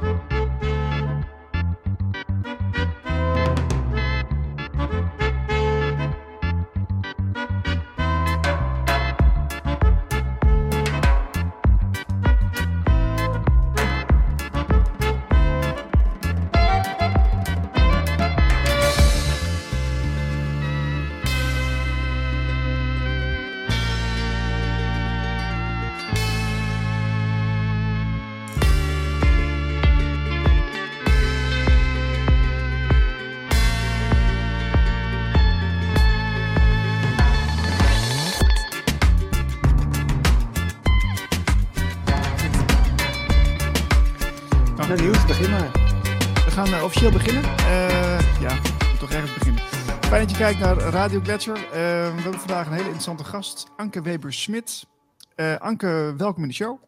Nou Niels, begin maar. We gaan officieel beginnen. Ja, we moeten toch ergens beginnen. Fijn dat je kijkt naar Radio Gletscher. We hebben vandaag een hele interessante gast, Anke Weber-Smit. Anke, welkom in de show.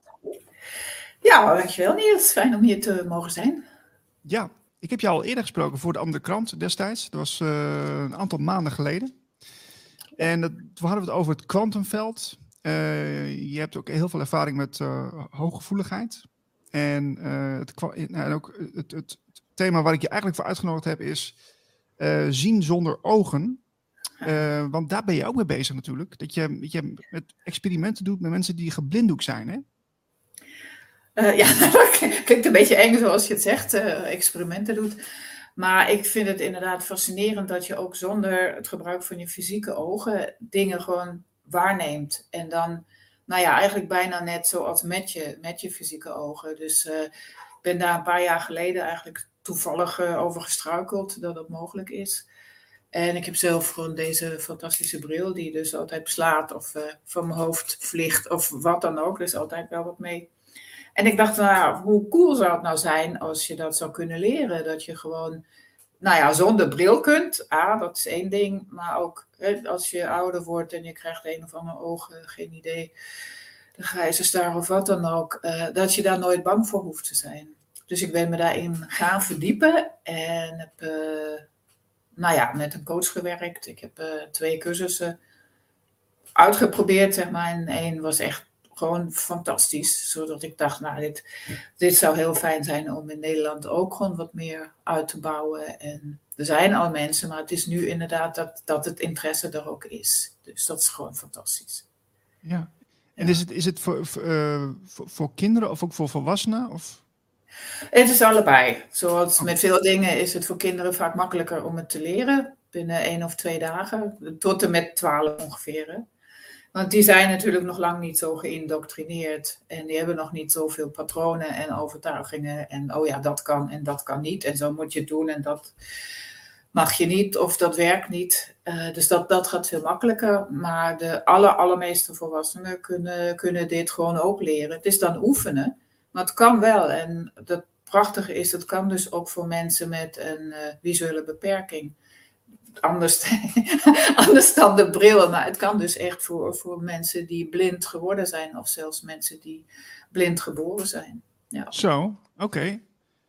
Ja, dankjewel Niels. Fijn om hier te mogen zijn. Ja, ik heb je al eerder gesproken voor de Andere Krant destijds. Dat was een aantal maanden geleden. En toen hadden we het over het kwantumveld. Je hebt ook heel veel ervaring met hooggevoeligheid. En ook het thema waar ik je eigenlijk voor uitgenodigd heb is zien zonder ogen. Want daar ben je ook mee bezig natuurlijk. Dat je met experimenten doet met mensen die geblinddoekt zijn, hè? Ja, dat klinkt een beetje eng zoals je het zegt, experimenten doet. Maar ik vind het inderdaad fascinerend dat je ook zonder het gebruik van je fysieke ogen dingen gewoon waarneemt. En dan, nou ja, eigenlijk bijna net zoals met je fysieke ogen. Dus ik ben daar een paar jaar geleden eigenlijk toevallig over gestruikeld dat dat mogelijk is. En ik heb zelf gewoon deze fantastische bril die dus altijd beslaat of van mijn hoofd vliegt of wat dan ook. Er is altijd wel wat mee. En ik dacht, nou, hoe cool zou het nou zijn als je dat zou kunnen leren? Dat je gewoon, nou ja, zonder bril kunt. Dat is één ding. Maar ook als je ouder wordt en je krijgt een of andere ogen, geen idee, de grijze staar of wat dan ook. Dat je daar nooit bang voor hoeft te zijn. Dus ik ben me daarin gaan verdiepen en heb met een coach gewerkt. Ik heb 2 cursussen uitgeprobeerd, zeg maar. En 1 was echt gewoon fantastisch, zodat ik dacht, nou, dit zou heel fijn zijn om in Nederland ook gewoon wat meer uit te bouwen. En er zijn al mensen, maar het is nu inderdaad dat het interesse er ook is. Dus dat is gewoon fantastisch. Ja. En is het voor kinderen of ook voor volwassenen? Of? Het is allebei. Zoals met veel dingen is het voor kinderen vaak makkelijker om het te leren. Binnen 1 of 2 dagen, tot en met 12 ongeveer. Hè. Want die zijn natuurlijk nog lang niet zo geïndoctrineerd. En die hebben nog niet zoveel patronen en overtuigingen. En oh ja, dat kan en dat kan niet. En zo moet je het doen en dat mag je niet of dat werkt niet. Dus dat gaat veel makkelijker. Maar de allermeeste volwassenen kunnen dit gewoon ook leren. Het is dan oefenen, maar het kan wel. En het prachtige is, het kan dus ook voor mensen met een visuele beperking. Anders dan de bril, maar het kan dus echt voor mensen die blind geworden zijn of zelfs mensen die blind geboren zijn. Ja. Zo, oké.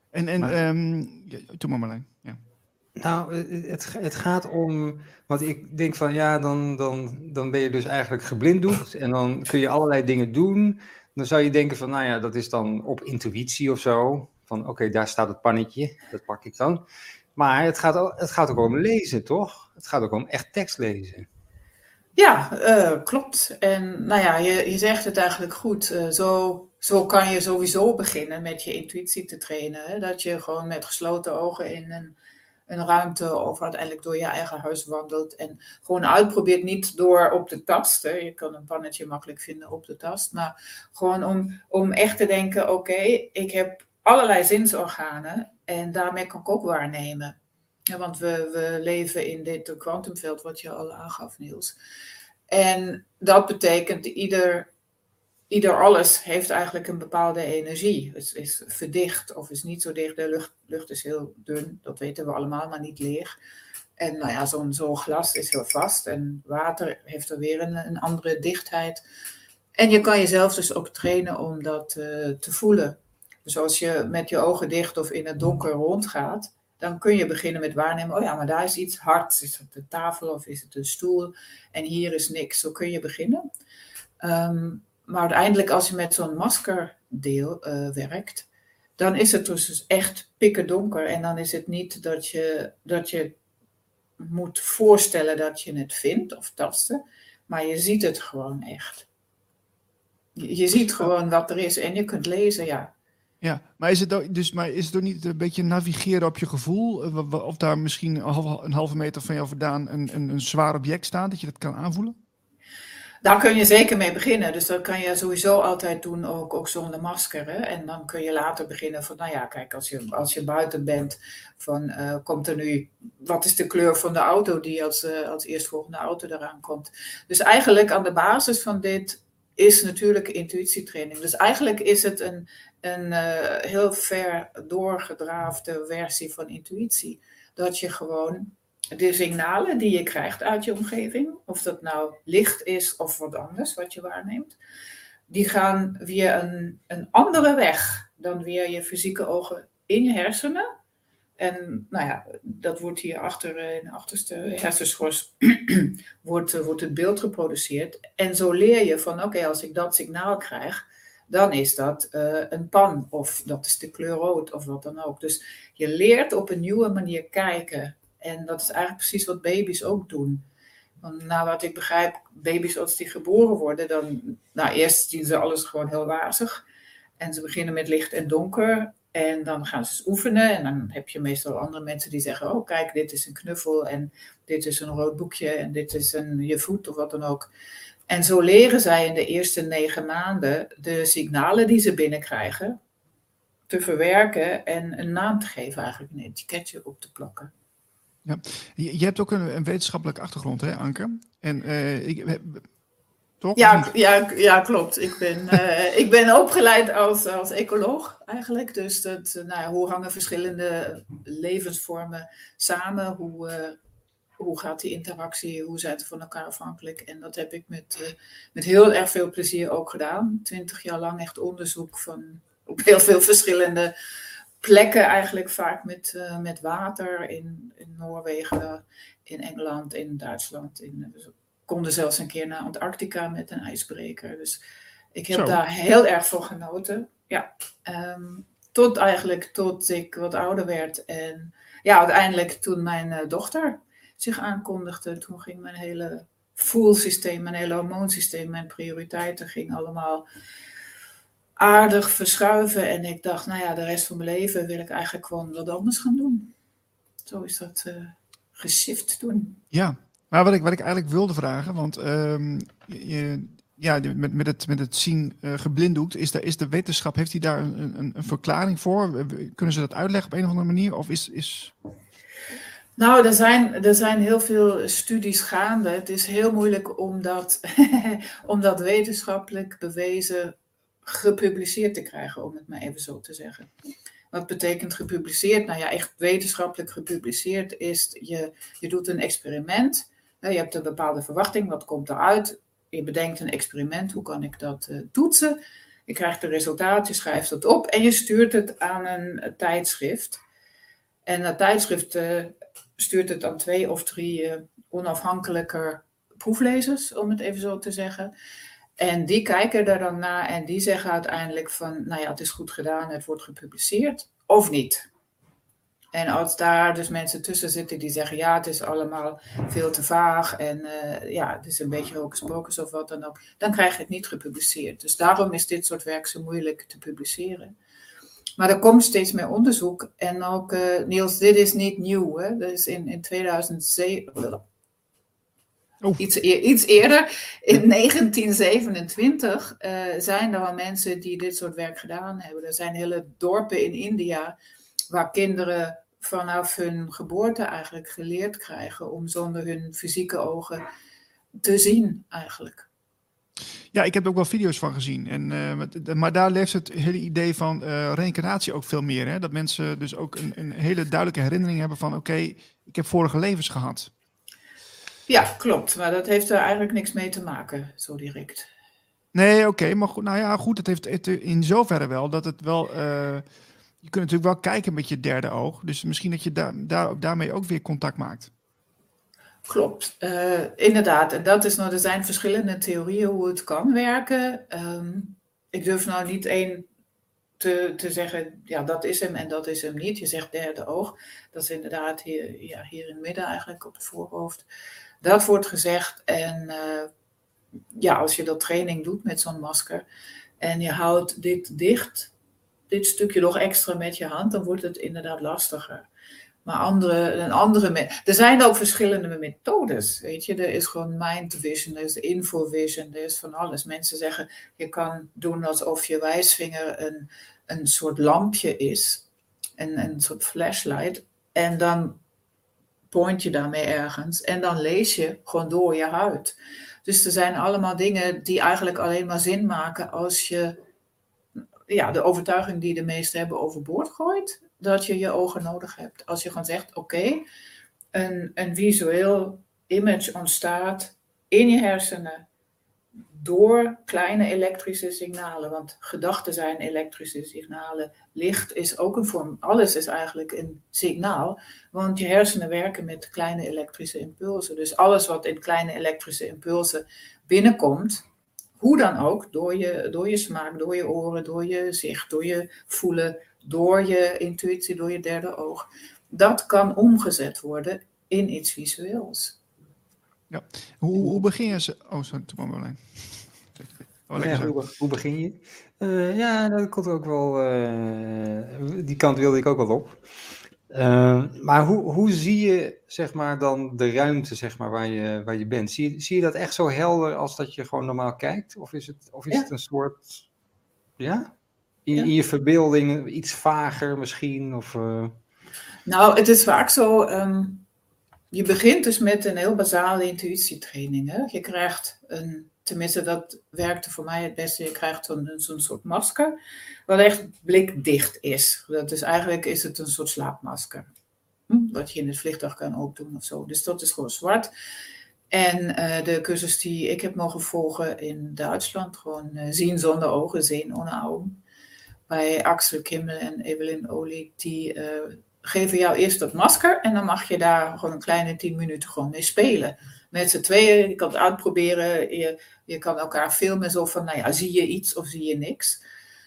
Doe maar Marlijn. Ja. Nou, het gaat om, want ik denk van ja, dan ben je dus eigenlijk geblinddoekt en dan kun je allerlei dingen doen. Dan zou je denken van, nou ja, dat is dan op intuïtie of zo. Van oké, daar staat het pannetje, dat pak ik dan. Maar het gaat ook om lezen, toch? Het gaat ook om echt tekst lezen. Ja, klopt. En nou ja, je zegt het eigenlijk goed. Zo kan je sowieso beginnen met je intuïtie te trainen. Hè? Dat je gewoon met gesloten ogen in een ruimte of uiteindelijk door je eigen huis wandelt. En gewoon uitprobeert, niet door op de tast. Hè? Je kan een pannetje makkelijk vinden op de tast. Maar gewoon om echt te denken, oké, ik heb allerlei zinsorganen en daarmee kan ik ook waarnemen. Ja, want we leven in dit kwantumveld wat je al aangaf, Niels. En dat betekent ieder alles heeft eigenlijk een bepaalde energie. Het is verdicht of is niet zo dicht. De lucht is heel dun, dat weten we allemaal, maar niet leeg. En nou ja, zo'n glas is heel vast en water heeft er weer een andere dichtheid. En je kan jezelf dus ook trainen om dat te voelen. Dus als je met je ogen dicht of in het donker rondgaat, dan kun je beginnen met waarnemen, oh ja, maar daar is iets hard. Is het de tafel of is het een stoel? En hier is niks. Zo kun je beginnen. Maar uiteindelijk als je met zo'n maskerdeel werkt, dan is het dus echt pikken donker. En dan is het niet dat je moet voorstellen dat je het vindt of tasten, maar je ziet het gewoon echt. Je ziet gewoon wat er is en je kunt lezen, ja. Ja, maar is het ook niet een beetje navigeren op je gevoel? Of daar misschien een halve meter van jou vandaan een zwaar object staat, dat je dat kan aanvoelen? Daar kun je zeker mee beginnen. Dus dat kan je sowieso altijd doen, ook zonder masker. Hè? En dan kun je later beginnen van, nou ja, kijk, als je buiten bent, van komt er nu, wat is de kleur van de auto die als eerstvolgende auto eraan komt. Dus eigenlijk aan de basis van dit is natuurlijk intuïtietraining. Dus eigenlijk is het een heel ver doorgedraafde versie van intuïtie. Dat je gewoon de signalen die je krijgt uit je omgeving, of dat nou licht is of wat anders wat je waarneemt, die gaan via een andere weg dan via je fysieke ogen in je hersenen. En nou ja, dat wordt hier in de achterste hersenschors wordt het beeld geproduceerd. En zo leer je van oké, als ik dat signaal krijg, dan is dat een pan of dat is de kleur rood of wat dan ook. Dus je leert op een nieuwe manier kijken. En dat is eigenlijk precies wat baby's ook doen. Want nou, wat ik begrijp, baby's als die geboren worden, dan eerst zien ze alles gewoon heel wazig. En ze beginnen met licht en donker. En dan gaan ze oefenen. En dan heb je meestal andere mensen die zeggen, oh kijk, dit is een knuffel. En dit is een rood boekje. En dit is je voet of wat dan ook. En zo leren zij in de eerste 9 maanden de signalen die ze binnenkrijgen te verwerken en een naam te geven, eigenlijk een etiketje op te plakken. Ja. Je hebt ook een wetenschappelijke achtergrond, hè, Anke? En toch? Ja, klopt. Ik ben opgeleid als ecoloog eigenlijk. Dus hoe hangen verschillende levensvormen samen? Hoe gaat die interactie? Hoe zijn ze van elkaar afhankelijk? En dat heb ik met heel erg veel plezier ook gedaan. 20 jaar lang echt onderzoek op heel veel verschillende plekken, eigenlijk vaak met water in Noorwegen, in Engeland, in Duitsland. We konden zelfs een keer naar Antarctica met een ijsbreker. Dus ik heb daar heel erg van genoten. Ja, tot ik wat ouder werd. En ja, uiteindelijk toen mijn dochter zich aankondigde, toen ging mijn hele voelsysteem, mijn hele hormoonsysteem, mijn prioriteiten ging allemaal aardig verschuiven. En ik dacht, nou ja, de rest van mijn leven wil ik eigenlijk gewoon wat anders gaan doen. Zo is dat geshift toen. Ja, maar wat ik eigenlijk wilde vragen, want met het zien geblinddoekt, is de wetenschap, heeft hij daar een verklaring voor? Kunnen ze dat uitleggen op een of andere manier? Of is... Nou, er zijn heel veel studies gaande. Het is heel moeilijk om dat wetenschappelijk bewezen gepubliceerd te krijgen, om het maar even zo te zeggen. Wat betekent gepubliceerd? Nou ja, echt wetenschappelijk gepubliceerd is, je doet een experiment. Je hebt een bepaalde verwachting, wat komt eruit? Je bedenkt een experiment, hoe kan ik dat toetsen? Je krijgt de resultaten, je schrijft dat op en je stuurt het aan een tijdschrift. En dat tijdschrift stuurt het aan 2 of 3 onafhankelijke proeflezers, om het even zo te zeggen. En die kijken daar dan naar en die zeggen uiteindelijk van, nou ja, het is goed gedaan, het wordt gepubliceerd, of niet. En als daar dus mensen tussen zitten die zeggen, ja, het is allemaal veel te vaag en het is een beetje hocus pocus of wat dan ook, dan krijg je het niet gepubliceerd. Dus daarom is dit soort werk zo moeilijk te publiceren. Maar er komt steeds meer onderzoek en ook, Niels, dit is niet nieuw, hè? Dus in 2007... Iets eerder, in 1927, zijn er al mensen die dit soort werk gedaan hebben. Er zijn hele dorpen in India waar kinderen vanaf hun geboorte eigenlijk geleerd krijgen om zonder hun fysieke ogen te zien eigenlijk. Ja, ik heb er ook wel video's van gezien. Maar daar leeft het hele idee van reïncarnatie ook veel meer. Hè? Dat mensen dus ook een hele duidelijke herinnering hebben van oké, ik heb vorige levens gehad. Ja, klopt. Maar dat heeft er eigenlijk niks mee te maken, zo direct. Nee, oké. Maar goed, nou ja, goed. Het heeft in zoverre wel dat het wel... je kunt natuurlijk wel kijken met je derde oog. Dus misschien dat je daarmee ook weer contact maakt. Klopt. Inderdaad. En dat is er zijn verschillende theorieën hoe het kan werken. Ik durf nou niet één te zeggen, ja, dat is hem en dat is hem niet. Je zegt derde oog. Dat is inderdaad hier in het midden eigenlijk op het voorhoofd. Dat wordt gezegd. En als je dat training doet met zo'n masker en je houdt dit dicht, dit stukje nog extra met je hand, dan wordt het inderdaad lastiger. Maar er zijn ook verschillende methodes, weet je. Er is gewoon mind vision, er is infovision, er is van alles. Mensen zeggen, je kan doen alsof je wijsvinger een soort lampje is, een soort flashlight. En dan point je daarmee ergens en dan lees je gewoon door je huid. Dus er zijn allemaal dingen die eigenlijk alleen maar zin maken als je de overtuiging die de meesten hebben overboord gooit, dat je je ogen nodig hebt. Als je gewoon zegt, oké, een visueel image ontstaat in je hersenen door kleine elektrische signalen. Want gedachten zijn elektrische signalen. Licht is ook een vorm, alles is eigenlijk een signaal. Want je hersenen werken met kleine elektrische impulsen. Dus alles wat in kleine elektrische impulsen binnenkomt, hoe dan ook, door je smaak, door je oren, door je zicht, door je voelen, door je intuïtie, door je derde oog. Dat kan omgezet worden in iets visueels. Ja. Hoe begin je... Oh, sorry, toen kwam Marjolein. Hoe begin je? Dat komt ook wel... die kant wilde ik ook wel op. Maar hoe zie je, zeg maar, dan de ruimte, zeg maar, waar je bent? Zie je dat echt zo helder als dat je gewoon normaal kijkt? Of is het een soort... Ja? In je verbeelding iets vager misschien? Of, Nou, het is vaak zo... je begint dus met een heel basale intuïtietraining. Hè? Je krijgt tenminste dat werkte voor mij het beste, je krijgt zo'n soort masker, wat echt blikdicht is. Eigenlijk is het een soort slaapmasker. Wat je in het vliegtuig kan opdoen of zo. Dus dat is gewoon zwart. En de cursus die ik heb mogen volgen in Duitsland, gewoon zien zonder ogen, zien ohne Augen, bij Axel Kimmel en Evelyn Olie, die geven jou eerst dat masker en dan mag je daar gewoon een kleine 10 minuten gewoon mee spelen. Met z'n tweeën, je kan het uitproberen, je kan elkaar filmen zo van, zie je iets of zie je niks?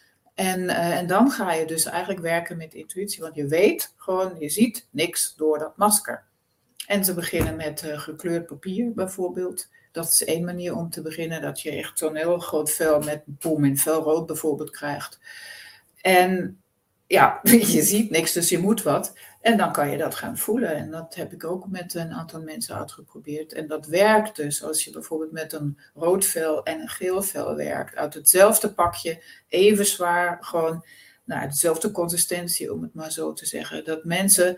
En dan ga je dus eigenlijk werken met intuïtie, want je weet gewoon, je ziet niks door dat masker. En ze beginnen met gekleurd papier bijvoorbeeld. Dat is één manier om te beginnen, dat je echt zo'n heel groot vel met boom in felrood bijvoorbeeld krijgt. En ja, je ziet niks, dus je moet wat. En dan kan je dat gaan voelen. En dat heb ik ook met een aantal mensen uitgeprobeerd. En dat werkt dus als je bijvoorbeeld met een rood vel en een geel vel werkt. Uit hetzelfde pakje, even zwaar, gewoon dezelfde consistentie, om het maar zo te zeggen. Dat mensen,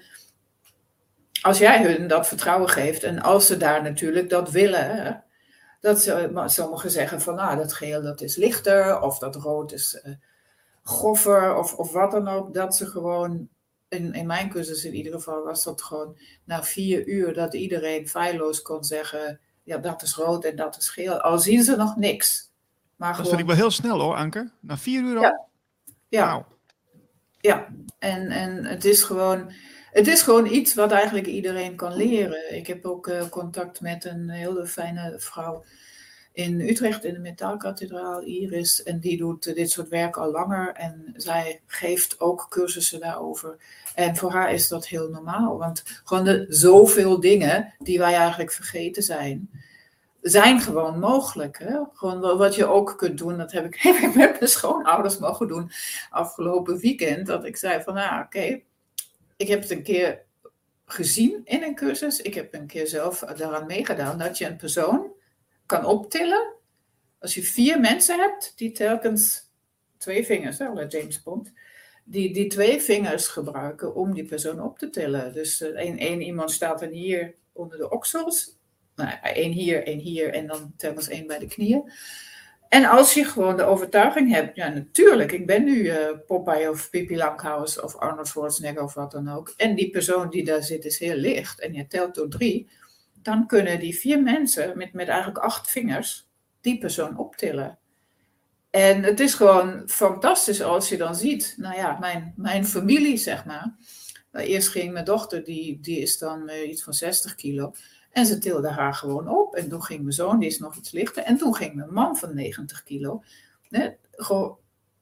als jij hun dat vertrouwen geeft en als ze daar natuurlijk dat willen, dat sommigen zeggen van dat geel dat is lichter of dat rood is groffer of wat dan ook, dat ze gewoon, in mijn cursus in ieder geval was dat gewoon na 4 uur dat iedereen feilloos kon zeggen, ja, dat is rood en dat is geel, al zien ze nog niks. Maar dat gewoon, vind ik wel heel snel hoor, Anke. Na 4 uur al? Ja. Wow. Ja, en het is gewoon iets wat eigenlijk iedereen kan leren. Ik heb ook contact met een hele fijne vrouw in Utrecht in de Metaalkathedraal, Iris. En die doet dit soort werk al langer. En zij geeft ook cursussen daarover. En voor haar is dat heel normaal. Want gewoon zoveel dingen die wij eigenlijk vergeten zijn gewoon mogelijk. Hè? Gewoon wat je ook kunt doen, dat heb ik met mijn schoonouders mogen doen afgelopen weekend. Dat ik zei van, oké, ik heb het een keer gezien in een cursus. Ik heb een keer zelf daaraan meegedaan dat je een persoon kan optillen. Als je 4 mensen hebt, die telkens 2 vingers, James Bond, die 2 vingers gebruiken om die persoon op te tillen. Dus één iemand staat dan hier onder de oksels. 1 hier en dan telkens 1 bij de knieën. En als je gewoon de overtuiging hebt, ja natuurlijk, ik ben nu Popeye of Pippi Langkous of Arnold Schwarzenegger of wat dan ook. En die persoon die daar zit is heel licht en je telt door 3. Dan kunnen die 4 mensen met eigenlijk 8 vingers die persoon optillen. En het is gewoon fantastisch als je dan ziet, mijn familie zeg maar. Eerst ging mijn dochter, die is dan iets van 60 kilo. En ze tilde haar gewoon op. En toen ging mijn zoon, die is nog iets lichter. En toen ging mijn man van 90 kilo. Gewoon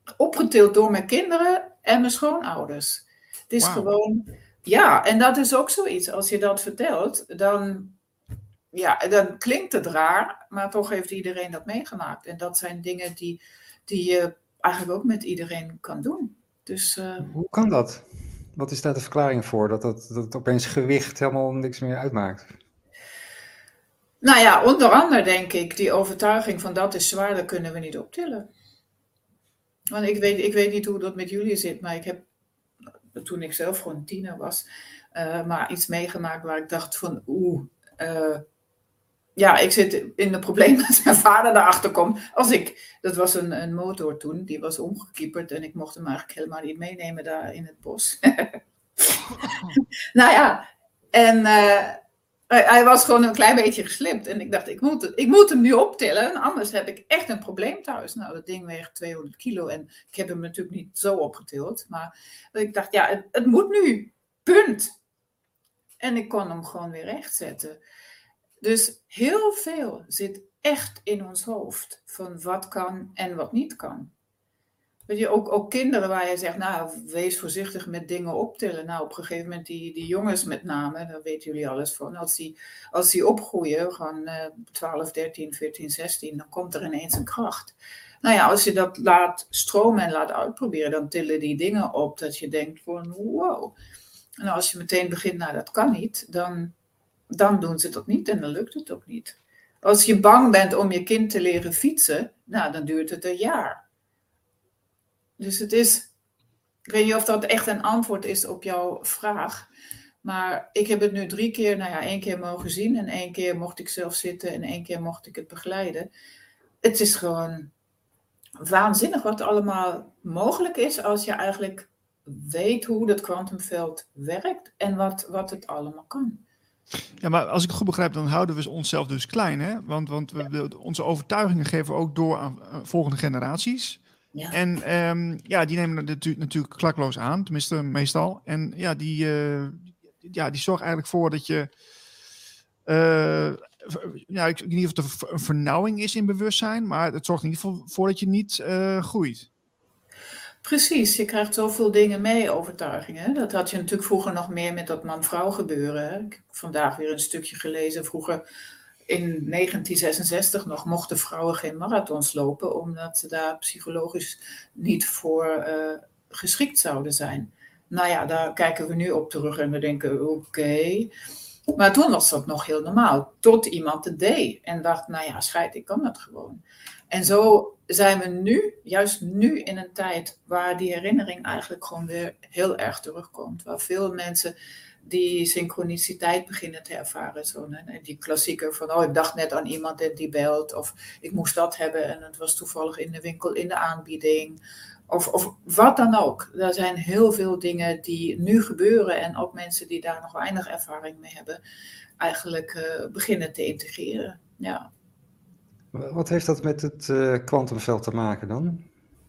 opgetild door mijn kinderen en mijn schoonouders. Het is gewoon, ja, en dat is ook zoiets. Als je dat vertelt, dan klinkt het raar, maar toch heeft iedereen dat meegemaakt. En dat zijn dingen die je eigenlijk ook met iedereen kan doen. Dus, hoe kan dat? Wat is daar de verklaring voor? Dat opeens gewicht helemaal niks meer uitmaakt? Nou ja, onder andere denk ik die overtuiging van dat is zwaar, dat kunnen we niet optillen. Want ik weet niet hoe dat met jullie zit, maar ik heb, toen ik zelf gewoon 10 was, maar iets meegemaakt waar ik dacht van ik zit in een probleem als mijn vader daarachter komt. Dat was een motor toen, die was omgekieperd en ik mocht hem eigenlijk helemaal niet meenemen daar in het bos. Nou ja, en hij was gewoon een klein beetje geslipt. En ik dacht, ik moet hem nu optillen, anders heb ik echt een probleem thuis. Nou, dat ding weegt 200 kilo en ik heb hem natuurlijk niet zo opgetild. Maar ik dacht, ja, het moet nu. Punt. En ik kon hem gewoon weer rechtzetten. Dus heel veel zit echt in ons hoofd van wat kan en wat niet kan. Weet je, ook kinderen waar je zegt, nou, wees voorzichtig met dingen optillen. Nou, op een gegeven moment die jongens met name, daar weten jullie alles van. Als die opgroeien, gewoon 12, 13, 14, 16, dan komt er ineens een kracht. Nou ja, als je dat laat stromen en laat uitproberen, dan tillen die dingen op dat je denkt van wow. En als je meteen begint, nou, dat kan niet, dan doen ze dat niet en dan lukt het ook niet. Als je bang bent om je kind te leren fietsen, nou, dan duurt het een jaar. Dus het is, ik weet niet of dat echt een antwoord is op jouw vraag. Maar ik heb het nu 3 keer, 1 keer mogen zien. En 1 keer mocht ik zelf zitten en 1 keer mocht ik het begeleiden. Het is gewoon waanzinnig wat allemaal mogelijk is als je eigenlijk weet hoe dat kwantumveld werkt en wat het allemaal kan. Ja, maar als ik het goed begrijp, dan houden we onszelf dus klein, hè? Want onze overtuigingen geven we ook door aan volgende generaties. Ja. En die nemen het natuurlijk klakloos aan, tenminste meestal. En ja, die zorgen eigenlijk voor dat je... ik weet niet of het een vernauwing is in bewustzijn, maar het zorgt in ieder geval voor dat je niet groeit. Precies, je krijgt zoveel dingen mee, overtuigingen. Dat had je natuurlijk vroeger nog meer met dat man-vrouw gebeuren. Hè? Ik heb vandaag weer een stukje gelezen. Vroeger in 1966 nog mochten vrouwen geen marathons lopen, omdat ze daar psychologisch niet voor geschikt zouden zijn. Nou ja, daar kijken we nu op terug en we denken oké. Maar toen was dat nog heel normaal, tot iemand het deed en dacht, nou ja, scheid, ik kan dat gewoon. En zo zijn we nu, juist nu in een tijd waar die herinnering eigenlijk gewoon weer heel erg terugkomt. Waar veel mensen die synchroniciteit beginnen te ervaren. Zo, die klassieker van, ik dacht net aan iemand en die belt. Of ik moest dat hebben en het was toevallig in de winkel in de aanbieding. Of wat dan ook. Er zijn heel veel dingen die nu gebeuren. En ook mensen die daar nog weinig ervaring mee hebben, eigenlijk beginnen te integreren. Ja. Wat heeft dat met het kwantumveld te maken dan?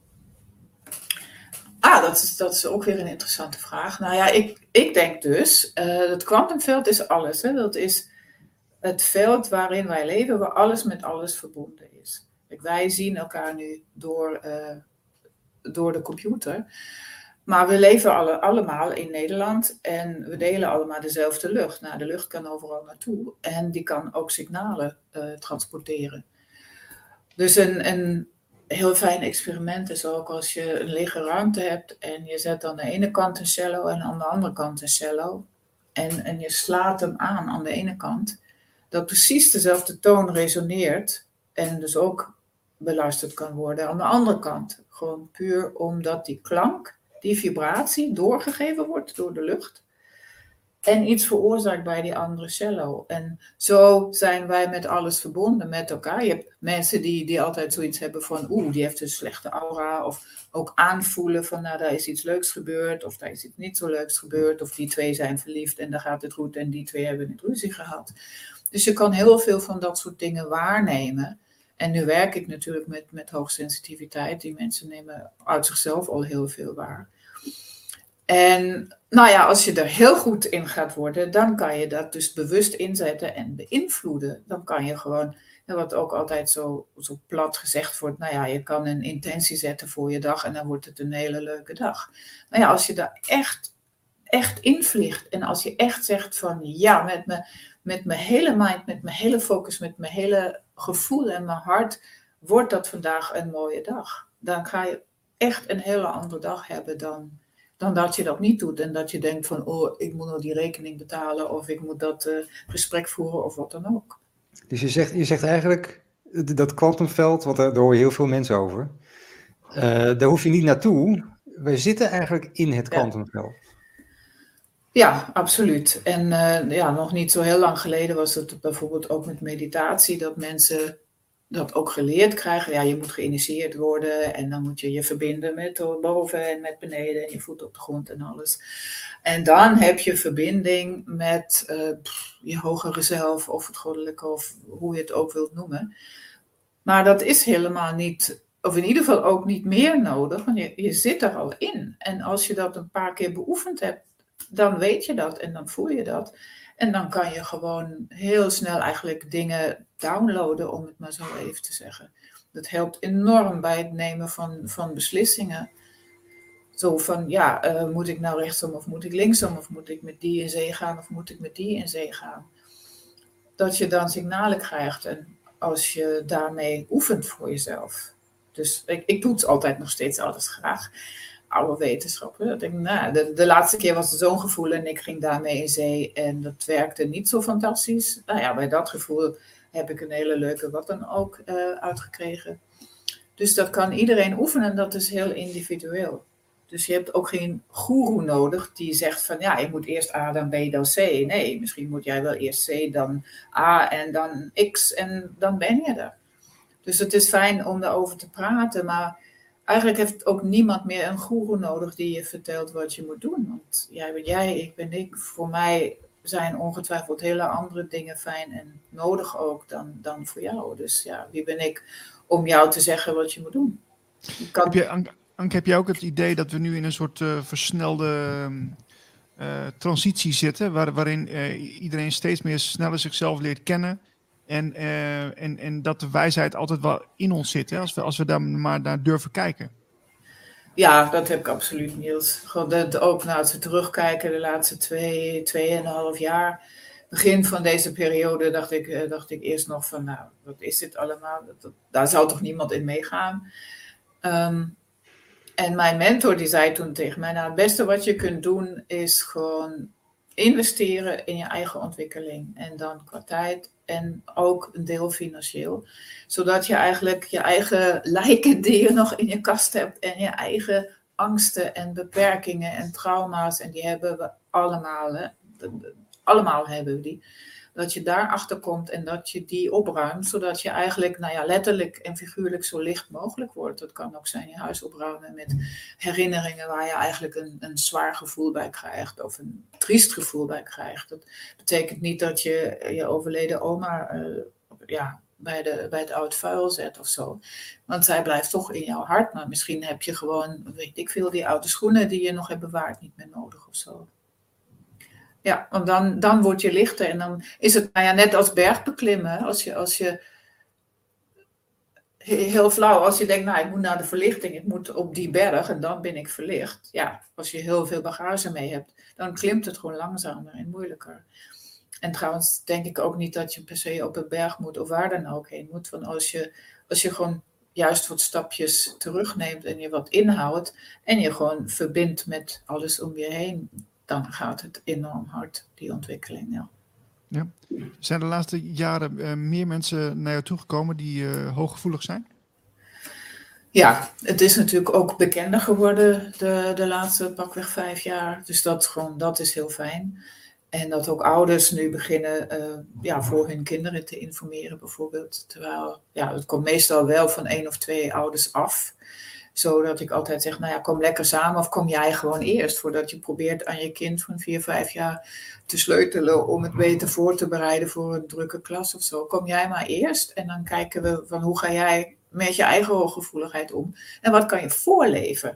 Dat is ook weer een interessante vraag. Nou ja, ik denk dus, het kwantumveld is alles. Hè? Dat is het veld waarin wij leven, waar alles met alles verbonden is. Kijk, wij zien elkaar nu door de computer. Maar we leven allemaal in Nederland en we delen allemaal dezelfde lucht. Nou, de lucht kan overal naartoe en die kan ook signalen transporteren. Dus een heel fijn experiment is ook als je een lege ruimte hebt en je zet aan de ene kant een cello en aan de andere kant een cello. En je slaat hem aan de ene kant. Dat precies dezelfde toon resoneert en dus ook beluisterd kan worden aan de andere kant. Gewoon puur omdat die klank, die vibratie doorgegeven wordt door de lucht. En iets veroorzaakt bij die andere cello. En zo zijn wij met alles verbonden met elkaar. Je hebt mensen die altijd zoiets hebben van, die heeft een slechte aura. Of ook aanvoelen van, daar is iets leuks gebeurd. Of daar is iets niet zo leuks gebeurd. Of die 2 zijn verliefd en daar gaat het goed. En die 2 hebben een ruzie gehad. Dus je kan heel veel van dat soort dingen waarnemen. En nu werk ik natuurlijk met hoogsensitiviteit. Die mensen nemen uit zichzelf al heel veel waar. En nou ja, als je er heel goed in gaat worden, dan kan je dat dus bewust inzetten en beïnvloeden. Dan kan je gewoon En wat ook altijd zo plat gezegd wordt, nou ja, je kan een intentie zetten voor je dag en dan wordt het een hele leuke dag. Nou ja, als je daar echt invliegt en als je echt zegt van ja, met mijn hele mind, met mijn hele focus, met mijn hele gevoel en mijn hart, wordt dat vandaag een mooie dag. Dan ga je echt een hele andere dag hebben dan dat je dat niet doet. En dat je denkt van, oh, ik moet nog die rekening betalen of ik moet dat gesprek voeren of wat dan ook. Dus je zegt eigenlijk, dat kwantumveld, want daar hoor je heel veel mensen over, daar hoef je niet naartoe. Wij zitten eigenlijk in het kwantumveld. Ja, absoluut. En nog niet zo heel lang geleden was het bijvoorbeeld ook met meditatie, dat mensen dat ook geleerd krijgen. Ja, je moet geïnitieerd worden en dan moet je je verbinden met boven en met beneden en je voet op de grond en alles. En dan heb je verbinding met je hogere zelf of het goddelijke of hoe je het ook wilt noemen. Maar dat is helemaal niet, of in ieder geval ook niet meer nodig, want je zit er al in. En als je dat een paar keer beoefend hebt, dan weet je dat en dan voel je dat. En dan kan je gewoon heel snel eigenlijk dingen downloaden, om het maar zo even te zeggen. Dat helpt enorm bij het nemen van beslissingen. Zo van, moet ik nou rechtsom of moet ik linksom? Of moet ik met die in zee gaan of moet ik met die in zee gaan? Dat je dan signalen krijgt en als je daarmee oefent voor jezelf. Dus ik doe het altijd nog steeds alles graag. Oude wetenschap. De laatste keer was het zo'n gevoel en ik ging daarmee in zee en dat werkte niet zo fantastisch. Nou ja, bij dat gevoel heb ik een hele leuke wat dan ook uitgekregen. Dus dat kan iedereen oefenen en dat is heel individueel. Dus je hebt ook geen goeroe nodig die zegt van ja, je moet eerst A, dan B, dan C. Nee, misschien moet jij wel eerst C, dan A en dan X en dan ben je er. Dus het is fijn om daarover te praten, maar eigenlijk heeft ook niemand meer een goeroe nodig die je vertelt wat je moet doen. Want jij bent jij, ik ben ik. Voor mij zijn ongetwijfeld hele andere dingen fijn en nodig ook dan voor jou. Dus ja, wie ben ik om jou te zeggen wat je moet doen? Anke, heb jij ook het idee dat we nu in een soort versnelde transitie zitten, waarin iedereen steeds meer sneller zichzelf leert kennen en dat de wijsheid altijd wel in ons zit, hè, als we daar maar naar durven kijken? Ja, dat heb ik absoluut, Niels. Gewoon ook als we terugkijken de laatste 2,5 jaar, begin van deze periode dacht ik eerst nog van, nou, wat is dit allemaal? Daar zou toch niemand in meegaan? En mijn mentor die zei toen tegen mij, nou, het beste wat je kunt doen is gewoon investeren in je eigen ontwikkeling. En dan qua tijd en ook een deel financieel. Zodat je eigenlijk je eigen lijken die je nog in je kast hebt en je eigen angsten en beperkingen en trauma's, en die hebben we allemaal, hè? Allemaal hebben we die. Dat je daarachter komt en dat je die opruimt, zodat je eigenlijk, nou ja, letterlijk en figuurlijk zo licht mogelijk wordt. Dat kan ook zijn je huis opruimen met herinneringen waar je eigenlijk een zwaar gevoel bij krijgt of een triest gevoel bij krijgt. Dat betekent niet dat je je overleden oma bij het oud vuil zet of zo. Want zij blijft toch in jouw hart, maar misschien heb je gewoon, weet ik veel, die oude schoenen die je nog hebt bewaard niet meer nodig of zo. Ja, want dan word je lichter en dan is het net als bergbeklimmen. Als je heel flauw, als je denkt, nou, ik moet naar de verlichting, ik moet op die berg en dan ben ik verlicht. Ja, als je heel veel bagage mee hebt, dan klimt het gewoon langzamer en moeilijker. En trouwens denk ik ook niet dat je per se op een berg moet of waar dan ook heen moet. Want als je gewoon juist wat stapjes terugneemt en je wat inhoudt en je gewoon verbindt met alles om je heen, dan gaat het enorm hard, die ontwikkeling. Ja. Zijn de laatste jaren meer mensen naar jou toegekomen die hooggevoelig zijn? Ja, het is natuurlijk ook bekender geworden de laatste pakweg 5 jaar. Dus dat is heel fijn. En dat ook ouders nu beginnen voor hun kinderen te informeren bijvoorbeeld. Terwijl, het komt meestal wel van 1 of 2 ouders af. Zodat ik altijd zeg, nou ja, kom lekker samen of kom jij gewoon eerst. Voordat je probeert aan je kind van 4, 5 jaar te sleutelen om het beter voor te bereiden voor een drukke klas of zo. Kom jij maar eerst en dan kijken we van hoe ga jij met je eigen hooggevoeligheid om. En wat kan je voorleven?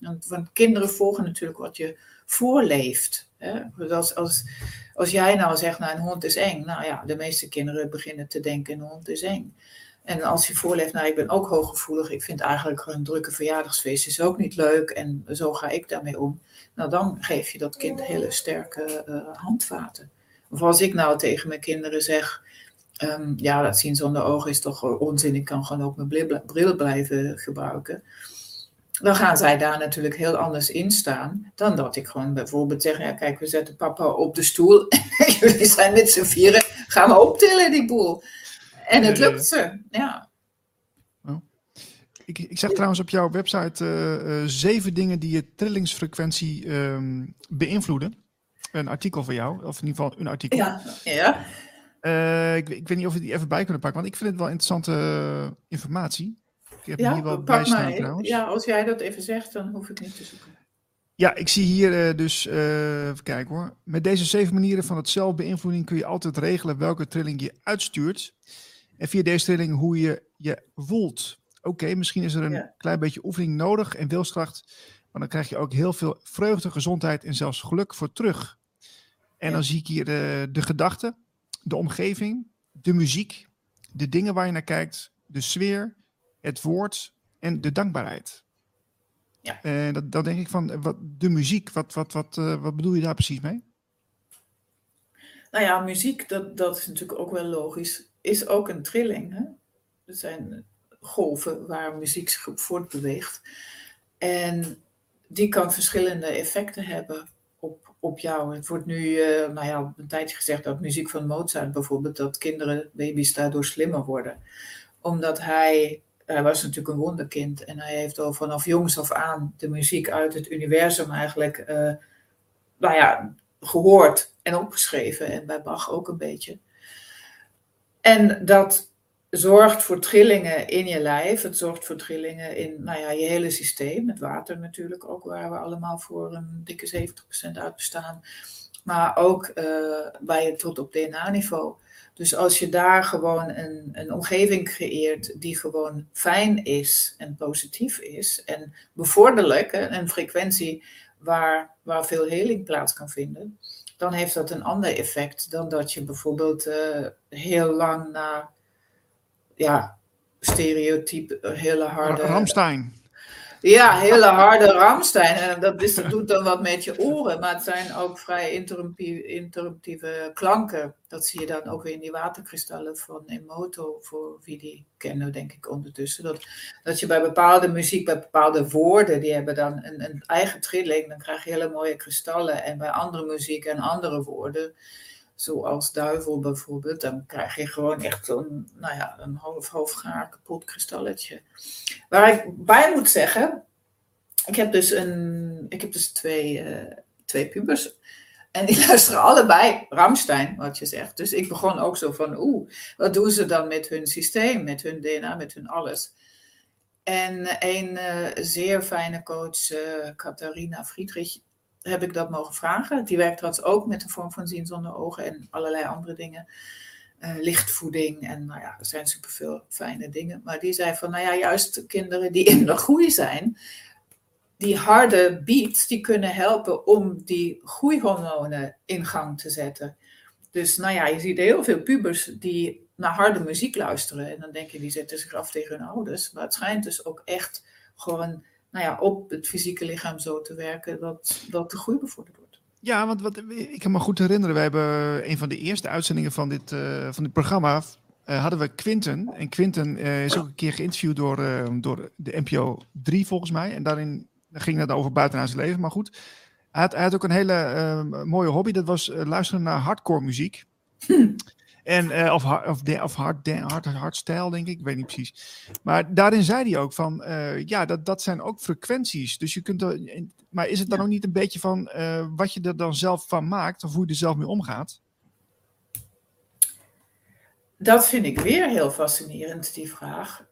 Want kinderen volgen natuurlijk wat je voorleeft. Hè? Dus als jij nou zegt, nou, een hond is eng. Nou ja, de meeste kinderen beginnen te denken, een hond is eng. En als je voorleeft, nou, ik ben ook hooggevoelig. Ik vind eigenlijk een drukke verjaardagsfeest is ook niet leuk. En zo ga ik daarmee om. Nou, dan geef je dat kind hele sterke handvaten. Of als ik nou tegen mijn kinderen zeg... ja, dat zien zonder ogen is toch onzin. Ik kan gewoon ook mijn bril blijven gebruiken. Dan gaan zij daar natuurlijk heel anders in staan. Dan dat ik gewoon bijvoorbeeld zeg... Ja, kijk, we zetten papa op de stoel. Jullie zijn met z'n vieren. Gaan we optillen die boel. En het lukt ze, ja. Oh. Ik zag trouwens op jouw website 7 dingen die je trillingsfrequentie beïnvloeden. Een artikel van jou, of in ieder geval een artikel. Ja. Ik weet niet of we die even bij kunnen pakken, want ik vind het wel interessante informatie. Ik heb hier wel bij staan trouwens. Ja, als jij dat even zegt, dan hoef ik niet te zoeken. Ja, ik zie hier dus, even kijken hoor. Met deze 7 manieren van het zelfbeïnvloeding kun je altijd regelen welke trilling je uitstuurt. En via deze trilling hoe je je voelt. Oké, misschien is er een klein beetje oefening nodig en wilskracht. Maar dan krijg je ook heel veel vreugde, gezondheid en zelfs geluk voor terug. En dan zie ik hier de gedachten, de omgeving, de muziek, de dingen waar je naar kijkt, de sfeer, het woord en de dankbaarheid. Ja. En dan denk ik van, de muziek, wat bedoel je daar precies mee? Nou ja, muziek, dat is natuurlijk ook wel logisch, is ook een trilling. Hè? Er zijn golven waar muziek zich op voortbeweegt. En die kan verschillende effecten hebben op jou. Het wordt nu een tijdje gezegd dat muziek van Mozart bijvoorbeeld, dat kinderen, baby's daardoor slimmer worden. Omdat hij was natuurlijk een wonderkind en hij heeft al vanaf jongs af aan de muziek uit het universum eigenlijk gehoord en opgeschreven. En bij Bach ook een beetje. En dat zorgt voor trillingen in je lijf. Het zorgt voor trillingen in je hele systeem. Het water natuurlijk ook, waar we allemaal voor een dikke 70% uit bestaan. Maar ook bij het tot op DNA-niveau. Dus als je daar gewoon een omgeving creëert die gewoon fijn is en positief is en bevorderlijk, een frequentie waar veel heling plaats kan vinden, dan heeft dat een ander effect dan dat je bijvoorbeeld heel lang naar stereotype, hele harde... Rammstein. Ja, hele harde Rammstein. En dat doet dan wat met je oren. Maar het zijn ook vrij interruptieve klanken. Dat zie je dan ook weer in die waterkristallen van Emoto. Voor wie die kennen, denk ik ondertussen. Dat je bij bepaalde muziek, bij bepaalde woorden, die hebben dan een eigen trilling. Dan krijg je hele mooie kristallen. En bij andere muziek en andere woorden, zoals duivel bijvoorbeeld, dan krijg je gewoon echt een half gaar kapot kristalletje. Waar ik bij moet zeggen, ik heb dus twee pubers. En die luisteren allebei Rammstein, wat je zegt. Dus ik begon ook zo van, wat doen ze dan met hun systeem, met hun DNA, met hun alles. En een zeer fijne coach, Katharina Friedrich, heb ik dat mogen vragen. Die werkt trouwens ook met een vorm van zien zonder ogen en allerlei andere dingen. Lichtvoeding en er zijn superveel fijne dingen. Maar die zei van, juist kinderen die in de groei zijn, die harde beats, die kunnen helpen om die groeihormonen in gang te zetten. Dus je ziet heel veel pubers die naar harde muziek luisteren. En dan denk je, die zetten zich af tegen hun ouders. Maar het schijnt dus ook echt gewoon op het fysieke lichaam zo te werken dat de groei bevorderd wordt. Ja, want ik kan me goed herinneren, we hebben een van de eerste uitzendingen van dit programma, hadden we Quinten. En Quinten is ook een keer geïnterviewd door de NPO 3 volgens mij. En daarin ging het over buitenaards leven, maar goed. Hij had ook een hele mooie hobby, dat was luisteren naar hardcore muziek. En of hardstyle, denk ik weet niet precies. Maar daarin zei hij ook van, dat zijn ook frequenties. Dus je kunt maar is het dan ook niet een beetje van wat je er dan zelf van maakt, of hoe je er zelf mee omgaat? Dat vind ik weer heel fascinerend, die vraag.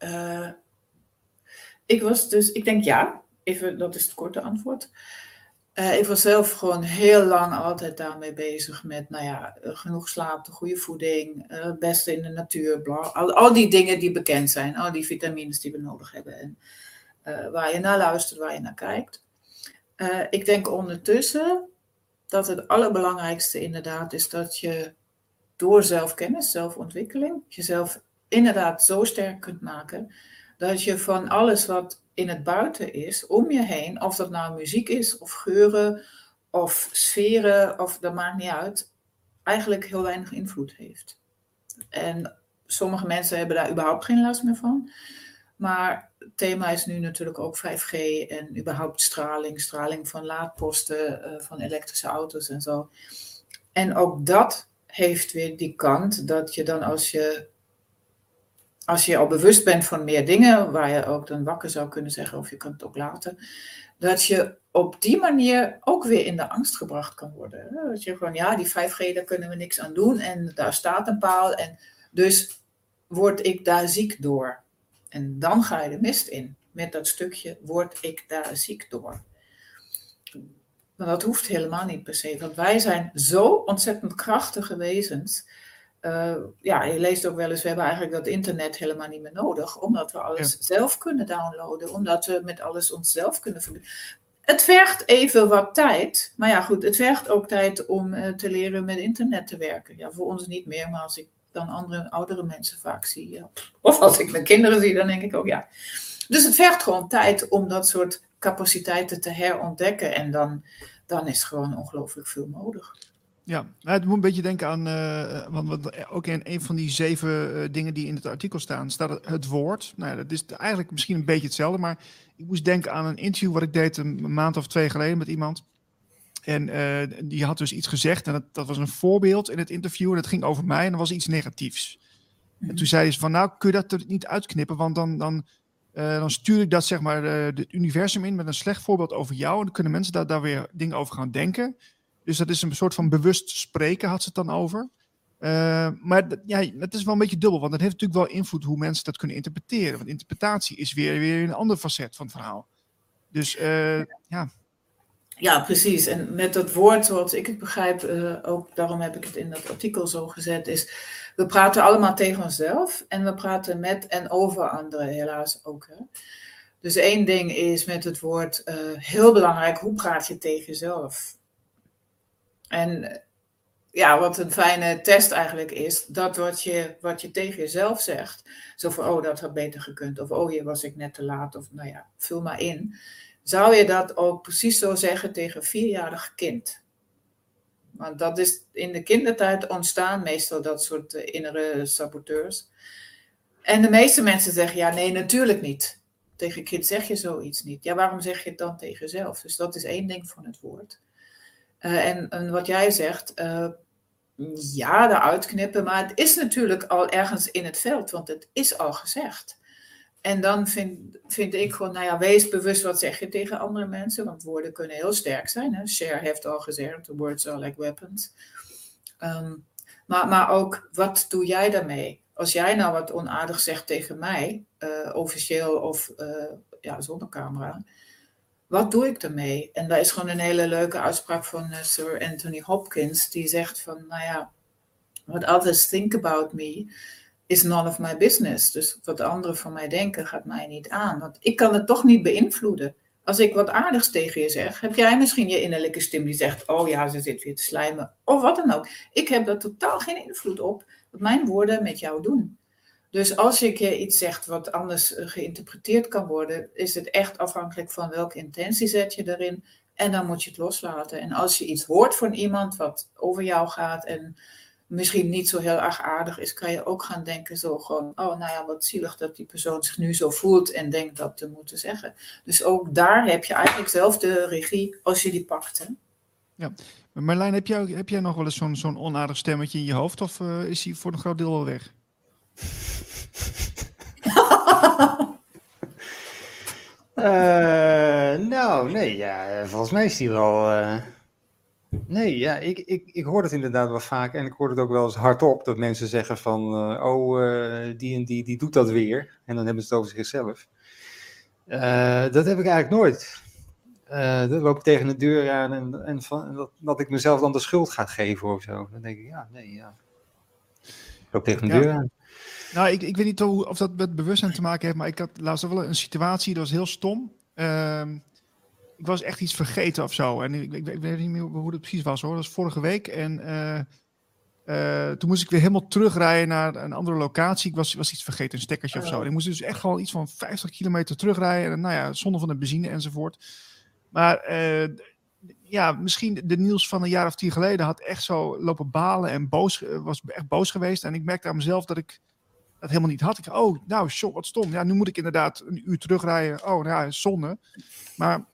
Ik denk even, dat is het korte antwoord. Ik was zelf gewoon heel lang altijd daarmee bezig met, genoeg slaap, de goede voeding, het beste in de natuur, bla, al die dingen die bekend zijn, al die vitamines die we nodig hebben en waar je naar luistert, waar je naar kijkt. Ik denk ondertussen dat het allerbelangrijkste inderdaad is dat je door zelfkennis, zelfontwikkeling, jezelf inderdaad zo sterk kunt maken dat je van alles wat in het buiten is, om je heen, of dat nou muziek is, of geuren, of sferen, of dat maakt niet uit, eigenlijk heel weinig invloed heeft. En sommige mensen hebben daar überhaupt geen last meer van. Maar het thema is nu natuurlijk ook 5G en überhaupt straling van laadposten, van elektrische auto's en zo. En ook dat heeft weer die kant dat je dan als je al bewust bent van meer dingen, waar je ook dan wakker zou kunnen zeggen, of je kunt het ook laten, dat je op die manier ook weer in de angst gebracht kan worden. Dat je gewoon, ja, die 5G, daar kunnen we niks aan doen en daar staat een paal en dus word ik daar ziek door. En dan ga je de mist in met dat stukje, word ik daar ziek door. Maar dat hoeft helemaal niet per se, want wij zijn zo ontzettend krachtige wezens. Je leest ook wel eens, we hebben eigenlijk dat internet helemaal niet meer nodig, omdat we alles zelf kunnen downloaden, omdat we met alles onszelf kunnen verbinden. Het vergt even wat tijd, maar ja goed, het vergt ook tijd om te leren met internet te werken. Ja, voor ons niet meer, maar als ik dan andere oudere mensen vaak zie, ja. Of als ik mijn kinderen zie, dan denk ik ook ja. Dus het vergt gewoon tijd om dat soort capaciteiten te herontdekken en dan is gewoon ongelooflijk veel nodig. Ja, het moet een beetje denken aan, want ook in een van die 7 dingen die in het artikel staan, staat het woord. Nou, dat is eigenlijk misschien een beetje hetzelfde, maar ik moest denken aan een interview wat ik deed een maand of 2 geleden met iemand. En die had dus iets gezegd en dat was een voorbeeld in het interview en dat ging over mij en dat was iets negatiefs. En toen zei ze van, nou kun je dat er niet uitknippen, want dan stuur ik dat zeg maar het universum in met een slecht voorbeeld over jou en dan kunnen mensen daar weer dingen over gaan denken. Dus dat is een soort van bewust spreken, had ze het dan over. Maar het is wel een beetje dubbel, want dat heeft natuurlijk wel invloed hoe mensen dat kunnen interpreteren. Want interpretatie is weer een ander facet van het verhaal. Dus ja. Ja, precies. En met dat woord, zoals ik het begrijp, ook daarom heb ik het in dat artikel zo gezet, is we praten allemaal tegen onszelf en we praten met en over anderen, helaas ook. Hè? Dus 1 ding is met het woord heel belangrijk, hoe praat je tegen jezelf? En ja, wat een fijne test eigenlijk is, dat wat je tegen jezelf zegt, zo van, oh, dat had beter gekund, of oh, hier was ik net te laat, of nou ja, vul maar in. Zou je dat ook precies zo zeggen tegen een 4-jarig kind? Want dat is in de kindertijd ontstaan, meestal dat soort innere saboteurs. En de meeste mensen zeggen, ja, nee, natuurlijk niet. Tegen een kind zeg je zoiets niet. Ja, waarom zeg je het dan tegen jezelf? Dus dat is 1 ding van het woord. En wat jij zegt, ja, eruit knippen, maar het is natuurlijk al ergens in het veld, want het is al gezegd. En dan vind ik gewoon, nou ja, wees bewust wat zeg je tegen andere mensen, want woorden kunnen heel sterk zijn. Hè? Cher heeft al gezegd, the words are like weapons. Maar ook, wat doe jij daarmee? Als jij nou wat onaardig zegt tegen mij, officieel of zonder camera, wat doe ik daarmee? En daar is gewoon een hele leuke uitspraak van Sir Anthony Hopkins, die zegt van, nou ja, what others think about me is none of my business. Dus wat anderen van mij denken gaat mij niet aan. Want ik kan het toch niet beïnvloeden. Als ik wat aardigs tegen je zeg, heb jij misschien je innerlijke stem die zegt, oh ja, ze zit weer te slijmen. Of wat dan ook. Ik heb daar totaal geen invloed op wat mijn woorden met jou doen. Dus als ik je iets zegt wat anders geïnterpreteerd kan worden, is het echt afhankelijk van welke intentie zet je erin. En dan moet je het loslaten. En als je iets hoort van iemand wat over jou gaat en misschien niet zo heel erg aardig is, kan je ook gaan denken zo gewoon, oh nou ja, wat zielig dat die persoon zich nu zo voelt en denkt dat te moeten zeggen. Dus ook daar heb je eigenlijk zelf de regie als je die pakt. Hè? Ja, maar Marlijn, heb jij nog wel eens zo'n onaardig stemmetje in je hoofd of is hij voor een groot deel al weg? Nou, nee, ja, volgens mij is die wel. Nee, ja, ik hoor het inderdaad wel vaak en ik hoor het ook wel eens hardop dat mensen zeggen van, die en die doet dat weer. En dan hebben ze het over zichzelf. Dat heb ik eigenlijk nooit. Dat loop ik tegen de deur aan en dat ik mezelf dan de schuld ga geven of zo. Dan denk ik, ja, nee, ja. Ik loop tegen de deur aan. Nou, ik weet niet of dat met bewustzijn te maken heeft, maar ik had laatst wel een situatie, dat was heel stom. ik was echt iets vergeten of zo. En ik weet niet meer hoe het precies was hoor. Dat was vorige week. En toen moest ik weer helemaal terugrijden naar een andere locatie. Ik was iets vergeten, een stekkertje of zo. En ik moest dus echt gewoon iets van 50 kilometer terugrijden. En nou ja, zonder van de benzine enzovoort. Maar misschien de Niels van een jaar of 10 geleden had echt zo lopen balen en was echt boos geweest. En ik merkte aan mezelf dat ik dat helemaal niet had. Wat stom. Ja, nu moet ik inderdaad een uur terugrijden. Oh, nou ja, zonde. Maar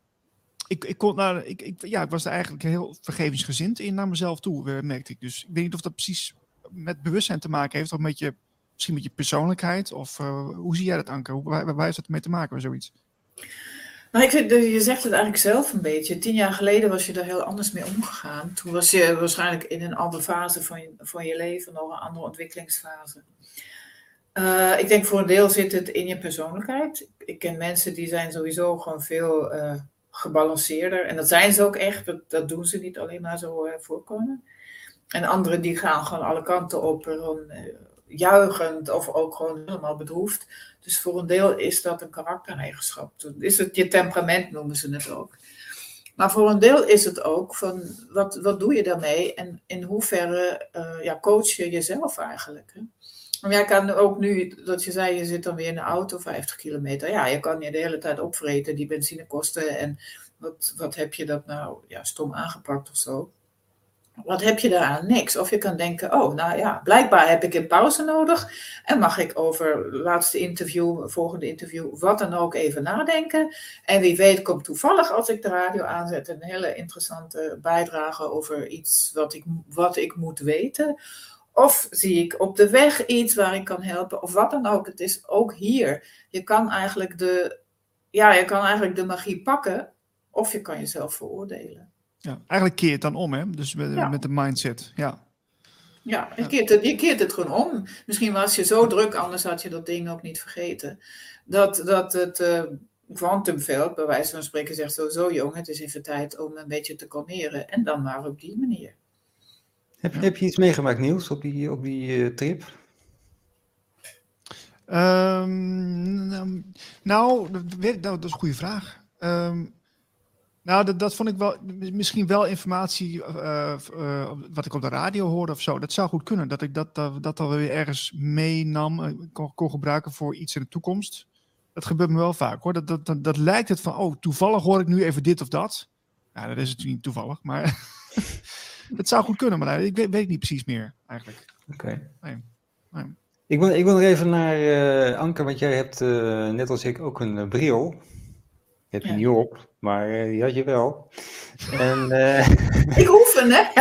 ik was er eigenlijk heel vergevingsgezind in naar mezelf toe, merkte ik. Dus ik weet niet of dat precies met bewustzijn te maken heeft. Of misschien met je persoonlijkheid. Of hoe zie jij dat, Anke? Waar heeft dat mee te maken, zoiets? Nou, ik vind, je zegt het eigenlijk zelf een beetje. 10 jaar geleden was je daar heel anders mee omgegaan. Toen was je waarschijnlijk in een andere fase van je leven, nog een andere ontwikkelingsfase. Ik denk voor een deel zit het in je persoonlijkheid. Ik ken mensen die zijn sowieso gewoon veel gebalanceerder. En dat zijn ze ook echt. Dat doen ze niet alleen maar zo voorkomen. En anderen die gaan gewoon alle kanten op. Juichend of ook gewoon helemaal bedroefd. Dus voor een deel is dat een karaktereigenschap. Is het je temperament, noemen ze het ook. Maar voor een deel is het ook van wat doe je daarmee en in hoeverre coach je jezelf eigenlijk. Hè? Maar jij kan ook nu, dat je zei, je zit dan weer in de auto 50 kilometer. Ja, je kan je de hele tijd opvreten, die benzinekosten. En wat heb je dat nou stom aangepakt of zo. Wat heb je daaraan? Niks. Of je kan denken, blijkbaar heb ik een pauze nodig. En mag ik over het laatste interview, volgende interview, wat dan ook even nadenken. En wie weet komt toevallig als ik de radio aanzet een hele interessante bijdrage over iets wat ik moet weten. Of zie ik op de weg iets waar ik kan helpen. Of wat dan ook. Het is ook hier. Je kan eigenlijk de magie pakken. Of je kan jezelf veroordelen. Ja, eigenlijk keer je het dan om, hè? Dus met de mindset, ja. Ja, je keert het gewoon om. Misschien was je zo druk, anders had je dat ding ook niet vergeten. Dat het kwantumveld, bij wijze van spreken, zegt zo jong, het is even tijd om een beetje te kalmeren. En dan maar op die manier. Heb je iets meegemaakt, Niels, op die trip? Dat is een goede vraag. Dat vond ik wel, misschien wel informatie wat ik op de radio hoorde of zo. Dat zou goed kunnen, dat ik dat alweer ergens meenam, kon gebruiken voor iets in de toekomst. Dat gebeurt me wel vaak, hoor. Dat lijkt het van, toevallig hoor ik nu even dit of dat. Ja, dat is het niet toevallig, maar het zou goed kunnen, maar ik weet niet precies meer, eigenlijk. Oké. Nee. Ik wil nog even naar Anke, want jij hebt net als ik ook een bril. Je hebt die niet op, maar die had je wel. En, ik oefen, hè?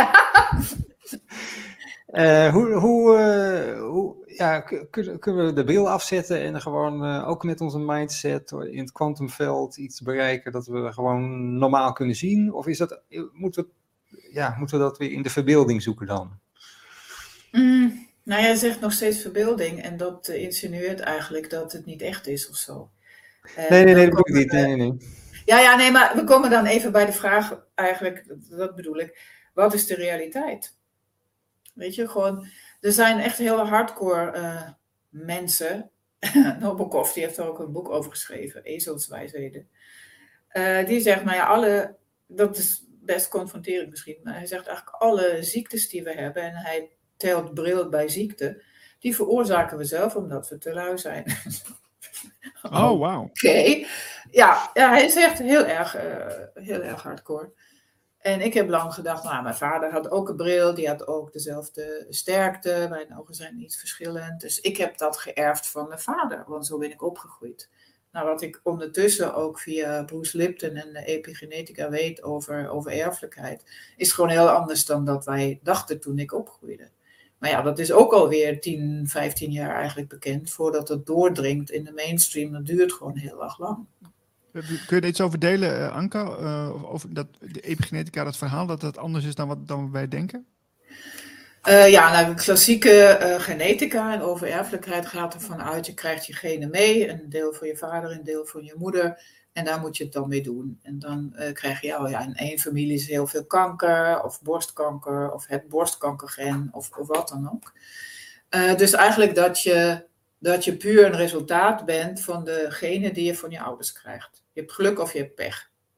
Kunnen we de bril afzetten en gewoon ook met onze mindset in het kwantumveld iets bereiken dat we gewoon normaal kunnen zien? Of moeten we dat weer in de verbeelding zoeken dan? Nou, jij zegt nog steeds verbeelding en dat insinueert eigenlijk dat het niet echt is of zo. Nee, dat bedoel ik niet. Nee. Ja, maar we komen dan even bij de vraag, eigenlijk, dat bedoel ik, wat is de realiteit? Weet je, gewoon, er zijn echt hele hardcore mensen, Nabokov, die heeft er ook een boek over geschreven, Ezelswijsheden, die zegt, dat is best confronterend misschien, maar hij zegt eigenlijk alle ziektes die we hebben, en hij telt bril bij ziekte, die veroorzaken we zelf omdat we te lui zijn. Oh, wauw. Oké. Ja, hij is echt heel erg hardcore. En ik heb lang gedacht, mijn vader had ook een bril, die had ook dezelfde sterkte, mijn ogen zijn niet verschillend. Dus ik heb dat geërfd van mijn vader, want zo ben ik opgegroeid. Nou, wat ik ondertussen ook via Bruce Lipton en de epigenetica weet over erfelijkheid, is gewoon heel anders dan dat wij dachten toen ik opgroeide. Maar ja, dat is ook alweer 10, 15 jaar eigenlijk bekend, voordat het doordringt in de mainstream. Dat duurt gewoon heel erg lang. Kun je er iets over delen, Anka? Over de epigenetica, dat verhaal, dat het anders is dan wij denken? Klassieke genetica en over erfelijkheid gaat ervan uit, je krijgt je genen mee, een deel voor je vader, een deel voor je moeder, en daar moet je het dan mee doen. En dan krijg je, in één familie is heel veel kanker, of borstkanker, of het borstkankergen, of wat dan ook. Dus eigenlijk dat je puur een resultaat bent van de genen die je van je ouders krijgt. Je hebt geluk of je hebt pech.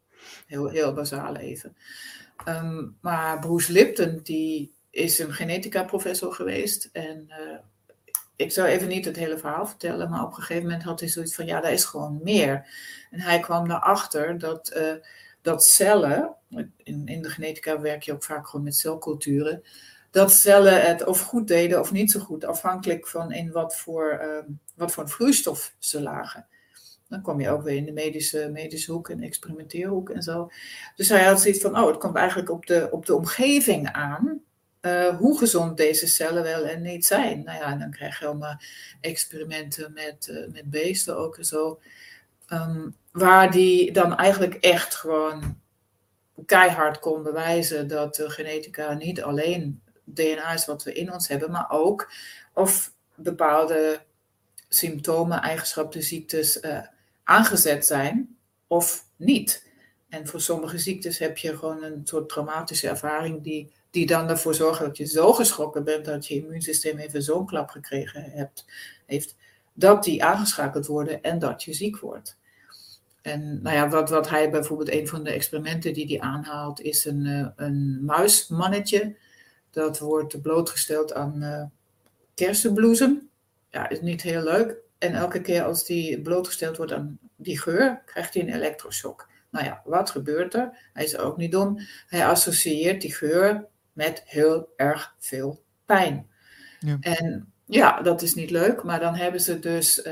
heel basaal even. Maar Bruce Lipton, die is een genetica-professor geweest. En ik zou even niet het hele verhaal vertellen, maar op een gegeven moment had hij zoiets van, ja, daar is gewoon meer. En hij kwam erachter dat cellen, in de genetica werk je ook vaak gewoon met celculturen, dat cellen het of goed deden of niet zo goed, afhankelijk van in wat voor een vloeistof ze lagen. Dan kom je ook weer in de medische hoek en experimenteerhoek en zo. Dus hij had zoiets van, het komt eigenlijk op de omgeving aan, hoe gezond deze cellen wel en niet zijn. Nou ja, en dan krijg je allemaal experimenten met beesten ook en zo. Waar die dan eigenlijk echt gewoon keihard kon bewijzen dat de genetica niet alleen DNA is wat we in ons hebben, maar ook of bepaalde symptomen, eigenschappen, ziektes aangezet zijn of niet. En voor sommige ziektes heb je gewoon een soort traumatische ervaring die dan ervoor zorgt dat je zo geschrokken bent dat je immuunsysteem even zo'n klap gekregen heeft, dat die aangeschakeld worden en dat je ziek wordt. En nou ja, wat hij bijvoorbeeld, een van de experimenten die hij aanhaalt, is een muismannetje. Dat wordt blootgesteld aan kersenbloesem. Ja, is niet heel leuk. En elke keer als die blootgesteld wordt aan die geur, krijgt hij een elektroshock. Nou ja, wat gebeurt er? Hij is ook niet dom. Hij associeert die geur met heel erg veel pijn. Ja. En ja, dat is niet leuk. Maar dan hebben ze dus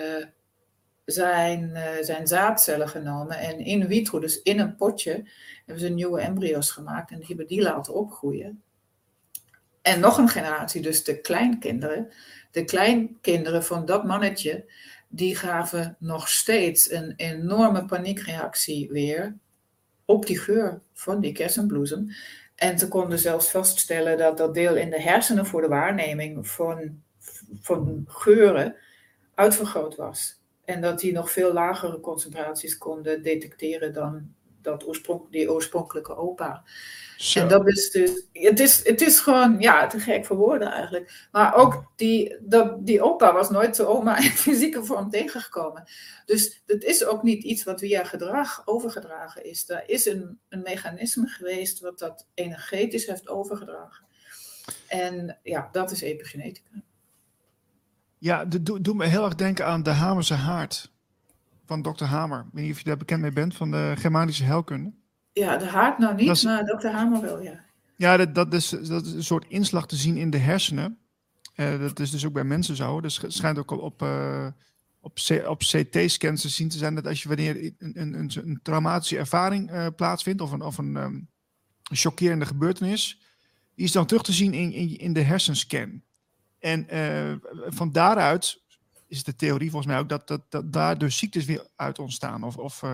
zijn zaadcellen genomen. En in vitro, dus in een potje, hebben ze nieuwe embryo's gemaakt. En die hebben die laten opgroeien. En nog een generatie, dus de kleinkinderen van dat mannetje, die gaven nog steeds een enorme paniekreactie weer op die geur van die kersenbloesem. En ze konden zelfs vaststellen dat deel in de hersenen voor de waarneming van geuren uitvergroot was. En dat die nog veel lagere concentraties konden detecteren dan die oorspronkelijke opa. Zo. En dat is dus, het is gewoon, ja, te gek voor woorden eigenlijk. Maar ook die opa was nooit zijn oma in fysieke vorm tegengekomen. Dus het is ook niet iets wat via gedrag overgedragen is. Er is een mechanisme geweest wat dat energetisch heeft overgedragen. En ja, dat is epigenetica. Ja, doe me heel erg denken aan de Hamerse haard van Dr. Hamer. Ik weet niet of je daar bekend mee bent, van de Germanische heilkunde. Ja, de haard nou niet, maar Dr. Hamer wel, ja. Ja, dat is een soort inslag te zien in de hersenen. Dat is dus ook bij mensen zo. Dus het schijnt ook op CT-scans te zien te zijn dat wanneer een traumatische ervaring plaatsvindt of een chockerende gebeurtenis, die is dan terug te zien in de hersenscan. En van daaruit is de theorie volgens mij ook dat daar dus ziektes weer uit ontstaan.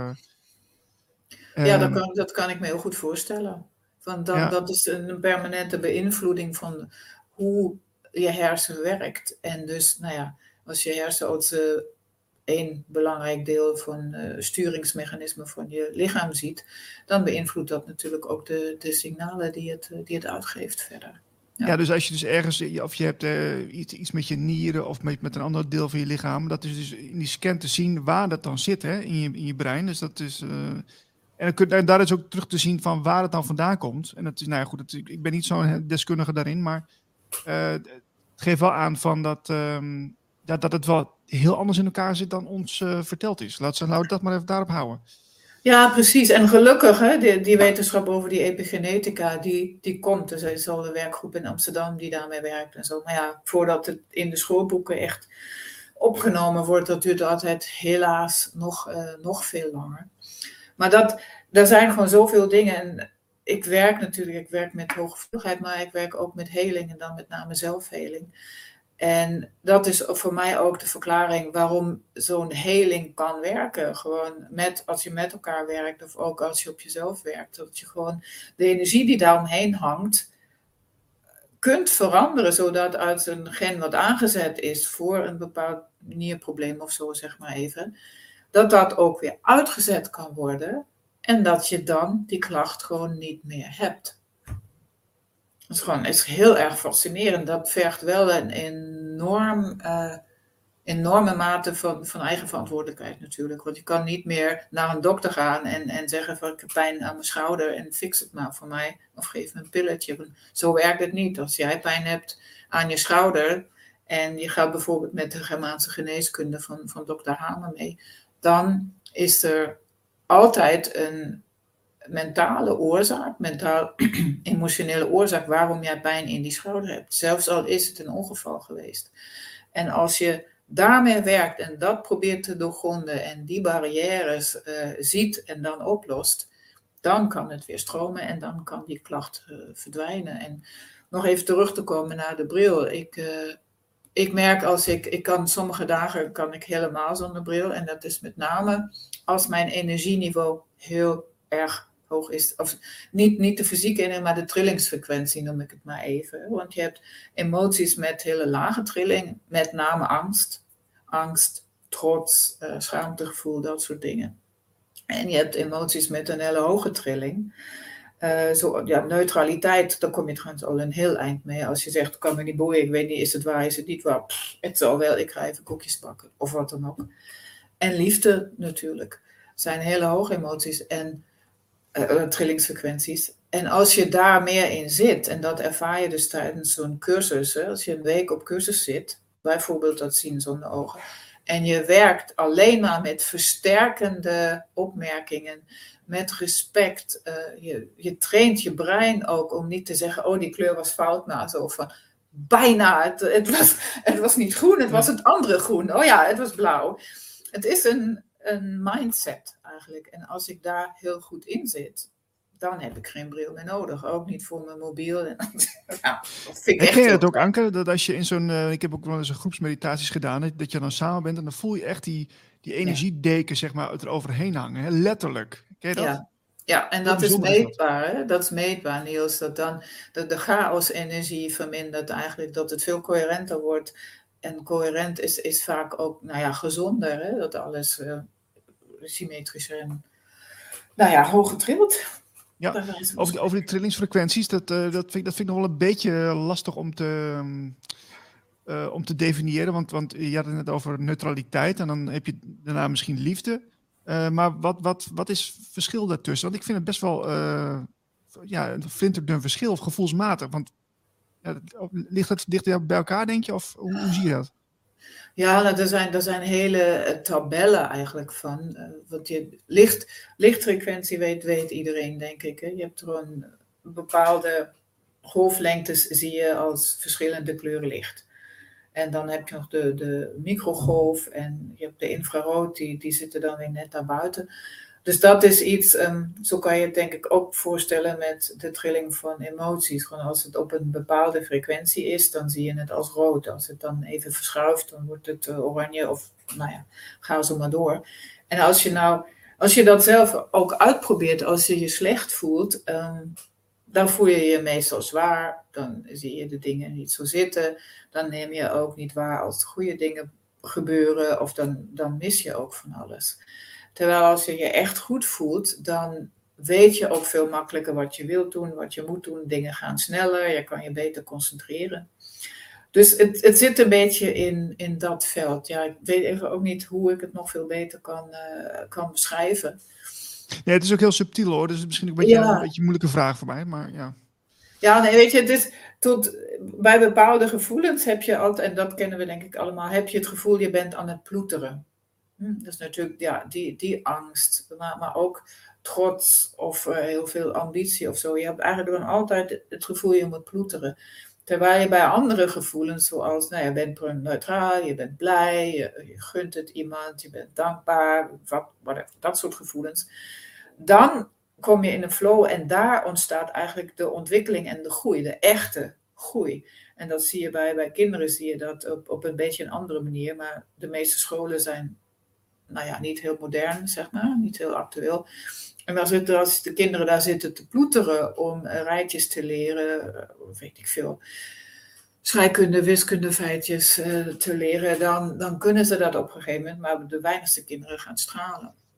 Ja, dat kan ik me heel goed voorstellen. Want dat is een permanente beïnvloeding van hoe je hersen werkt. En dus, nou ja, als je hersen als één belangrijk deel van sturingsmechanisme van je lichaam ziet, dan beïnvloedt dat natuurlijk ook de signalen die het uitgeeft verder. Ja, dus als je dus ergens, of je hebt iets met je nieren of met een ander deel van je lichaam, dat is dus in die scan te zien waar dat dan zit, hè, in je brein. Dus dat is, en daar is ook terug te zien van waar het dan vandaan komt. En dat is, nou ja, goed, ik ben niet zo'n deskundige daarin, maar het geeft wel aan van dat het wel heel anders in elkaar zit dan ons verteld is. Laten we dat maar even daarop houden. Ja, precies. En gelukkig, hè, die wetenschap over die epigenetica, die komt. Dus er is al een werkgroep in Amsterdam die daarmee werkt en zo. Maar ja, voordat het in de schoolboeken echt opgenomen wordt, dat duurt altijd helaas nog veel langer. Maar er zijn gewoon zoveel dingen. En ik werk met hooggevoeligheid, maar ik werk ook met heling en dan met name zelfheling. En dat is voor mij ook de verklaring waarom zo'n heling kan werken. Gewoon als je met elkaar werkt of ook als je op jezelf werkt. Dat je gewoon de energie die daaromheen hangt kunt veranderen. Zodat uit een gen wat aangezet is voor een bepaald nierprobleem of zo, zeg maar even. Dat ook weer uitgezet kan worden. En dat je dan die klacht gewoon niet meer hebt. Dat is heel erg fascinerend. Dat vergt wel een enorm enorme mate van eigen verantwoordelijkheid natuurlijk. Want je kan niet meer naar een dokter gaan en zeggen van ik heb pijn aan mijn schouder en fix het maar voor mij. Of geef me een pilletje. Zo werkt het niet. Als jij pijn hebt aan je schouder en je gaat bijvoorbeeld met de Germaanse geneeskunde van dokter Hamer mee, dan is er altijd een mentale oorzaak, mentaal-emotionele oorzaak waarom jij pijn in die schouder hebt. Zelfs al is het een ongeval geweest. En als je daarmee werkt en dat probeert te doorgronden en die barrières ziet en dan oplost, dan kan het weer stromen en dan kan die klacht verdwijnen. En nog even terug te komen naar de bril. Ik merk als ik kan sommige dagen kan ik helemaal zonder bril en dat is met name als mijn energieniveau heel erg hoog is. Of niet de fysieke energie, maar de trillingsfrequentie noem ik het maar even. Want je hebt emoties met hele lage trilling, met name angst, trots, schaamtegevoel, dat soort dingen. En je hebt emoties met een hele hoge trilling. Neutraliteit, daar kom je trouwens al een heel eind mee. Als je zegt, kan me niet boeien, ik weet niet, is het waar, is het niet waar? Het zal wel, ik ga even koekjes bakken, of wat dan ook. En liefde natuurlijk, zijn hele hoge emoties en trillingsfrequenties. En als je daar meer in zit, en dat ervaar je dus tijdens zo'n cursus, als je een week op cursus zit, bijvoorbeeld dat zien zonder ogen, en je werkt alleen maar met versterkende opmerkingen, met respect. Je traint je brein ook om niet te zeggen, oh die kleur was fout, maar zo van, bijna, het was niet groen, het was het andere groen. Oh ja, het was blauw. Het is een mindset eigenlijk. En als ik daar heel goed in zit, dan heb ik geen bril meer nodig. Ook niet voor mijn mobiel. Ken je dat ook, Anke? Dat als je in zo'n... ik heb ook wel eens een groepsmeditaties gedaan. Dat je dan samen bent en dan voel je echt die energiedeken, zeg maar, eroverheen hangen. Hè? Letterlijk. Ken je dat? Ja, en dat is meetbaar. Hè? Dat is meetbaar, Niels. Dat dan de chaos-energie vermindert eigenlijk. Dat het veel coherenter wordt. En coherent is vaak ook gezonder. Hè? Dat alles symmetrischer en hoger trilt. Ja, over die trillingsfrequenties, dat vind ik nog wel een beetje lastig om te definiëren. Want je had het net over neutraliteit en dan heb je daarna misschien liefde. Maar wat is het verschil daartussen? Want ik vind het best wel een flinterdun verschil of gevoelsmatig. Want ligt het dicht bij elkaar, denk je? Of hoe zie je dat? Ja, er zijn hele tabellen eigenlijk van. Want lichtfrequentie weet iedereen, denk ik. Hè? Je hebt gewoon bepaalde golflengtes, zie je als verschillende kleuren licht. En dan heb je nog de microgolf en je hebt de infrarood, die zitten dan weer net daarbuiten. Dus dat is iets, zo kan je het denk ik ook voorstellen met de trilling van emoties. Gewoon als het op een bepaalde frequentie is, dan zie je het als rood. Als het dan even verschuift, dan wordt het oranje of ga zo maar door. En als je dat zelf ook uitprobeert, als je je slecht voelt, dan voel je je meestal zwaar. Dan zie je de dingen niet zo zitten. Dan neem je ook niet waar als goede dingen gebeuren of dan mis je ook van alles. Terwijl als je je echt goed voelt, dan weet je ook veel makkelijker wat je wilt doen, wat je moet doen. Dingen gaan sneller, je kan je beter concentreren. Dus het zit een beetje in dat veld. Ja, ik weet even ook niet hoe ik het nog veel beter kan beschrijven. Nee, het is ook heel subtiel hoor, dus misschien een beetje een moeilijke vraag voor mij, maar ja. Ja, nee, weet je, het is bij bepaalde gevoelens heb je altijd, en dat kennen we denk ik allemaal, heb je het gevoel je bent aan het ploeteren. Dat is natuurlijk die angst, maar ook trots of heel veel ambitie of zo. Je hebt eigenlijk dan altijd het gevoel je moet ploeteren. Terwijl je bij andere gevoelens, zoals je bent neutraal, je bent blij, je gunt het iemand, je bent dankbaar, whatever, dat soort gevoelens. Dan kom je in een flow en daar ontstaat eigenlijk de ontwikkeling en de groei, de echte groei. En dat zie je bij kinderen, zie je dat op een beetje een andere manier, maar de meeste scholen zijn niet heel modern, zeg maar, niet heel actueel. En als de kinderen daar zitten te ploeteren om rijtjes te leren, weet ik veel, scheikunde, wiskunde, feitjes te leren, dan kunnen ze dat op een gegeven moment, maar de weinigste kinderen gaan stralen.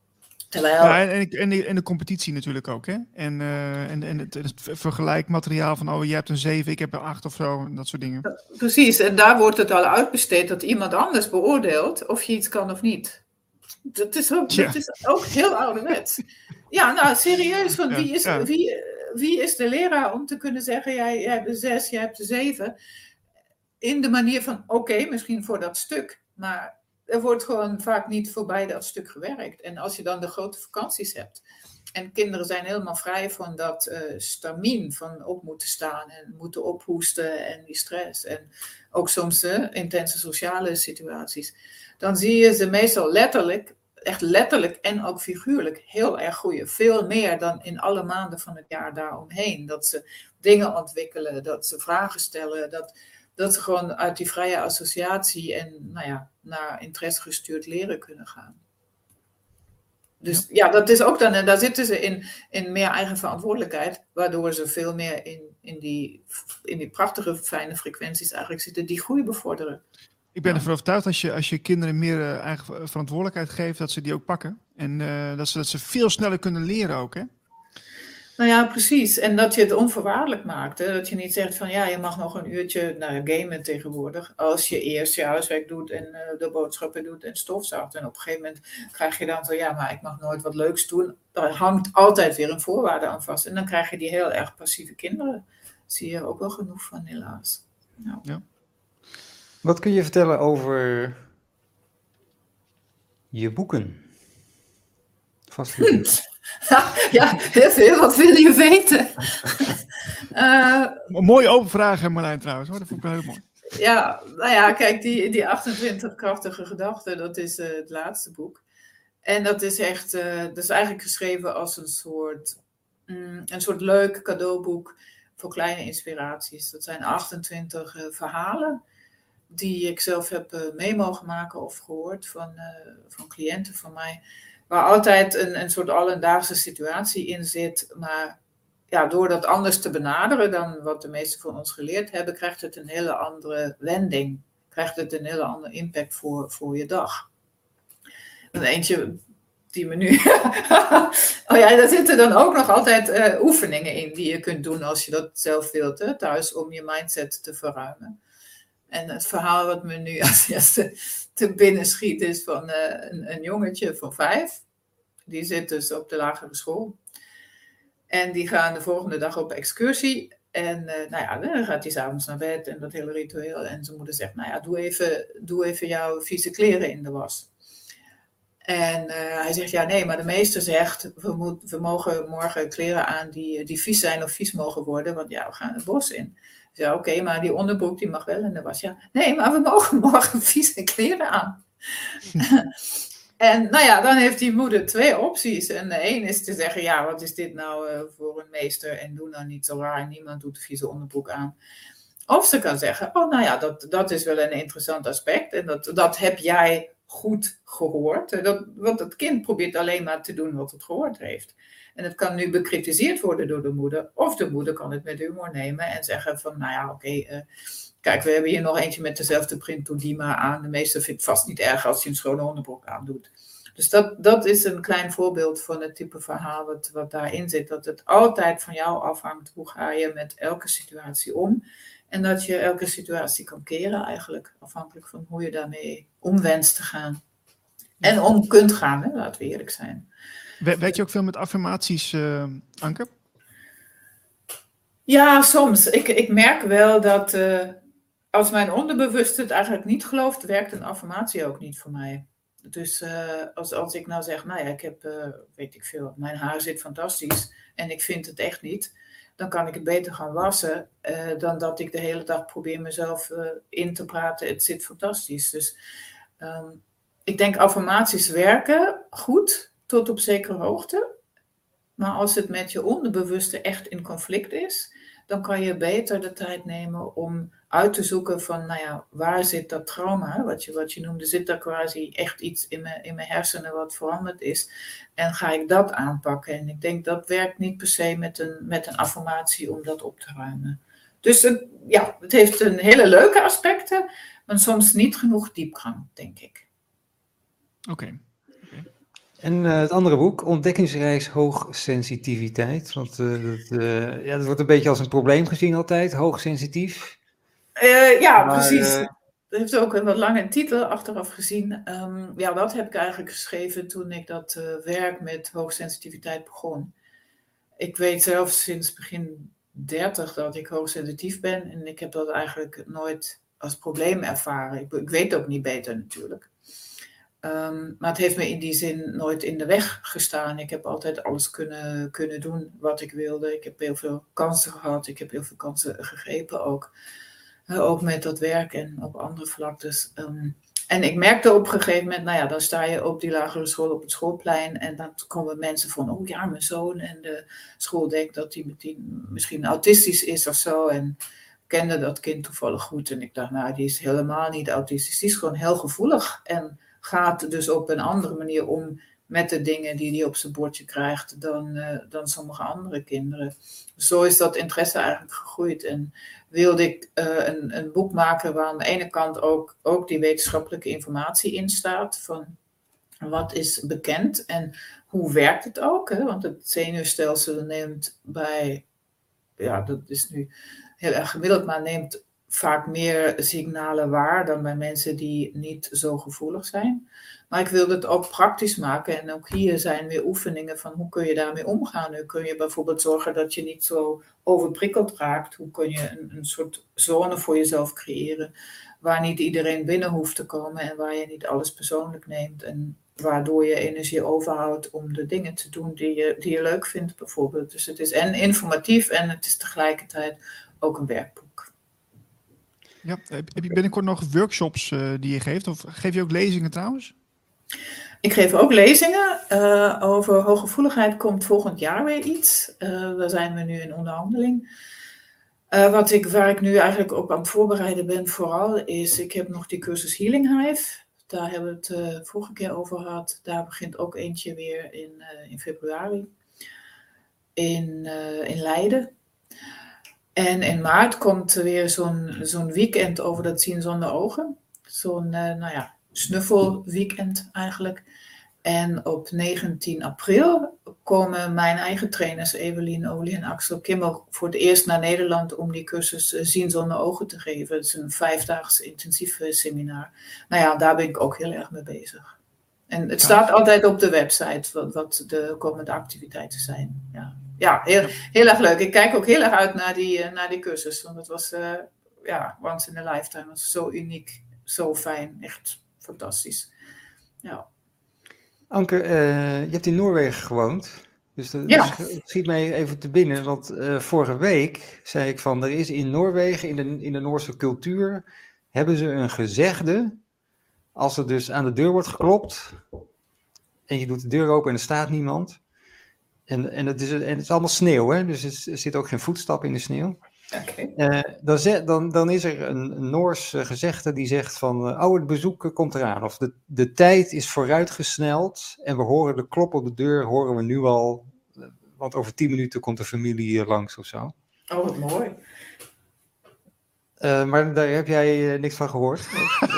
Terwijl... Ja, en de competitie natuurlijk ook, hè? En het vergelijkmateriaal van, jij hebt een 7, ik heb een 8 of zo, en dat soort dingen. Precies, en daar wordt het al uitbesteed dat iemand anders beoordeelt of je iets kan of niet. Dat is ook heel ouderwets. Ja, nou serieus, want wie is de leraar om te kunnen zeggen, jij hebt een 6, jij hebt een 7. In de manier van, oké, misschien voor dat stuk, maar er wordt gewoon vaak niet voorbij dat stuk gewerkt. En als je dan de grote vakanties hebt en kinderen zijn helemaal vrij van dat stamien van op moeten staan en moeten ophoesten en die stress en ook soms intense sociale situaties, dan zie je ze meestal echt letterlijk en ook figuurlijk heel erg groeien. Veel meer dan in alle maanden van het jaar daaromheen. Dat ze dingen ontwikkelen, dat ze vragen stellen, dat ze gewoon uit die vrije associatie en naar interesse gestuurd leren kunnen gaan. Dus ja, dat is ook dan, en daar zitten ze in meer eigen verantwoordelijkheid, waardoor ze veel meer in die prachtige, fijne frequenties eigenlijk zitten, die groei bevorderen. Ik ben ervan overtuigd als je kinderen meer eigen verantwoordelijkheid geeft, dat ze die ook pakken. En dat ze veel sneller kunnen leren ook, hè? Nou ja, precies. En dat je het onvoorwaardelijk maakt. Hè? Dat je niet zegt van je mag nog een uurtje gamen tegenwoordig. Als je eerst je huiswerk doet en de boodschappen doet en stofzuigt. En op een gegeven moment krijg je dan van maar ik mag nooit wat leuks doen. Daar hangt altijd weer een voorwaarde aan vast. En dan krijg je die heel erg passieve kinderen. Zie je ook wel genoeg van, helaas. Ja. Wat kun je vertellen over je boeken? Ja, heel veel. Wat wil je weten? Een mooie open vraag, Marlijn, trouwens. Hoor. Dat vond ik wel heel mooi. Ja, nou ja, kijk, die 28 krachtige gedachten, dat is het laatste boek. En dat is echt, dat is eigenlijk geschreven als een soort leuk cadeauboek voor kleine inspiraties. Dat zijn 28 verhalen die ik zelf heb mee mogen maken of gehoord van cliënten van mij. Waar altijd een soort alledaagse situatie in zit. Maar door dat anders te benaderen dan wat de meesten van ons geleerd hebben, krijgt het een hele andere wending. Krijgt het een hele andere impact voor je dag. En eentje die me nu... daar zitten dan ook nog altijd oefeningen in die je kunt doen als je dat zelf wilt. Thuis om je mindset te verruimen. En het verhaal wat me nu als eerste te binnen schiet is van een jongetje van 5. Die zit dus op de lagere school. En die gaan de volgende dag op excursie. En dan gaat hij 's avonds naar bed en dat hele ritueel. En zijn moeder zegt, doe even jouw vieze kleren in de was. En hij zegt, nee, maar de meester zegt, we mogen morgen kleren aan die vies zijn of vies mogen worden. Want we gaan het bos in. Ja, oké, maar die onderbroek die mag wel in de was. Ja, nee, maar we mogen morgen vieze kleren aan. En dan heeft die moeder 2 opties. En de een is te zeggen, wat is dit nou voor een meester? En doe nou niet zo raar, niemand doet de vieze onderbroek aan. Of ze kan zeggen, dat is wel een interessant aspect. En dat heb jij goed gehoord. Want het kind probeert alleen maar te doen wat het gehoord heeft. En het kan nu bekritiseerd worden door de moeder. Of de moeder kan het met humor nemen en zeggen van, kijk, we hebben hier nog eentje met dezelfde print, doe die maar aan. De meester vindt het vast niet erg als hij een schone onderbroek aandoet. Dus dat is een klein voorbeeld van het type verhaal wat daarin zit. Dat het altijd van jou afhangt, hoe ga je met elke situatie om. En dat je elke situatie kan keren eigenlijk, afhankelijk van hoe je daarmee om wenst te gaan. En om kunt gaan, laten we eerlijk zijn. Werk je ook veel met affirmaties, Anke? Ja, soms. Ik merk wel dat als mijn onderbewuste het eigenlijk niet gelooft, werkt een affirmatie ook niet voor mij. Dus als ik nou zeg, ik heb, weet ik veel, mijn haar zit fantastisch en ik vind het echt niet, dan kan ik het beter gaan wassen dan dat ik de hele dag probeer mezelf in te praten, het zit fantastisch. Dus ik denk affirmaties werken goed tot op zekere hoogte. Maar als het met je onderbewuste echt in conflict is, dan kan je beter de tijd nemen om uit te zoeken van, waar zit dat trauma, wat je noemde, zit er quasi echt iets in mijn hersenen wat veranderd is. En ga ik dat aanpakken? En ik denk dat werkt niet per se met een affirmatie om dat op te ruimen. Dus het heeft een hele leuke aspecten, maar soms niet genoeg diepgang, denk ik. Oké. En het andere boek, Ontdekkingsreis hoogsensitiviteit. Want dat wordt een beetje als een probleem gezien altijd, hoogsensitief. Ja, Maar precies. Het heeft ook een wat lange titel achteraf gezien. Ja, dat heb ik eigenlijk geschreven toen ik dat werk met hoogsensitiviteit begon. Ik weet zelf sinds begin 30 dat ik hoogsensitief ben. En ik heb dat eigenlijk nooit als probleem ervaren. Ik weet ook niet beter natuurlijk. Maar het heeft me in die zin nooit in de weg gestaan. Ik heb altijd alles kunnen doen wat ik wilde. Ik heb heel veel kansen gehad. Ik heb heel veel kansen gegrepen ook. Ook met dat werk en op andere vlaktes. En ik merkte op een gegeven moment, nou ja, dan sta je op die lagere school op het schoolplein en dan komen mensen van, oh ja, mijn zoon. En de school denkt dat hij misschien autistisch is of zo. En kende dat kind toevallig goed. En ik dacht, nou, die is helemaal niet autistisch. Die is gewoon heel gevoelig en gaat dus op een andere manier om met de dingen die hij op zijn bordje krijgt dan sommige andere kinderen. Zo is dat interesse eigenlijk gegroeid. En wilde ik een boek maken waar aan de ene kant ook die wetenschappelijke informatie in staat. Van wat is bekend en hoe werkt het ook. Hè? Want het zenuwstelsel neemt ja, dat is nu heel erg gemiddeld, maar neemt vaak meer signalen waar dan bij mensen die niet zo gevoelig zijn. Maar ik wilde het ook praktisch maken en ook hier zijn weer oefeningen van hoe kun je daarmee omgaan. Hoe kun je bijvoorbeeld zorgen dat je niet zo overprikkeld raakt. Hoe kun je een soort zone voor jezelf creëren waar niet iedereen binnen hoeft te komen en waar je niet alles persoonlijk neemt en waardoor je energie overhoudt om de dingen te doen die je leuk vindt bijvoorbeeld. Dus het is en informatief en het is tegelijkertijd ook een werkboek. Ja, heb je binnenkort nog workshops die je geeft? Of geef je ook lezingen trouwens? Ik geef ook lezingen. Over hooggevoeligheid komt volgend jaar weer iets. Daar zijn we nu in onderhandeling. Waar ik nu eigenlijk op aan het voorbereiden ben vooral is, ik heb nog die cursus Healing Hive. Daar hebben we het vorige keer over gehad. Daar begint ook eentje weer in februari. In Leiden. En in maart komt er weer zo'n weekend over dat zien zonder ogen. Zo'n snuffelweekend eigenlijk. En op 19 april komen mijn eigen trainers Evelien, Olie en Axel Kimmel voor het eerst naar Nederland om die cursus Zien zonder ogen te geven. Het is een 5-daags intensief seminar. Nou ja, daar ben ik ook heel erg mee bezig. En het staat altijd op de website wat de komende activiteiten zijn. Ja, heel erg leuk. Ik kijk ook heel erg uit naar die cursus. Want het was once in a lifetime. Het was zo uniek, zo fijn. Echt fantastisch. Ja. Anke, je hebt in Noorwegen gewoond. Dus het schiet mij even te binnen. Want vorige week zei ik van, er is in Noorwegen, in de Noorse cultuur, hebben ze een gezegde. Als er dus aan de deur wordt geklopt en je doet de deur open en er staat niemand. En het is allemaal sneeuw, hè? Dus er zit ook geen voetstap in de sneeuw. Okay. Dan is er een Noors gezegde die zegt van, het bezoek komt eraan. Of de tijd is vooruitgesneld en we horen de klop op de deur, horen we nu al. Want over 10 minuten komt de familie hier langs of zo. Oh, wat mooi. Maar daar heb jij niks van gehoord?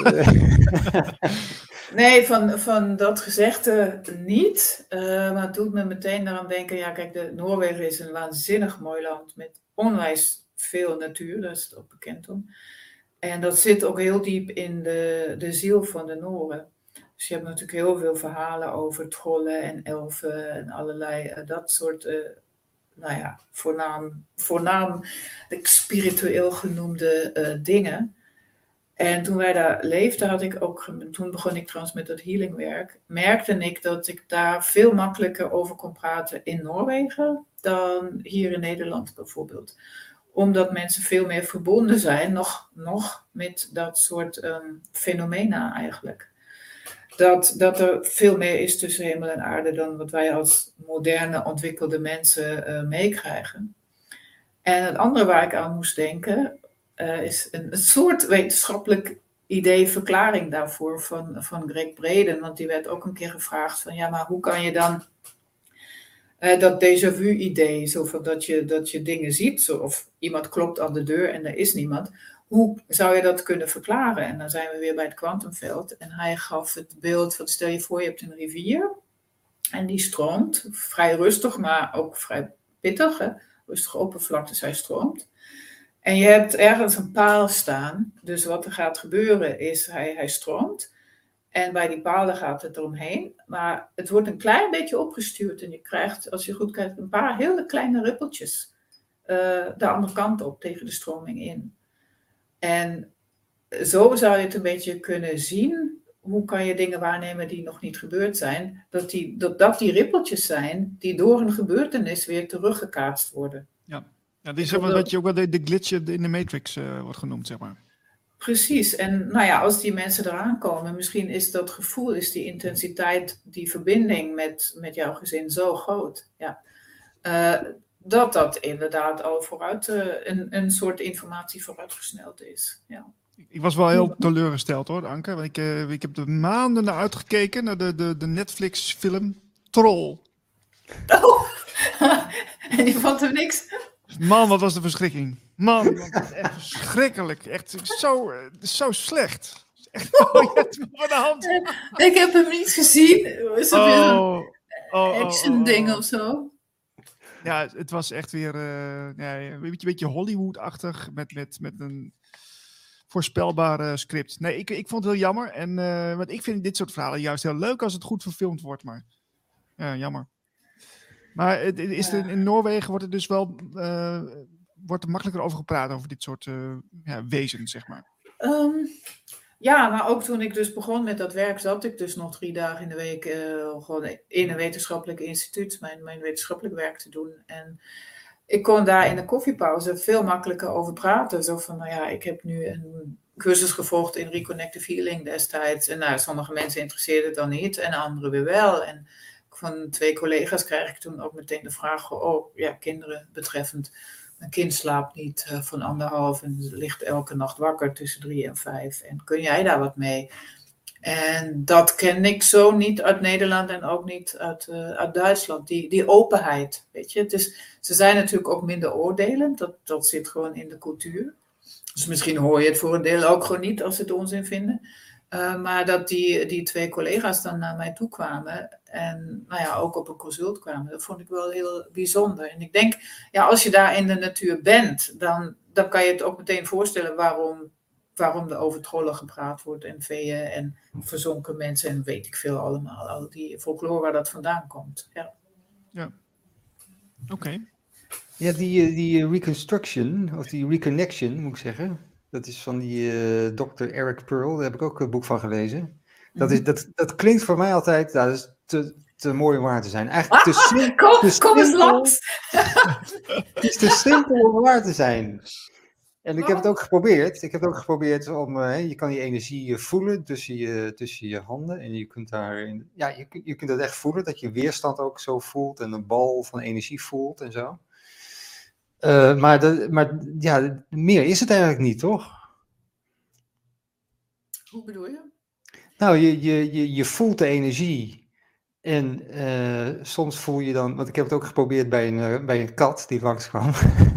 Nee, van dat gezegde niet. Maar het doet me meteen eraan denken, ja kijk, Noorwegen is een waanzinnig mooi land met onwijs veel natuur, daar is het ook bekend om. En dat zit ook heel diep in de ziel van de Nooren. Dus je hebt natuurlijk heel veel verhalen over trollen en elfen en allerlei dat soort, voornaam spiritueel genoemde dingen. En toen wij daar leefden, toen begon ik trouwens met dat healingwerk, merkte ik dat ik daar veel makkelijker over kon praten in Noorwegen dan hier in Nederland bijvoorbeeld. Omdat mensen veel meer verbonden zijn, nog met dat soort fenomena eigenlijk. Dat er veel meer is tussen hemel en aarde dan wat wij als moderne, ontwikkelde mensen meekrijgen. En het andere waar ik aan moest denken, is een soort wetenschappelijk idee, verklaring daarvoor van Greg Braden. Want die werd ook een keer gevraagd van, ja, maar hoe kan je dan dat déjà vu idee, zo van dat je dingen ziet, of iemand klopt aan de deur en er is niemand. Hoe zou je dat kunnen verklaren? En dan zijn we weer bij het kwantumveld. En hij gaf het beeld van, stel je voor je hebt een rivier. En die stroomt vrij rustig, maar ook vrij pittig. Hè? Rustige oppervlakte, hij stroomt. En je hebt ergens een paal staan. Dus wat er gaat gebeuren is, hij stroomt. En bij die palen gaat het eromheen. Maar het wordt een klein beetje opgestuurd. En je krijgt, als je goed kijkt, een paar hele kleine rippeltjes. De andere kant op, tegen de stroming in. En zo zou je het een beetje kunnen zien. Hoe kan je dingen waarnemen die nog niet gebeurd zijn? Dat die rippeltjes zijn die door een gebeurtenis weer teruggekaatst worden. Ja, dit is wat je ook wel de glitch in de Matrix wordt genoemd, zeg maar. Precies. En nou ja, als die mensen eraan komen, misschien is dat gevoel, is die intensiteit, die verbinding met jouw gezin zo groot. Ja. Dat inderdaad al vooruit, een soort informatie vooruitgesneld is. Ja. Ik was wel heel teleurgesteld hoor, Anke. Want ik heb er maanden naar uitgekeken, naar de Netflix-film Troll. Oh, en je vond hem niks? Man, wat was de verschrikking. Man, wat was echt verschrikkelijk. Echt zo slecht. Echt, je hebt me van de hand. Ik heb hem niet gezien. Is dat weer een action ding of zo? Ja, het was echt weer een beetje Hollywood-achtig met een voorspelbare script. Nee, ik vond het heel jammer. Want ik vind dit soort verhalen juist heel leuk als het goed verfilmd wordt. Maar ja, jammer. Maar in Noorwegen wordt het dus wel wordt er makkelijker over gepraat over dit soort wezens, zeg maar. Ja, maar ook toen ik dus begon met dat werk, zat ik dus nog 3 dagen in de week gewoon in een wetenschappelijk instituut mijn wetenschappelijk werk te doen. En ik kon daar in de koffiepauze veel makkelijker over praten. Zo van, nou ja, ik heb nu een cursus gevolgd in Reconnective Healing destijds. En sommige mensen interesseerden het dan niet en anderen weer wel. En van 2 collega's krijg ik toen ook meteen de vraag, kinderen betreffend. Mijn kind slaapt niet van 1,5 en ligt elke nacht wakker tussen 3 en 5. En kun jij daar wat mee? En dat ken ik zo niet uit Nederland en ook niet uit Duitsland. Die openheid, weet je. Ze zijn natuurlijk ook minder oordelend. Dat zit gewoon in de cultuur. Dus misschien hoor je het voor een deel ook gewoon niet als ze het onzin vinden. Maar dat die 2 collega's dan naar mij toe kwamen en ook op een consult kwamen, dat vond ik wel heel bijzonder. En ik denk, als je daar in de natuur bent, dan kan je het ook meteen voorstellen waarom er over trollen gepraat wordt en veeën en verzonken mensen en weet ik veel allemaal. Al die folklore waar dat vandaan komt. Ja. Oké. Ja, die reconstruction, of die reconnection moet ik zeggen. Dat is van die Dr. Eric Pearl, daar heb ik ook een boek van gelezen. Dat klinkt voor mij altijd, dat is te mooi om waar te zijn. Eigenlijk kom eens langs! Het is te simpel om waar te zijn. En ik heb het ook geprobeerd. Ik heb het ook geprobeerd om, je kan die energie voelen tussen je handen. En je kunt daarin, je kunt dat echt voelen, dat je weerstand ook zo voelt en een bal van energie voelt en zo. Maar meer is het eigenlijk niet, toch? Hoe bedoel je? Nou, je voelt de energie. En soms voel je dan, want ik heb het ook geprobeerd bij een kat die langskwam.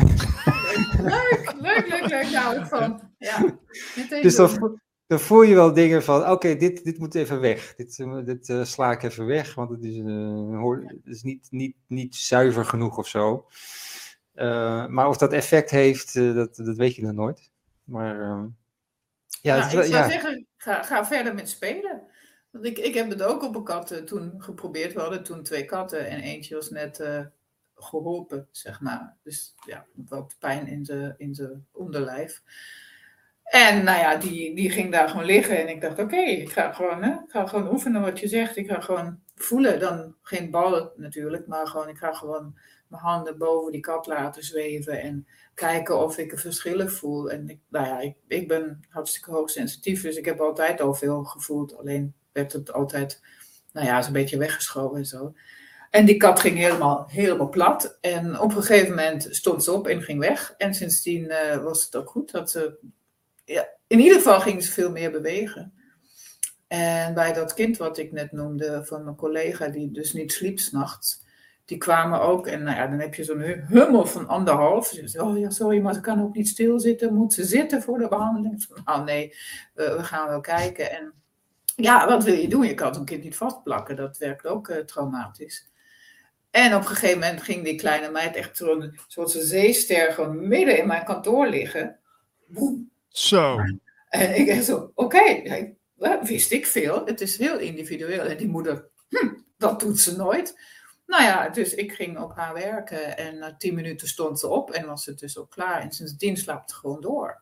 Leuk, daar hou ik van. Ja, dus dan voel je wel dingen van, oké, dit moet even weg. Dit sla ik even weg, want het is niet zuiver genoeg of zo. Maar of dat effect heeft, dat weet je nog nooit. Maar ik zou zeggen, ga verder met spelen. Want ik heb het ook op een kat toen geprobeerd. We hadden toen 2 katten en eentje was net geholpen, zeg maar. Dus wat pijn in zijn onderlijf. En die ging daar gewoon liggen. En ik dacht, oké, ik ga gewoon oefenen wat je zegt. Ik ga gewoon voelen. Dan geen bal natuurlijk, maar gewoon, ik ga gewoon mijn handen boven die kat laten zweven en kijken of ik er verschillen voel. En ik ben hartstikke hoogsensitief, dus ik heb altijd al veel gevoeld. Alleen werd het altijd, zo'n beetje weggeschoven en zo. En die kat ging helemaal plat. En op een gegeven moment stond ze op en ging weg. En sindsdien was het ook goed. Dat ze, in ieder geval ging ze veel meer bewegen. En bij dat kind wat ik net noemde van mijn collega, die dus niet sliep 's nachts, die kwamen ook. En dan heb je zo'n hummel van 1,5. Ze zei, sorry, maar ze kan ook niet stilzitten. Moet ze zitten voor de behandeling? Nee, we gaan wel kijken. En Ja, wat wil je doen? Je kan een kind niet vastplakken. Dat werkt ook traumatisch. En op een gegeven moment ging die kleine meid echt zo'n soort zeester gewoon midden in mijn kantoor liggen. Boem. Zo. En ik echt zo, oké, wist ik veel. Het is heel individueel. En die moeder, dat doet ze nooit. Nou ja, dus ik ging op haar werken. En na 10 minuten stond ze op en was het dus ook klaar. En sindsdien slaapt ze gewoon door.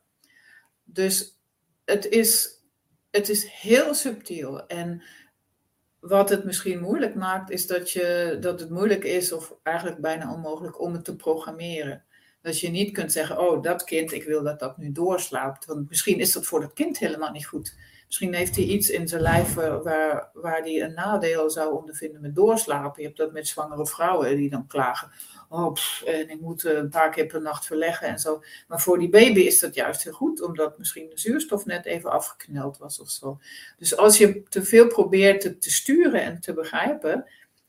Dus het is heel subtiel. En wat het misschien moeilijk maakt, is dat het moeilijk is, of eigenlijk bijna onmogelijk, om het te programmeren. Dat je niet kunt zeggen, oh, dat kind, ik wil dat dat nu doorslaapt. Want misschien is dat voor dat kind helemaal niet goed. Misschien heeft hij iets in zijn lijf waar hij een nadeel zou ondervinden met doorslapen. Je hebt dat met zwangere vrouwen die dan klagen. Oh, en ik moet een paar keer per nacht verleggen en zo. Maar voor die baby is dat juist heel goed, omdat misschien de zuurstof net even afgekneld was of zo. Dus als je te veel probeert te sturen en te begrijpen,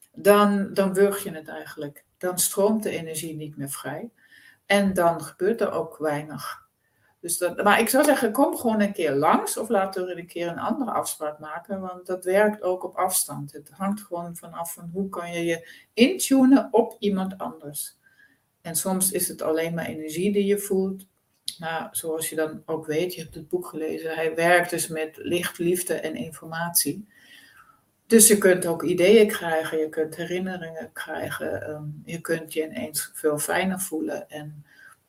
dan wurg je het eigenlijk. Dan stroomt de energie niet meer vrij. En dan gebeurt er ook weinig. Dus maar ik zou zeggen, kom gewoon een keer langs of laten we een keer een andere afspraak maken, want dat werkt ook op afstand. Het hangt gewoon vanaf van hoe kan je je intunen op iemand anders. En soms is het alleen maar energie die je voelt. Maar zoals je dan ook weet, je hebt het boek gelezen, hij werkt dus met licht, liefde en informatie. Dus je kunt ook ideeën krijgen, je kunt herinneringen krijgen, je kunt je ineens veel fijner voelen. En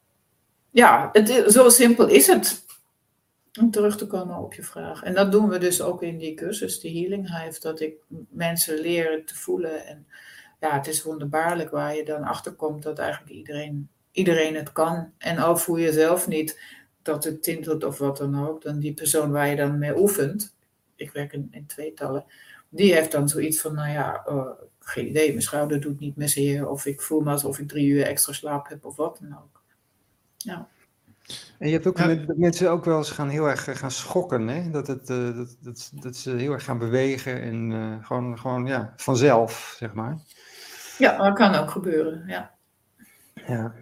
ja, zo simpel is het. Om terug te komen op je vraag. En dat doen we dus ook in die cursus, die Healing Hive, dat ik mensen leer te voelen. En ja, het is wonderbaarlijk waar je dan achterkomt dat eigenlijk iedereen het kan. En al voel je zelf niet dat het tintelt of wat dan ook, dan die persoon waar je dan mee oefent, ik werk in tweetallen, die heeft dan zoiets van, nou ja, geen idee, mijn schouder doet niet meer zeer, of ik voel me alsof ik 3 uur extra slaap heb, of wat dan ook. Ja. En je hebt ook dat mensen ook wel eens heel erg gaan schokken, hè? Dat ze heel erg gaan bewegen en gewoon ja, vanzelf, zeg maar. Ja, dat kan ook gebeuren, ja. Ja.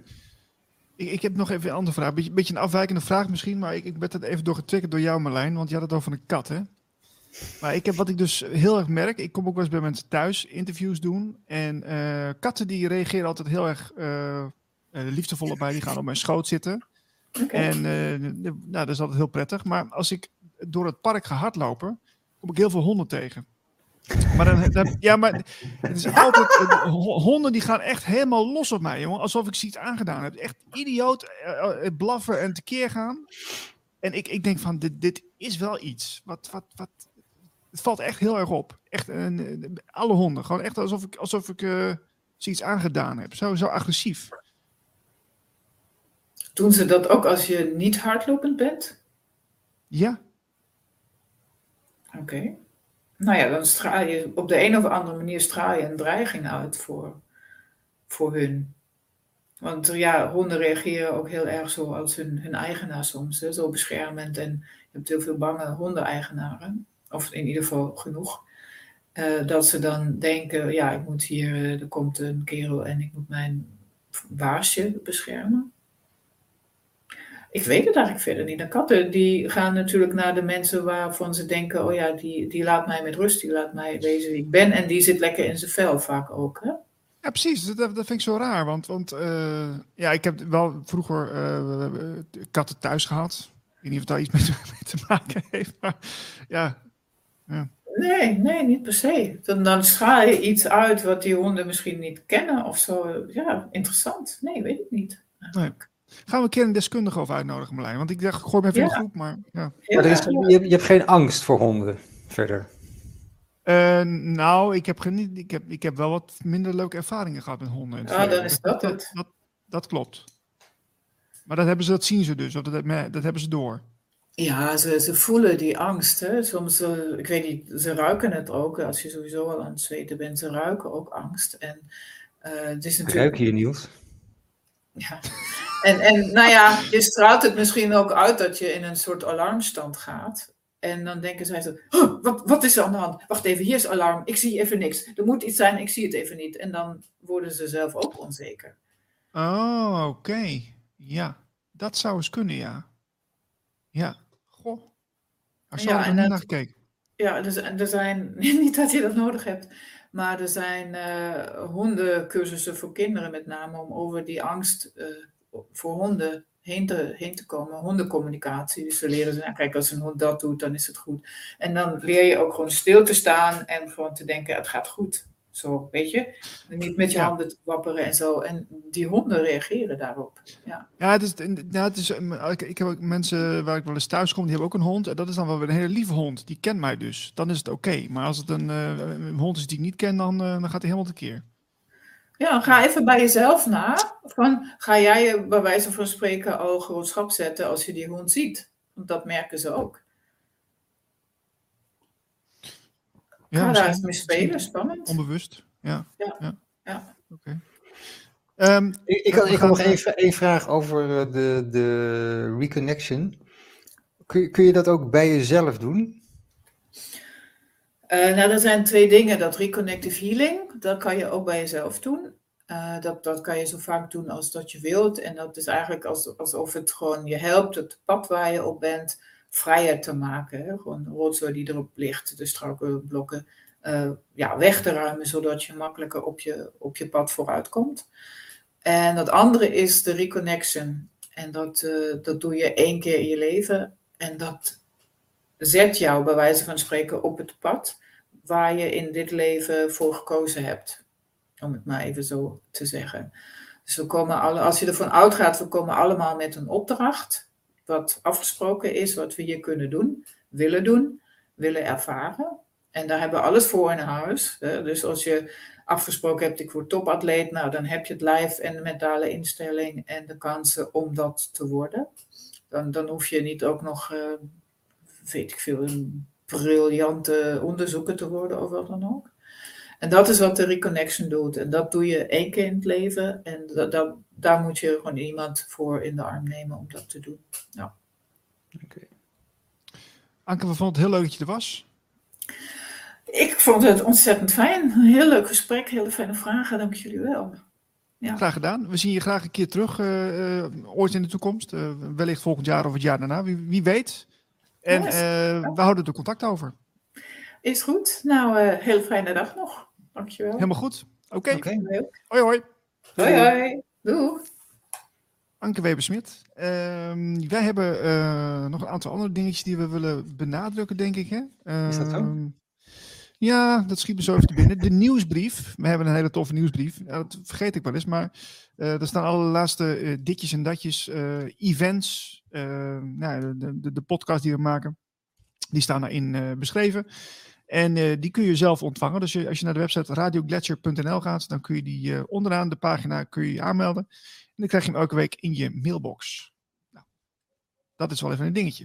Ik heb nog even een andere vraag. Een beetje een afwijkende vraag misschien, maar ik werd het even getriggerd door jou, Marlijn, want je had het over een kat, hè? Maar wat ik dus heel erg merk, ik kom ook wel eens bij mensen thuis interviews doen en katten die reageren altijd heel erg liefdevol op mij, die gaan op mijn schoot zitten. Okay. En dat is altijd heel prettig. Maar als ik door het park ga hardlopen, kom ik heel veel honden tegen. Maar maar het is altijd, honden die gaan echt helemaal los op mij, jongen. Alsof ik ze iets aangedaan heb. Echt idioot, blaffen en tekeer gaan. En ik denk van, dit is wel iets. Het valt echt heel erg op. Echt, alle honden. Gewoon echt alsof ik ze iets aangedaan heb. Zo agressief. Doen ze dat ook als je niet hardlopend bent? Ja. Oké. Nou ja, dan straal je op de een of andere manier straal je een dreiging uit voor hun. Want ja, honden reageren ook heel erg zo als hun eigenaar soms. Hè? Zo beschermend. En je hebt heel veel bange hondeneigenaren. Of in ieder geval genoeg. Dat ze dan denken, ja, ik moet hier, er komt een kerel en ik moet mijn baasje beschermen. Ik weet het eigenlijk verder niet. De katten die gaan natuurlijk naar de mensen waarvan ze denken, oh ja, die laat mij met rust, die laat mij wezen wie ik ben. En die zit lekker in zijn vel vaak ook, hè? Ja, precies. Dat vind ik zo raar. Want ik heb wel vroeger katten thuis gehad. Ik weet niet of daar iets mee te maken heeft. Maar ja. Nee, niet per se. Dan straal je iets uit wat die honden misschien niet kennen of zo. Ja, interessant. Nee, weet ik niet. Nee. Gaan we een keer een deskundige over uitnodigen, Marlijn? Want ik dacht, ik gooi hem even in de groep, maar ja. Maar je hebt geen angst voor honden verder? Nou, ik heb wel wat minder leuke ervaringen gehad met honden. Dan is dat het. Dat klopt. Maar dat zien ze dus, dat hebben ze door. Ja, ze voelen die angst. Hè. Soms, ik weet niet, ze ruiken het ook. Als je sowieso al aan het zweten bent, ze ruiken ook angst. En het is natuurlijk... Ruik je, Niels? Ja. En nou ja, je straalt het misschien ook uit dat je in een soort alarmstand gaat. En dan denken zij zo, wat is er aan de hand? Wacht even, hier is alarm, ik zie even niks. Er moet iets zijn, ik zie het even niet. En dan worden ze zelf ook onzeker. Oh, oké. Ja, dat zou eens kunnen, ja. Ja, goh. Daar zou ik nog niet naar gekeken. Ja, er zijn, niet dat je dat nodig hebt, maar er zijn hondencursussen voor kinderen met name om over die angst voor honden heen te komen. Hondencommunicatie. Dus ze leren ze, nou, kijk, als een hond dat doet, dan is het goed. En dan leer je ook gewoon stil te staan en gewoon te denken, het gaat goed. Zo, weet je? En niet met je handen te wapperen en zo. En die honden reageren daarop. Ja, het is, ik heb ook mensen waar ik wel eens thuis kom, die hebben ook een hond. En dat is dan wel weer een hele lieve hond. Die kent mij dus. Dan is het oké. Maar als het een hond is die ik niet ken, dan gaat hij helemaal tekeer. Ja, ga even bij jezelf na. Ga jij je bij wijze van spreken al gewoon schap zetten als je die hond ziet? Want dat merken ze ook. Ga daar eens mee spelen, spannend. Onbewust, ja. Oké. Ik had nog één vraag over de reconnection. Kun je dat ook bij jezelf doen? Nou, er zijn 2 dingen. Dat reconnective healing, dat kan je ook bij jezelf doen. Dat kan je zo vaak doen als dat je wilt. En dat is eigenlijk alsof het gewoon je helpt het pad waar je op bent vrijer te maken. Hè? Gewoon de rotzooi die erop ligt, de struikelblokken, weg te ruimen, zodat je makkelijker op je pad vooruit komt. En dat andere is de reconnection. En dat doe je 1 keer in je leven. En dat zet jou bij wijze van spreken op het pad waar je in dit leven voor gekozen hebt. Om het maar even zo te zeggen. Dus als je ervan uitgaat, we komen allemaal met een opdracht. Wat afgesproken is, wat we hier kunnen doen, willen ervaren. En daar hebben we alles voor in huis. Dus als je afgesproken hebt, ik word topatleet, nou dan heb je het lijf en de mentale instelling en de kansen om dat te worden. Dan hoef je niet ook nog, weet ik veel, een briljante onderzoeker te worden of wat dan ook. En dat is wat de reconnection doet. En dat doe je 1 keer in het leven. En daar moet je gewoon iemand voor in de arm nemen om dat te doen. Ja. Okay. Anke, we vonden het heel leuk dat je er was. Ik vond het ontzettend fijn. Een heel leuk gesprek, hele fijne vragen. Dank jullie wel. Ja. Graag gedaan. We zien je graag een keer terug, ooit in de toekomst. Wellicht volgend jaar of het jaar daarna. Wie weet. En we houden er contact over. Is goed. Nou, hele fijne dag nog. Dankjewel. Helemaal goed. Oké. Hoi hoi. Hoi. Doei. Anke Weber-Smit. Wij hebben nog een aantal andere dingetjes die we willen benadrukken, denk ik. Hè? Is dat zo? Ja, dat schiet me zo even te binnen. De nieuwsbrief. We hebben een hele toffe nieuwsbrief. Dat vergeet ik wel eens, maar er staan alle laatste ditjes en datjes, events, de podcast die we maken. Die staan daarin beschreven. En die kun je zelf ontvangen. Dus als je naar de website radioglacier.nl gaat, dan kun je die onderaan de pagina kun je aanmelden. En dan krijg je hem elke week in je mailbox. Nou, dat is wel even een dingetje.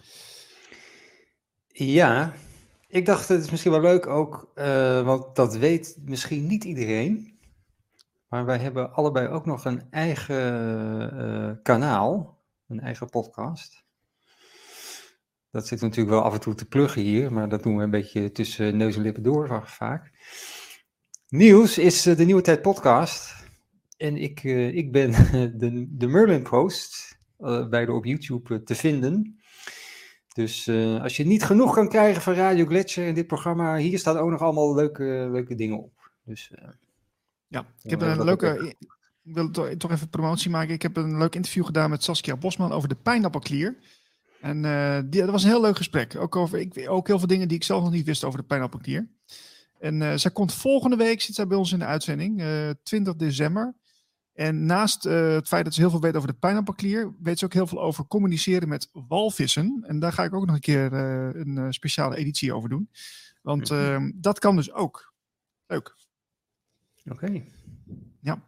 Ja, ik dacht het is misschien wel leuk ook, want dat weet misschien niet iedereen. Maar wij hebben allebei ook nog een eigen kanaal, een eigen podcast. Dat zit natuurlijk wel af en toe te pluggen hier, maar dat doen we een beetje tussen neus en lippen door vaak. Nieuws is de Nieuwe Tijd podcast. En ik ben de Merlin Post, beide op YouTube te vinden. Dus als je niet genoeg kan krijgen van Radio Glacier in dit programma, hier staan ook nog allemaal leuke dingen op. Dus, ja, ik heb een leuke... Ik wil toch even promotie maken. Ik heb een leuk interview gedaan met Saskia Bosman over de pijnappelklier. En dat was een heel leuk gesprek. Ook heel veel dingen die ik zelf nog niet wist over de pijnappelklier. En zij komt volgende week, zit zij bij ons in de uitzending, 20 december. En naast het feit dat ze heel veel weet over de pijnappelklier, weet ze ook heel veel over communiceren met walvissen. En daar ga ik ook nog een keer een speciale editie over doen. Want dat kan dus ook. Leuk. Oké. Ja.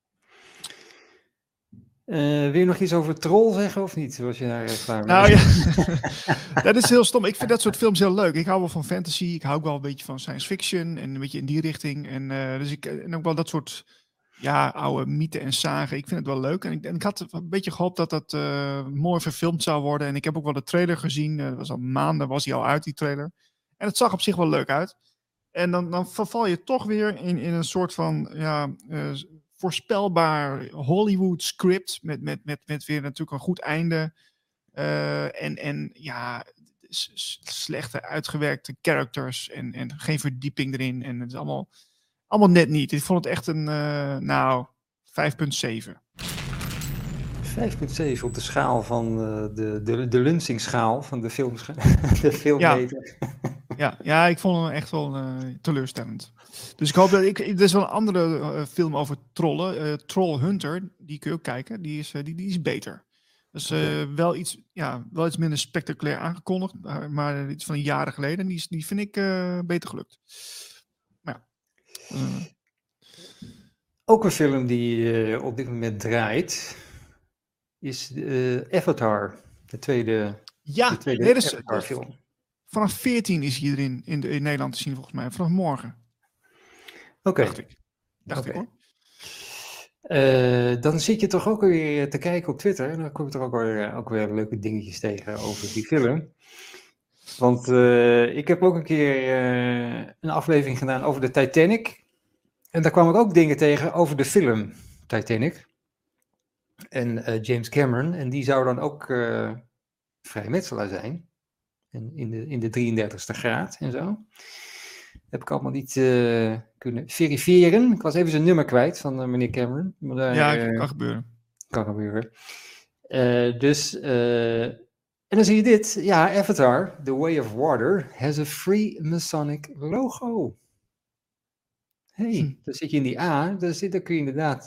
Wil je nog iets over Troll zeggen of niet? Was je daar klaar mee? Nou ja, dat is heel stom. Ik vind dat soort films heel leuk. Ik hou wel van fantasy. Ik hou ook wel een beetje van science fiction. En een beetje in die richting. En ook wel dat soort oude mythen en zagen. Ik vind het wel leuk. En ik had een beetje gehoopt dat dat mooi verfilmd zou worden. En ik heb ook wel de trailer gezien. Dat was al maanden, was hij al uit, die trailer. En het zag op zich wel leuk uit. En dan verval je toch weer in een soort van... voorspelbaar Hollywood script met weer natuurlijk een goed einde. slechte uitgewerkte characters en geen verdieping erin. En het is allemaal net niet. Ik vond het echt een 5,7. 5,7 op de schaal van de Lunsing-schaal van de de filmmeter. Ja, ik vond hem echt wel teleurstellend. Dus ik hoop dat er is wel een andere film over trollen. Troll Hunter, die kun je ook kijken. Die is beter. Dat is wel iets minder spectaculair aangekondigd. Maar iets van jaren geleden. Die vind ik beter gelukt. Maar ja. Ook een film die op dit moment draait is Avatar. De tweede Avatar-film. Vanaf 14 is hij erin in Nederland te zien volgens mij. Vanaf morgen. Oké. Dacht ik hoor. Dan zit je toch ook weer te kijken op Twitter. En dan kom je toch ook weer leuke dingetjes tegen over die film. Want ik heb ook een keer een aflevering gedaan over de Titanic. En daar kwam ik ook dingen tegen over de film Titanic. En James Cameron. En die zou dan ook vrijmetselaar zijn. En in de 33ste graad en zo. Heb ik allemaal niet kunnen verifiëren. Ik was even zijn nummer kwijt van meneer Cameron. Maar daar, kan gebeuren. Kan gebeuren. En dan zie je dit. Ja, Avatar, The Way of Water, has a free Masonic logo. Dan zit je in die A. Daar kun je inderdaad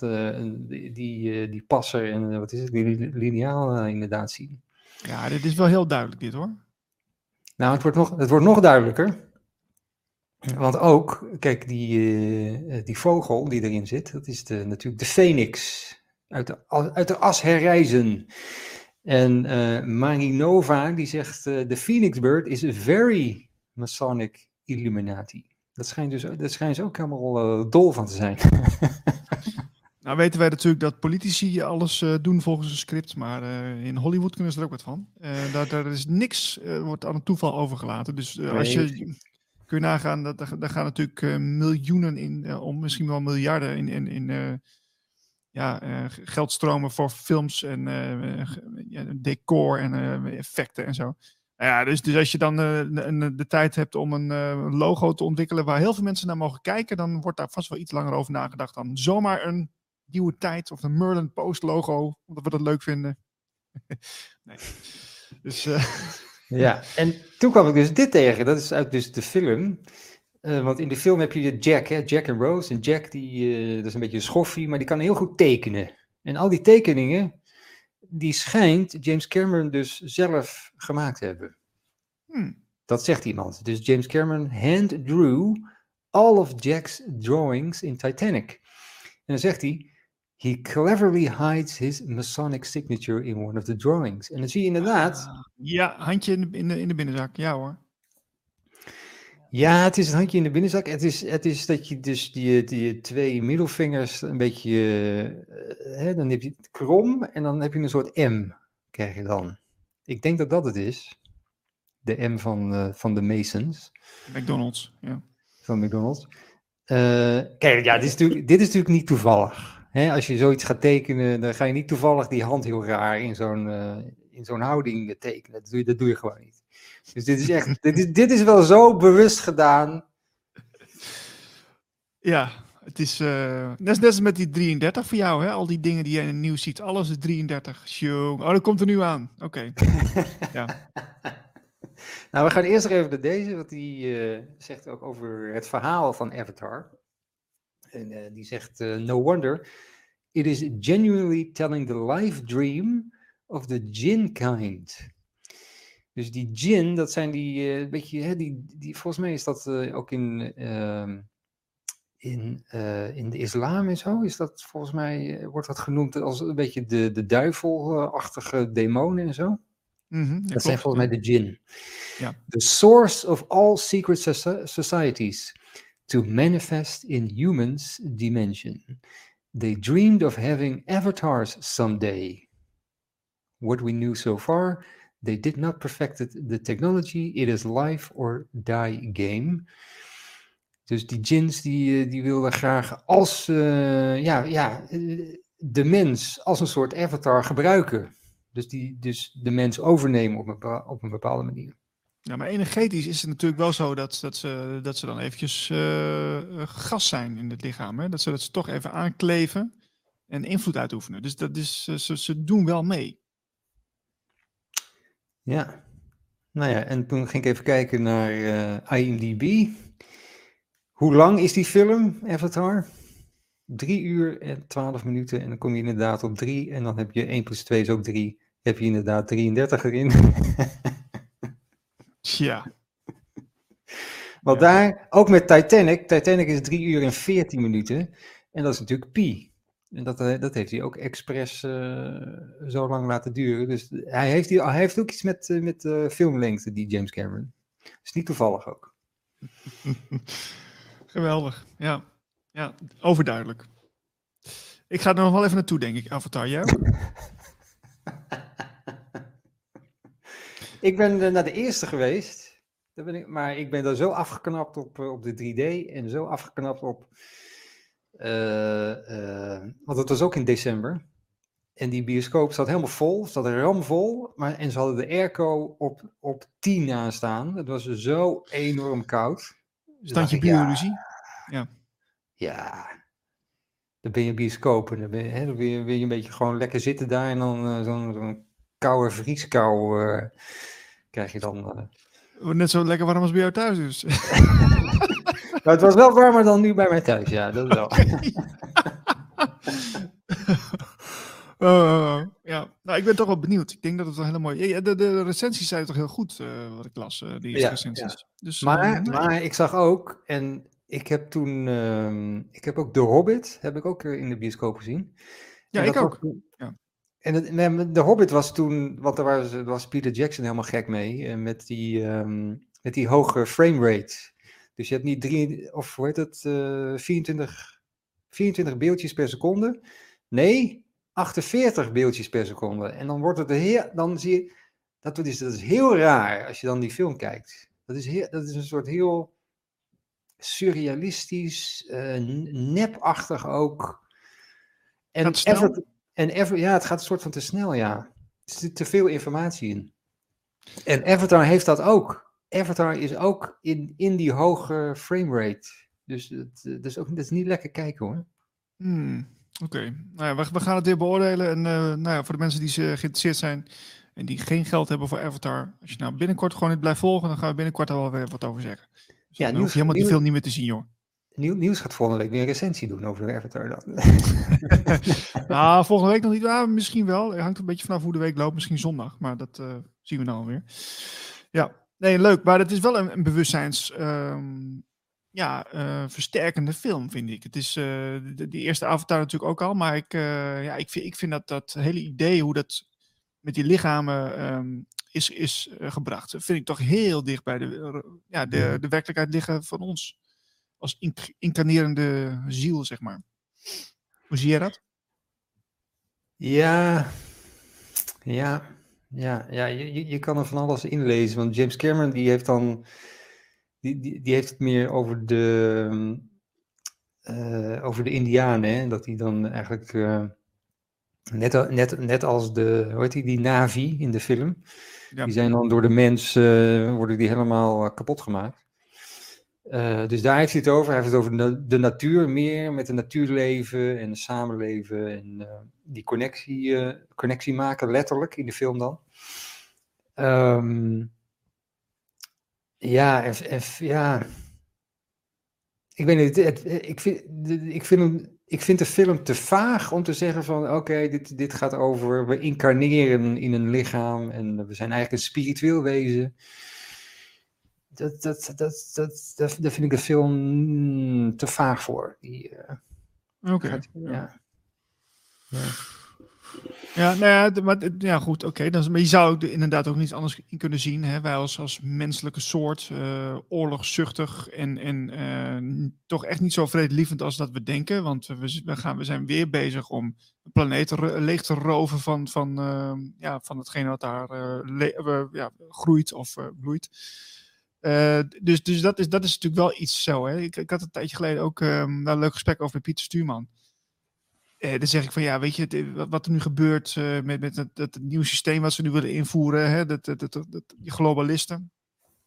die passer en wat is het, die lineaal inderdaad zien. Ja, dit is wel heel duidelijk dit hoor. Nou, het wordt nog duidelijker. Want ook, kijk, die vogel die erin zit, dat is natuurlijk de Phoenix. Uit de as herrijzen. En Marinova, die zegt, de Phoenix Bird is a very Masonic Illuminati. Dat schijnt ze ook helemaal dol van te zijn. Nou weten wij natuurlijk dat politici alles doen volgens een script, maar in Hollywood kunnen ze er ook wat van. Daar is niks, wordt aan het toeval overgelaten. Dus als je... Kun je nagaan, daar gaan natuurlijk miljoenen in, om misschien wel miljarden in geldstromen voor films en decor en effecten en zo. Ja, dus als je dan de tijd hebt om een logo te ontwikkelen waar heel veel mensen naar mogen kijken, dan wordt daar vast wel iets langer over nagedacht dan zomaar een nieuwe tijd of een Merlin Post logo, omdat we dat leuk vinden. Nee. Dus... Ja, en toen kwam ik dus dit tegen. Dat is uit dus de film. Want in de film heb je Jack, hè? Jack en Rose. En Jack, dat is een beetje een schoffie, maar die kan heel goed tekenen. En al die tekeningen, die schijnt James Cameron dus zelf gemaakt te hebben. Dat zegt iemand. Dus James Cameron hand-drew all of Jack's drawings in Titanic. En dan zegt hij... He cleverly hides his Masonic signature in one of the drawings. En dan zie je inderdaad... Ja, handje in de binnenzak. Ja hoor. Ja, het is een handje in de binnenzak. Het is dat je dus die twee middelvingers een beetje... dan heb je het krom en dan heb je een soort M, krijg je dan. Ik denk dat dat het is. De M van de Masons. McDonald's, ja. Van McDonald's. Kijk, ja, dit is natuurlijk niet toevallig. Als je zoiets gaat tekenen, dan ga je niet toevallig die hand heel raar in zo'n houding tekenen. Dat doe je gewoon niet. Dus dit is echt, dit is wel zo bewust gedaan. Ja, het is net als met die 33 voor jou, hè? Al die dingen die je in het nieuws ziet. Alles is 33. Tjong. Oh, dat komt er nu aan. Oké. Ja. Nou, we gaan eerst nog even naar deze, want die zegt ook over het verhaal van Avatar. En die zegt, no wonder, it is genuinely telling the life dream of the jinn kind. Dus die jinn, dat zijn die, beetje, die volgens mij is dat ook in de islam en zo, is dat volgens mij, wordt dat genoemd als een beetje de duivelachtige demonen en zo. Mm-hmm, dat zijn volgens mij de jinn. Ja. The source of all secret societies. To manifest in humans' dimension. They dreamed of having avatars someday. What we knew so far, they did not perfect the technology. It is life or die game. Dus die jinns die wilden graag als de mens als een soort avatar gebruiken. Dus de mens overnemen op een bepaalde manier. Ja, maar energetisch is het natuurlijk wel zo dat ze dan eventjes gas zijn in het lichaam. Hè? Dat ze toch even aankleven en invloed uitoefenen. Dus dat is, ze doen wel mee. Ja. Nou ja, en toen ging ik even kijken naar IMDb. Hoe lang is die film, Avatar? 3 uur en 12 minuten. En dan kom je inderdaad op 3. En dan heb je 1 plus 2 is ook 3. Heb je inderdaad 33 erin. Tja. Want daar, ook met Titanic. Titanic is 3 uur en 14 minuten. En dat is natuurlijk Pi. En dat heeft hij ook expres zo lang laten duren. Dus hij heeft ook iets met filmlengte, die James Cameron. Is niet toevallig ook. Geweldig. Ja, overduidelijk. Ik ga er nog wel even naartoe, denk ik, Avatar. Jij ook? Ik ben naar de eerste geweest. Maar ik ben daar zo afgeknapt op de 3D. En zo afgeknapt op... want het was ook in december. En die bioscoop zat helemaal vol. Zat ramvol. En ze hadden de airco op 10 aanstaan. Het was zo enorm koud. Standje bioruzie? Ja. Ja. Dan ben je bioscoop. En dan wil je een beetje gewoon lekker zitten daar. En dan zo'n koude vrieskou krijg je dan... Net zo lekker warm als bij jou thuis dus. Maar het was wel warmer dan nu bij mij thuis, ja, dat wel. Ja, nou, ik ben toch wel benieuwd. Ik denk dat het wel heel mooi... Ja, de recensies zijn toch heel goed, wat ik las, de eerste recensies. Ja. Dus, maar ik zag ook, en ik heb toen... ik heb ook The Hobbit, heb ik ook in de bioscoop gezien. Ja, ik ook. Ja. En de Hobbit was toen, want daar was Peter Jackson helemaal gek mee, met die hoge framerate. Dus je hebt niet 24 beeldjes per seconde. Nee, 48 beeldjes per seconde. En dan wordt het dan zie je, dat is heel raar als je dan die film kijkt. Dat is een soort heel surrealistisch, nepachtig ook. En het gaat een soort van te snel, ja. Er zit te veel informatie in. En Avatar heeft dat ook. Avatar is ook in die hoge framerate. Dus dat is niet lekker kijken, hoor. Oké. Nou ja, we gaan het weer beoordelen. En voor de mensen die geïnteresseerd zijn en die geen geld hebben voor Avatar, als je nou binnenkort gewoon dit blijft volgen, dan gaan we binnenkort er wel weer wat over zeggen. Dus dan hoef je helemaal die film niet meer te zien, joh. Nieuws gaat volgende week weer een recensie doen over de Avatar dan. Nou, volgende week nog niet. Ah, misschien wel. Het hangt een beetje vanaf hoe de week loopt. Misschien zondag. Maar dat zien we dan alweer. Ja, nee, leuk. Maar het is wel een bewustzijns... versterkende film, vind ik. Het is die eerste Avatar natuurlijk ook al. Maar ik vind dat hele idee hoe dat met die lichamen is gebracht, vind ik toch heel dicht bij de werkelijkheid liggen van ons. Als incarnerende ziel, zeg maar. Hoe zie jij dat? Ja, je kan er van alles inlezen. Want James Cameron, die heeft dan... Die heeft het meer over de Indianen. Hè? Dat die dan eigenlijk... net als die Na'vi in de film. Ja. Die zijn dan door de mens... worden die helemaal kapot gemaakt. Dus daar heeft hij het over. Hij heeft het over de natuur meer, met het natuurleven en het samenleven en die connectie maken, letterlijk, in de film dan. Ik weet niet, ik vind de film te vaag om te zeggen van, oké, dit gaat over, we incarneren in een lichaam en we zijn eigenlijk een spiritueel wezen. Daar vind ik de film te vaag voor. Oké. Maar goed, oké. Maar je zou er inderdaad ook niets anders in kunnen zien. Hè? Wij als menselijke soort, oorlogszuchtig en toch echt niet zo vredelievend als dat we denken. Want we zijn weer bezig om de planeet leeg te roven van hetgene wat daar groeit of bloeit. Dus dat is natuurlijk wel iets zo. Hè? Ik had een tijdje geleden ook een leuk gesprek over met Pieter Stuurman. Dan zeg ik van ja, weet je, wat er nu gebeurt met het nieuwe systeem wat ze nu willen invoeren, hè, die globalisten.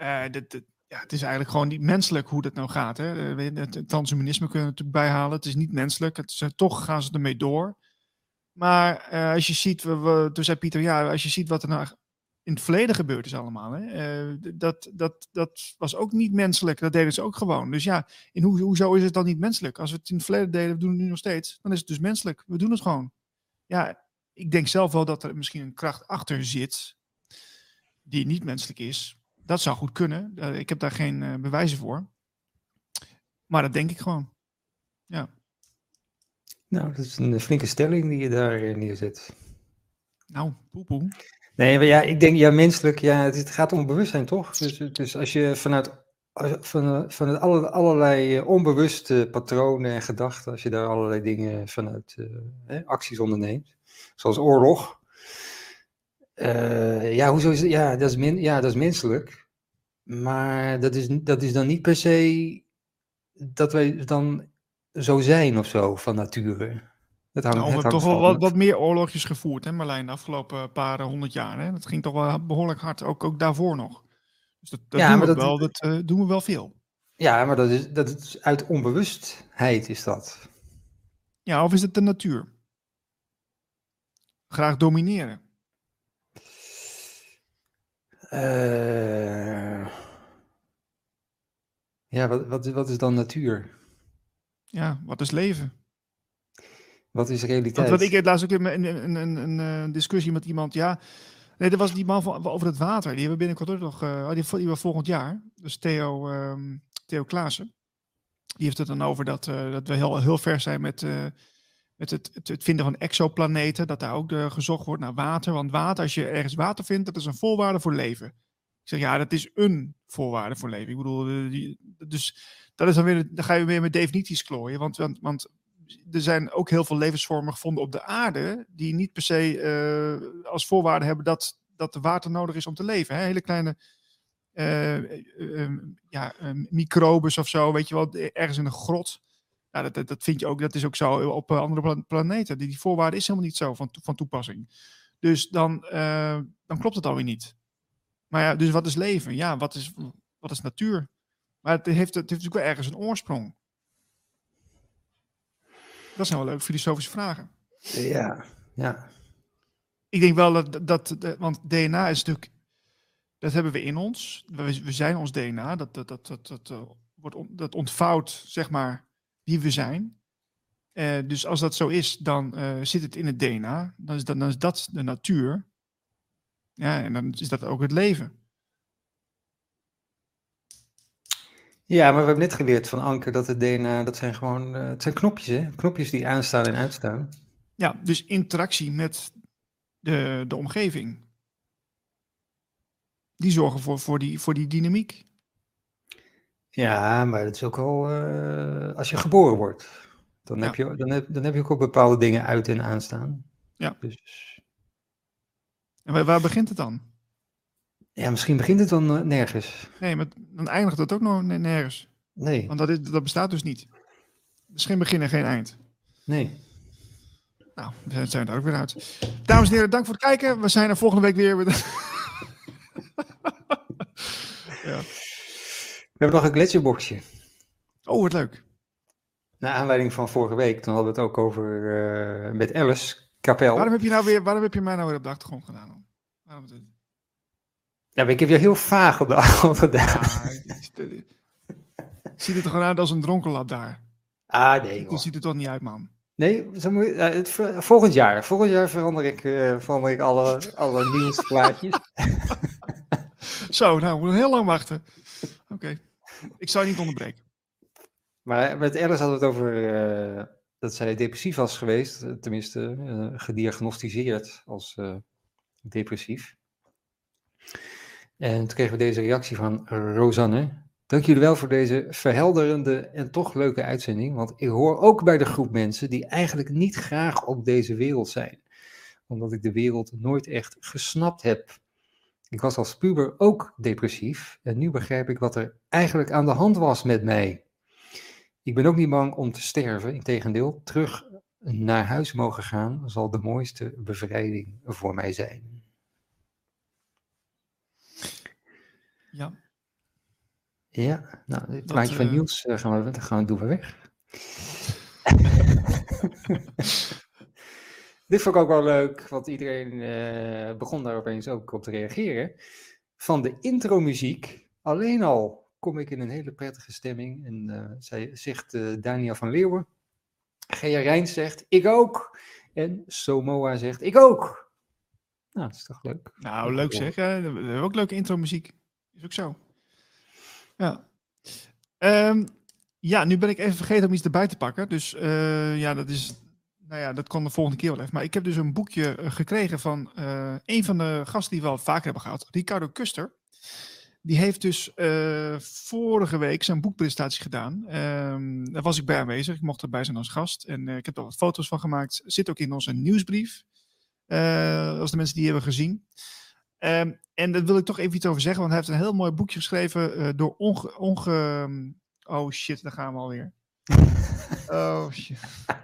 Het is eigenlijk gewoon niet menselijk hoe dat nou gaat. Hè? Het transhumanisme kunnen we natuurlijk bijhalen. Het is niet menselijk. Toch gaan ze ermee door. Maar als je ziet, toen zei Pieter, als je ziet wat er nou in het verleden gebeurd is allemaal. Hè? Dat was ook niet menselijk. Dat deden ze ook gewoon. Dus ja, hoezo is het dan niet menselijk? Als we het in het verleden deden, we doen het nu nog steeds. Dan is het dus menselijk. We doen het gewoon. Ja, ik denk zelf wel dat er misschien een kracht achter zit die niet menselijk is. Dat zou goed kunnen. Ik heb daar geen bewijzen voor. Maar dat denk ik gewoon. Ja. Nou, dat is een flinke stelling die je daar neerzet. Nou, poepoe. Nee, maar ja, ik denk, menselijk, het gaat om bewustzijn, toch? Dus als je vanuit allerlei onbewuste patronen en gedachten, als je daar allerlei dingen vanuit acties onderneemt, zoals oorlog. Hoezo is het? Ja, dat is menselijk. Maar dat is dan niet per se dat wij dan zo zijn of zo, van nature. We hebben toch wel wat meer oorlogjes gevoerd, hè Marlijn, de afgelopen paar 100 jaar. Hè? Dat ging toch wel behoorlijk hard, ook daarvoor nog. Dus dat doen we wel veel. Ja, maar dat is uit onbewustheid is dat. Ja, of is het de natuur? Graag domineren. Wat is dan natuur? Ja, wat is leven? Wat is realiteit? Want ik had laatst ook een discussie met iemand. Ja, nee, dat was die man over het water. Die hebben binnenkort ook nog. Die was volgend jaar. Dus Theo Klaassen. Die heeft het dan over dat we heel ver zijn met het vinden van exoplaneten. Dat daar ook gezocht wordt naar water. Want water, als je ergens water vindt, dat is een voorwaarde voor leven. Ik zeg, ja, dat is een voorwaarde voor leven. Ik bedoel, dus dat is dan ga je weer met definities klooien. Want er zijn ook heel veel levensvormen gevonden op de aarde die niet per se als voorwaarde hebben dat er water nodig is om te leven. Hè? Hele kleine microbes of zo, weet je wel, ergens in een grot. Ja, dat vind je ook, dat is ook zo op andere planeten. Die voorwaarde is helemaal niet zo van toepassing. Dus dan klopt het alweer niet. Maar ja, dus wat is leven? Ja, wat is natuur? Maar het heeft natuurlijk wel ergens een oorsprong. Dat zijn wel leuke filosofische vragen. Ja. Ik denk wel want DNA is natuurlijk, dat hebben we in ons. We zijn ons DNA. Dat ontvouwt, zeg maar, wie we zijn. Dus als dat zo is, dan zit het in het DNA. Dan is dat de natuur. Ja, en dan is dat ook het leven. Ja, maar we hebben net geleerd van Anke dat het DNA, dat zijn gewoon, het zijn knopjes, hè? Knopjes die aanstaan en uitstaan. Ja, dus interactie met de omgeving. Die zorgen voor die dynamiek. Ja, maar dat is ook al, als je geboren wordt, dan heb je ook al bepaalde dingen uit en aanstaan. Ja. Dus... En waar begint het dan? Ja, misschien begint het dan nergens. Nee, maar dan eindigt het ook nog nergens. Nee. Want dat bestaat dus niet. Er is geen begin en geen eind. Nee. Nou, we zijn er ook weer uit. Dames en heren, dank voor het kijken. We zijn er volgende week weer. Ja. We hebben nog een gletsjerboxje. Oh, wat leuk. Naar aanleiding van vorige week, toen hadden we het ook over met Alice Kapel. Waarom heb je mij nou weer op de achtergrond gedaan? Waarom het? Ja, maar ik heb je heel vaag op de achtergrond gedaan. Ziet het er gewoon uit als een dronkenlap daar. Ah, nee. Dat ziet er toch niet uit, man. Nee, volgend jaar verander ik alle nieuwsplaatjes. Zo, nou, we moeten heel lang wachten. Oké. Ik zou je niet onderbreken. Maar met Alice hadden we het over dat zij depressief was geweest. Tenminste, gediagnosticeerd als depressief. En toen kregen we deze reactie van Rosanne. Dank jullie wel voor deze verhelderende en toch leuke uitzending. Want ik hoor ook bij de groep mensen die eigenlijk niet graag op deze wereld zijn. Omdat ik de wereld nooit echt gesnapt heb. Ik was als puber ook depressief. En nu begrijp ik wat er eigenlijk aan de hand was met mij. Ik ben ook niet bang om te sterven. Integendeel, terug naar huis mogen gaan zal de mooiste bevrijding voor mij zijn. Ja. Ja, nou, dit Dat, plaatje van Niels doen we weg. Dit vond ik ook wel leuk, want iedereen begon daar opeens ook op te reageren. Van de intromuziek, alleen al kom ik in een hele prettige stemming. En zegt Daniel van Leeuwen. Gea Rijns zegt, ik ook. En Somoa zegt, ik ook. Nou, dat is toch leuk. Nou, leuk zeg. We hebben ook leuke intro-muziek. Is ook zo. Ja. Ja, nu ben ik even vergeten om iets erbij te pakken. Dus ja, dat kan de volgende keer wel even. Maar ik heb dus een boekje gekregen van een van de gasten die we al vaker hebben gehad. Ricardo Kuster. Die heeft dus vorige week zijn boekpresentatie gedaan. Daar was ik bij aanwezig. Ik mocht erbij zijn als gast. En ik heb er wat foto's van gemaakt. Zit ook in onze nieuwsbrief. Als de mensen die hebben gezien. En daar wil ik toch even iets over zeggen. Want hij heeft een heel mooi boekje geschreven door oh shit, daar gaan we alweer. Oh shit.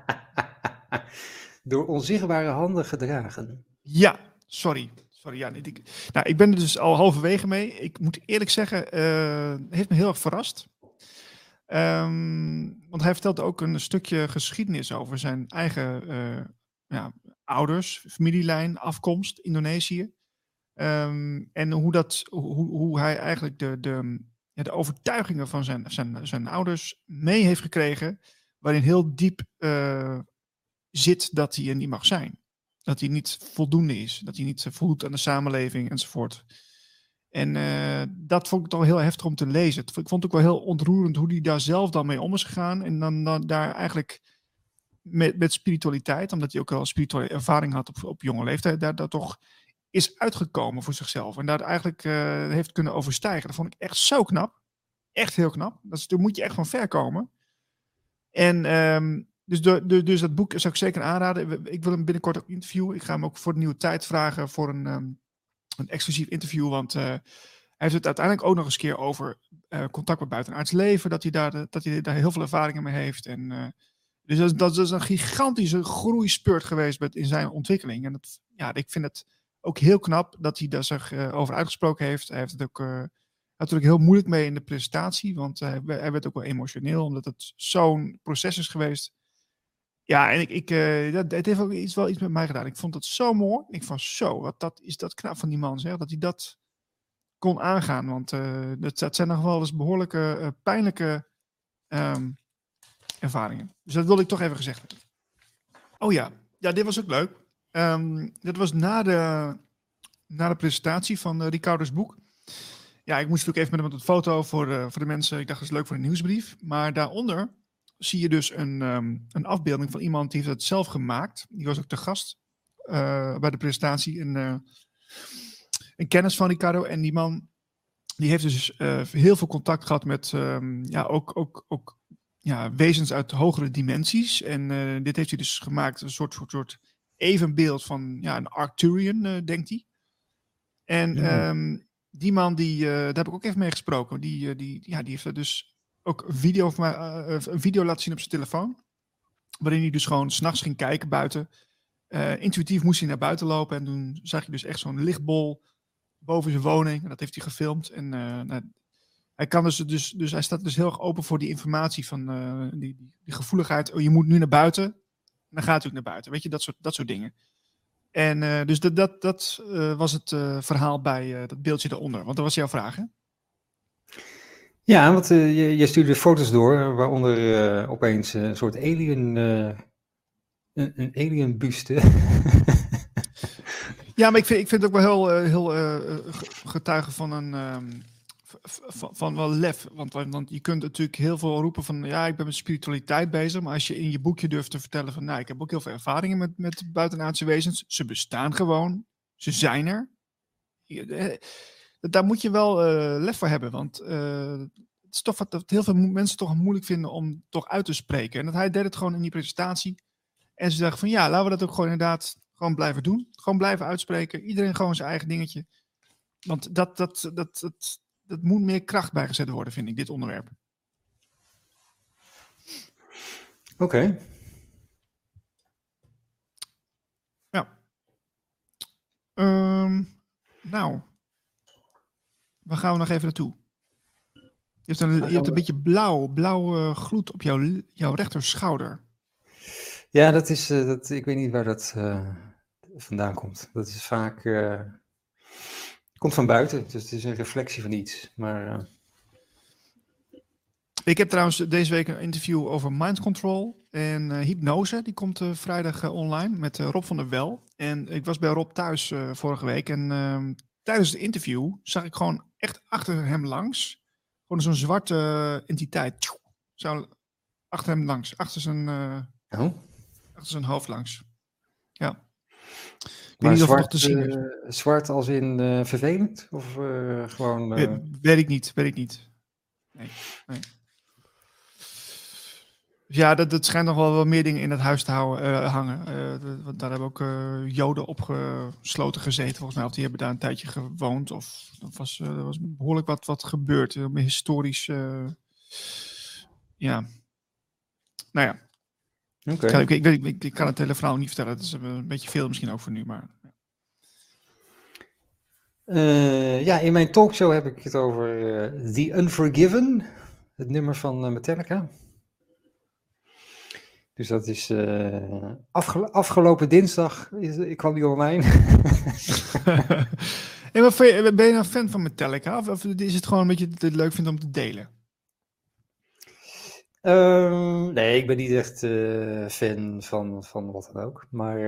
Door onzichtbare handen gedragen. Ja, sorry. Ja, ik ben er dus al halverwege mee. Ik moet eerlijk zeggen, het heeft me heel erg verrast. Want hij vertelt ook een stukje geschiedenis over zijn eigen ouders, familielijn, afkomst, Indonesië. En hoe hij eigenlijk de overtuigingen van zijn ouders mee heeft gekregen, waarin heel diep zit dat hij er niet mag zijn. Dat hij niet voldoende is, dat hij niet voldoet aan de samenleving enzovoort. En dat vond ik toch heel heftig om te lezen. Ik vond het ook wel heel ontroerend hoe hij daar zelf dan mee om is gegaan. En dan daar eigenlijk met spiritualiteit, omdat hij ook wel spirituele ervaring had op jonge leeftijd, daar toch is uitgekomen voor zichzelf. En daar eigenlijk heeft kunnen overstijgen. Dat vond ik echt zo knap. Echt heel knap. Daar moet je echt van ver komen. En dus dat boek zou ik zeker aanraden. Ik wil hem binnenkort ook interviewen. Ik ga hem ook voor de Nieuwe Tijd vragen voor een exclusief interview. Want hij heeft het uiteindelijk ook nog eens een keer over contact met buitenaards leven. Dat hij daar heel veel ervaringen mee heeft. En dus dat is een gigantische groeispurt geweest in zijn ontwikkeling. En ik vind het ook heel knap dat hij daar zich over uitgesproken heeft. Hij heeft het ook natuurlijk heel moeilijk mee in de presentatie. Want hij werd ook wel emotioneel, omdat het zo'n proces is geweest. Ja, en het heeft ook wel iets met mij gedaan. Ik vond het zo mooi. Ik vond wat is dat knap van die man, zeg. Dat hij dat kon aangaan. Want dat zijn nog wel eens behoorlijke pijnlijke ervaringen. Dus dat wilde ik toch even gezegd hebben. Oh ja, dit was ook leuk. Dat was na de presentatie van Ricardo's boek. Ja, ik moest natuurlijk even met hem op de foto voor de mensen. Ik dacht, dat is leuk voor een nieuwsbrief. Maar daaronder zie je dus een afbeelding van iemand die heeft het zelf gemaakt. Die was ook te gast bij de presentatie. Een kennis van Ricardo. En die man die heeft dus heel veel contact gehad met ook wezens uit hogere dimensies. En dit heeft hij dus gemaakt, een soort evenbeeld van een Arcturian, denkt hij. En die man, daar heb ik ook even mee gesproken. Die heeft er dus ook een video laten zien op zijn telefoon. Waarin hij dus gewoon 's nachts ging kijken buiten. Intuïtief moest hij naar buiten lopen. En toen zag je dus echt zo'n lichtbol boven zijn woning. En dat heeft hij gefilmd. En hij kan dus hij staat dus heel erg open voor die informatie van die gevoeligheid. Oh, je moet nu naar buiten. Dan gaat hij ook naar buiten. Weet je, dat soort dingen. En dus dat was het verhaal bij dat beeldje daaronder. Want dat was jouw vraag, hè? Ja, want je stuurde foto's door, waaronder opeens een soort alien, een alien buste. Ja, maar ik vind het ook wel heel getuige van van wel lef. Want je kunt natuurlijk heel veel roepen van, ja, ik ben met spiritualiteit bezig. Maar als je in je boekje durft te vertellen van, nou, ik heb ook heel veel ervaringen met buitenaardse wezens. Ze bestaan gewoon. Ze zijn er. Daar moet je wel lef voor hebben. Want het is toch wat heel veel mensen toch moeilijk vinden om toch uit te spreken. En dat hij deed het gewoon in die presentatie. En ze dachten van, ja, laten we dat ook gewoon inderdaad gewoon blijven doen. Gewoon blijven uitspreken. Iedereen gewoon zijn eigen dingetje. Want dat moet meer kracht bijgezet worden, vind ik, dit onderwerp. Oké. Ja. Nou. Waar gaan we nog even naartoe? Je hebt een beetje blauwe gloed op jouw rechterschouder. Ja, dat is, ik weet niet waar dat vandaan komt. Dat is vaak, komt van buiten, dus het is een reflectie van iets. Maar Ik heb trouwens deze week een interview over mind control en hypnose. Die komt vrijdag online met Rob van der Wel. En ik was bij Rob thuis vorige week en tijdens het interview zag ik gewoon echt achter hem langs, gewoon zo'n zwarte entiteit. Zo achter hem langs, achter zijn hoofd langs. Ja. Ik weet niet of het nog te zien is. Zwart als in vervelend? Of gewoon... Weet ik niet. Nee. Ja, dat schijnt nog wel meer dingen in het huis te hangen. Want daar hebben ook Joden opgesloten gezeten, volgens mij. Of die hebben daar een tijdje gewoond. Of er was behoorlijk wat gebeurd. Historisch... ja. Nou ja. Okay. Ik kan het hele verhaal niet vertellen. Het is een beetje veel misschien ook voor nu. Maar... ja, in mijn talkshow heb ik het over The Unforgiven. Het nummer van Metallica. Dus dat is afgelopen dinsdag. Ik kwam die online. Hey, maar ben je nou fan van Metallica? Of is het gewoon een beetje dat je het leuk vindt om te delen? Nee, ik ben niet echt fan van wat dan ook. Maar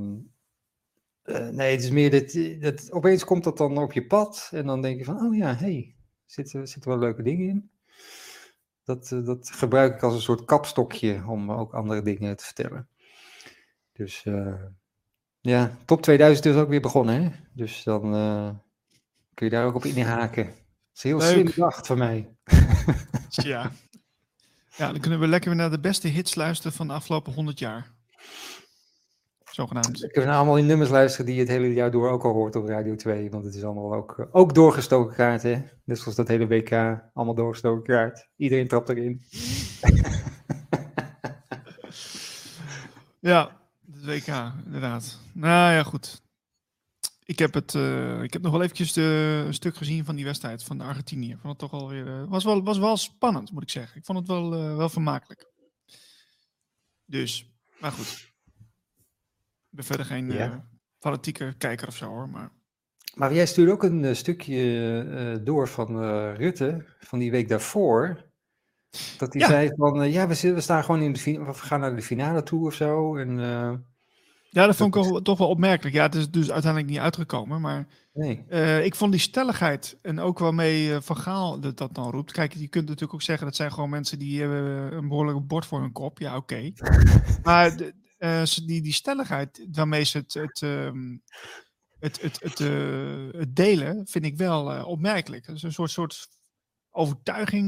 nee, het is meer dat opeens komt dat dan op je pad. En dan denk je van, oh ja, hey, zitten wel leuke dingen in. Dat gebruik ik als een soort kapstokje om ook andere dingen te vertellen. Dus ja, Top 2000 is ook weer begonnen, hè? Dus dan kun je daar ook op inhaken. Dat is heel slim bedacht van mij. Ja. Ja, dan kunnen we lekker weer naar de beste hits luisteren van de afgelopen 100 jaar. Zogenaamd. Dan kunnen we nou allemaal in nummers luisteren die je het hele jaar door ook al hoort op Radio 2. Want het is allemaal ook doorgestoken kaart, hè? Net zoals dat hele WK, allemaal doorgestoken kaart. Iedereen trapt erin. Ja, het WK, inderdaad. Nou ja, goed. Ik heb nog wel eventjes een stuk gezien van die wedstrijd van de Argentinië. Ik vond het toch alweer, was wel spannend, moet ik zeggen. Ik vond het wel vermakelijk. Dus, maar goed. Ik ben verder geen fanatieke kijker of zo, hoor. Maar jij stuurde ook een stukje door van Rutte, van die week daarvoor. Dat hij zei van, we staan gewoon in we gaan naar de finale toe of zo. En, ja, dat vond ik toch wel opmerkelijk. Ja, het is dus uiteindelijk niet uitgekomen, maar nee. Ik vond die stelligheid en ook waarmee Van Gaal dat dan roept. Kijk, je kunt natuurlijk ook zeggen, dat zijn gewoon mensen die hebben een behoorlijk bord voor hun kop. Ja, oké. Maar die stelligheid waarmee ze het delen, vind ik wel opmerkelijk. Dat is een soort overtuiging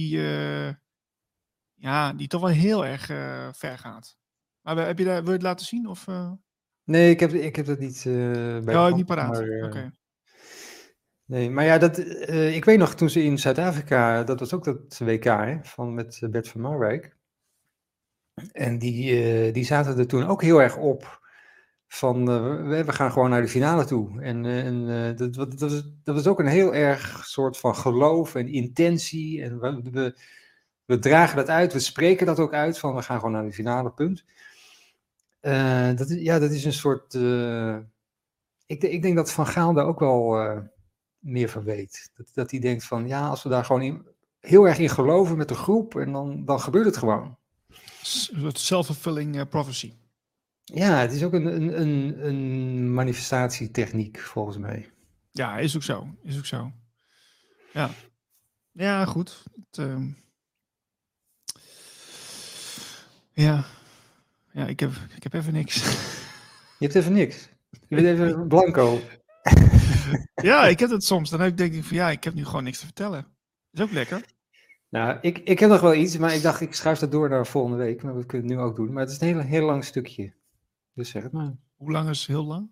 die toch wel heel erg ver gaat. Maar wil je het laten zien? Of, Nee, ik heb dat niet bij. Oh, niet paraat. Oké. Nee, maar ja, ik weet nog toen ze in Zuid-Afrika, dat was ook dat WK, hè, met Bert van Marwijk. En die zaten er toen ook heel erg op van, we gaan gewoon naar de finale toe. En dat was ook een heel erg soort van geloof en intentie. En we dragen dat uit, we spreken dat ook uit, van we gaan gewoon naar de finale, punt. Dat is een soort... Ik denk dat Van Gaal daar ook wel meer van weet. Dat hij denkt van, ja, als we daar gewoon heel erg in geloven met de groep, en dan gebeurt het gewoon. Een soort self-fulfilling prophecy. Ja, het is ook een manifestatietechniek, volgens mij. Ja, is ook zo. Ja, ja, goed. Ja, ik heb even niks. Je hebt even niks? Je bent even blanco? Ja, ik heb het soms. Dan denk ik van, ja, ik heb nu gewoon niks te vertellen. Is ook lekker. Nou, ik heb nog wel iets, maar ik dacht, ik schuif dat door naar volgende week. Maar we kunnen het nu ook doen. Maar het is een heel lang stukje. Dus zeg het maar. Hoe lang is heel lang?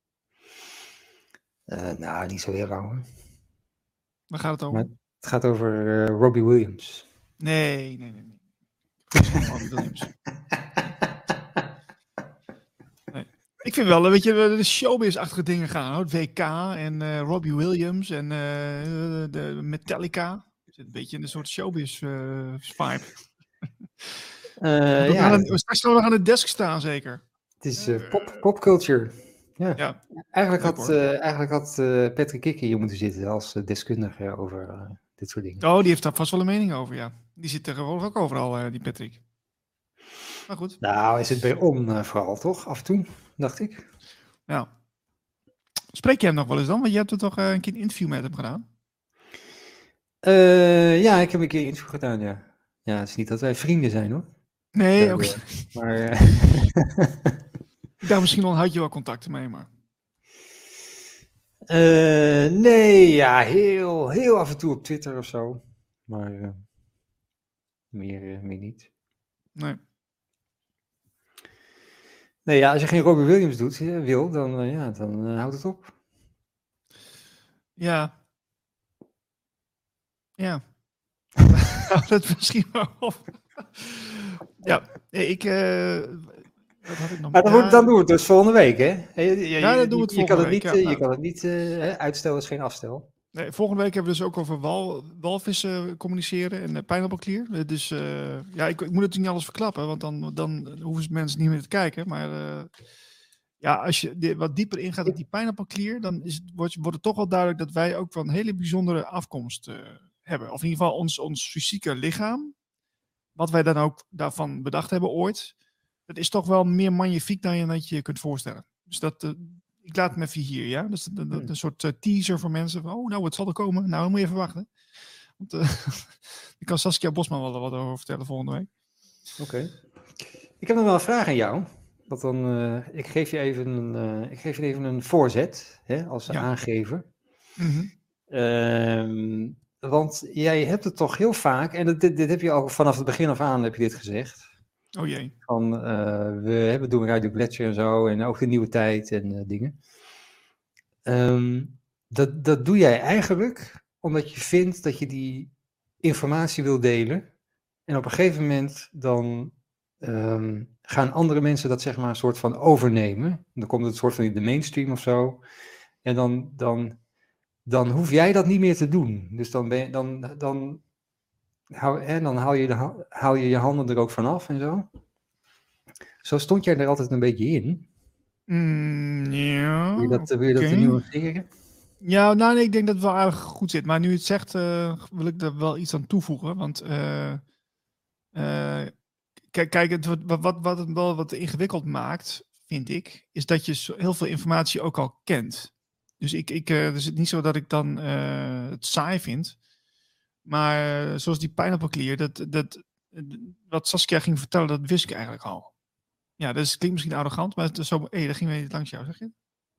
Nou, niet zo heel lang, hoor. Waar gaat het over? Maar het gaat over Robbie Williams. Nee. Robbie Williams. Nee. Ik vind wel, weet je, de showbiz-achtige dingen gaan. Het WK en Robbie Williams en de Metallica. Zit een beetje in een soort showbiz vibe. Ja, Straks gaan we nog aan de desk staan, zeker. het is popculture. Ja. Ja, Eigenlijk had Patrick Kikker hier moeten zitten als deskundige over dit soort dingen. Oh, die heeft daar vast wel een mening over, ja. Die zit tegenwoordig ook overal, die Patrick. Maar goed. Nou, is het bij vooral, toch? Af en toe, dacht ik. Ja. Spreek je hem nog wel eens dan? Want je hebt er toch een keer een interview met hem gedaan? Ja, ik heb een keer een interview gedaan, ja. Ja, het is niet dat wij vrienden zijn, hoor. Nee, Oké. oké. Maar... Ik dacht misschien had je wel contacten mee, maar... nee, ja, heel af en toe op Twitter of zo. Maar meer niet. Nee. Nee, ja, als je geen Robbie Williams wil, dan houdt het op. Ja. Ja. Houdt het misschien wel op. Ja, wat had ik nog? Maar dan doen we het dus volgende week, hè? Ja, dan doen we het volgende week. Je kan het niet uitstel is geen afstel. Nee, volgende week hebben we dus ook over walvissen communiceren en pineappelklier. Dus ja, ik moet natuurlijk niet alles verklappen, want dan hoeven mensen niet meer te kijken. Maar ja, als je wat dieper ingaat op die pineappelklier, dan wordt het toch wel duidelijk dat wij ook wel een hele bijzondere afkomst hebben. Of in ieder geval ons fysieke lichaam, wat wij dan ook daarvan bedacht hebben ooit, dat is toch wel meer magnifiek dan je dat je kunt voorstellen. Dus dat... ik laat hem even hier, ja. Dus een soort teaser voor mensen. Van, nou, het zal er komen. Nou, dan moet je even wachten. Want ik kan Saskia Bosman wel wat over vertellen volgende week. Oké. Ik heb nog wel een vraag aan jou. Want dan, ik geef je even een voorzet, hè, als aangever. Mm-hmm. Want jij hebt het toch heel vaak, en dit heb je al vanaf het begin af aan heb je dit gezegd. Oh jee. Van, we doen Radio Gletscher en zo, en ook de nieuwe tijd en dingen. Dat doe jij eigenlijk omdat je vindt dat je die informatie wil delen. En op een gegeven moment dan gaan andere mensen dat zeg maar een soort van overnemen. Dan komt het een soort van de mainstream of zo. En dan hoef jij dat niet meer te doen. Dus dan haal je je handen er ook vanaf en zo. Zo stond jij er altijd een beetje in. Ja. Wil je dat nuanceren? Ja, nou nee, ik denk dat het wel aardig goed zit. Maar nu het zegt, wil ik er wel iets aan toevoegen. Want kijk, wat het wel wat ingewikkeld maakt, vind ik, is dat je heel veel informatie ook al kent. Dus het is niet zo dat ik dan het saai vind. Maar zoals die pineappelklier, wat Saskia ging vertellen, dat wist ik eigenlijk al. Ja, dat klinkt misschien arrogant, maar het is zo... daar gingen we langs jou, zeg je?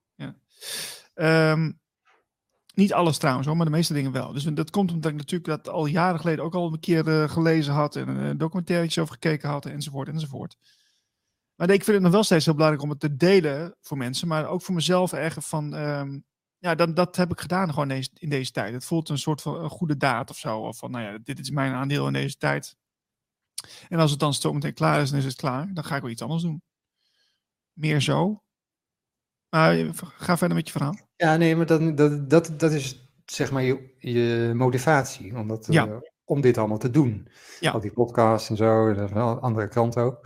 Ja. Niet alles trouwens, hoor, maar de meeste dingen wel. Dus dat komt omdat ik natuurlijk dat al jaren geleden ook al een keer gelezen had en een documentaire over gekeken had enzovoort enzovoort. Maar ik vind het nog wel steeds heel belangrijk om het te delen voor mensen, maar ook voor mezelf erg van... dat heb ik gedaan gewoon in deze tijd. Het voelt een soort van een goede daad of zo. Of van, nou ja, dit is mijn aandeel in deze tijd. En als het dan zo meteen klaar is, dan is het klaar. Dan ga ik wel iets anders doen. Meer zo. Maar ga verder met je verhaal. Ja, nee, maar dat is zeg maar je motivatie om dit allemaal te doen. Ja. Al die podcasts en zo, en dat is wel een andere kant ook.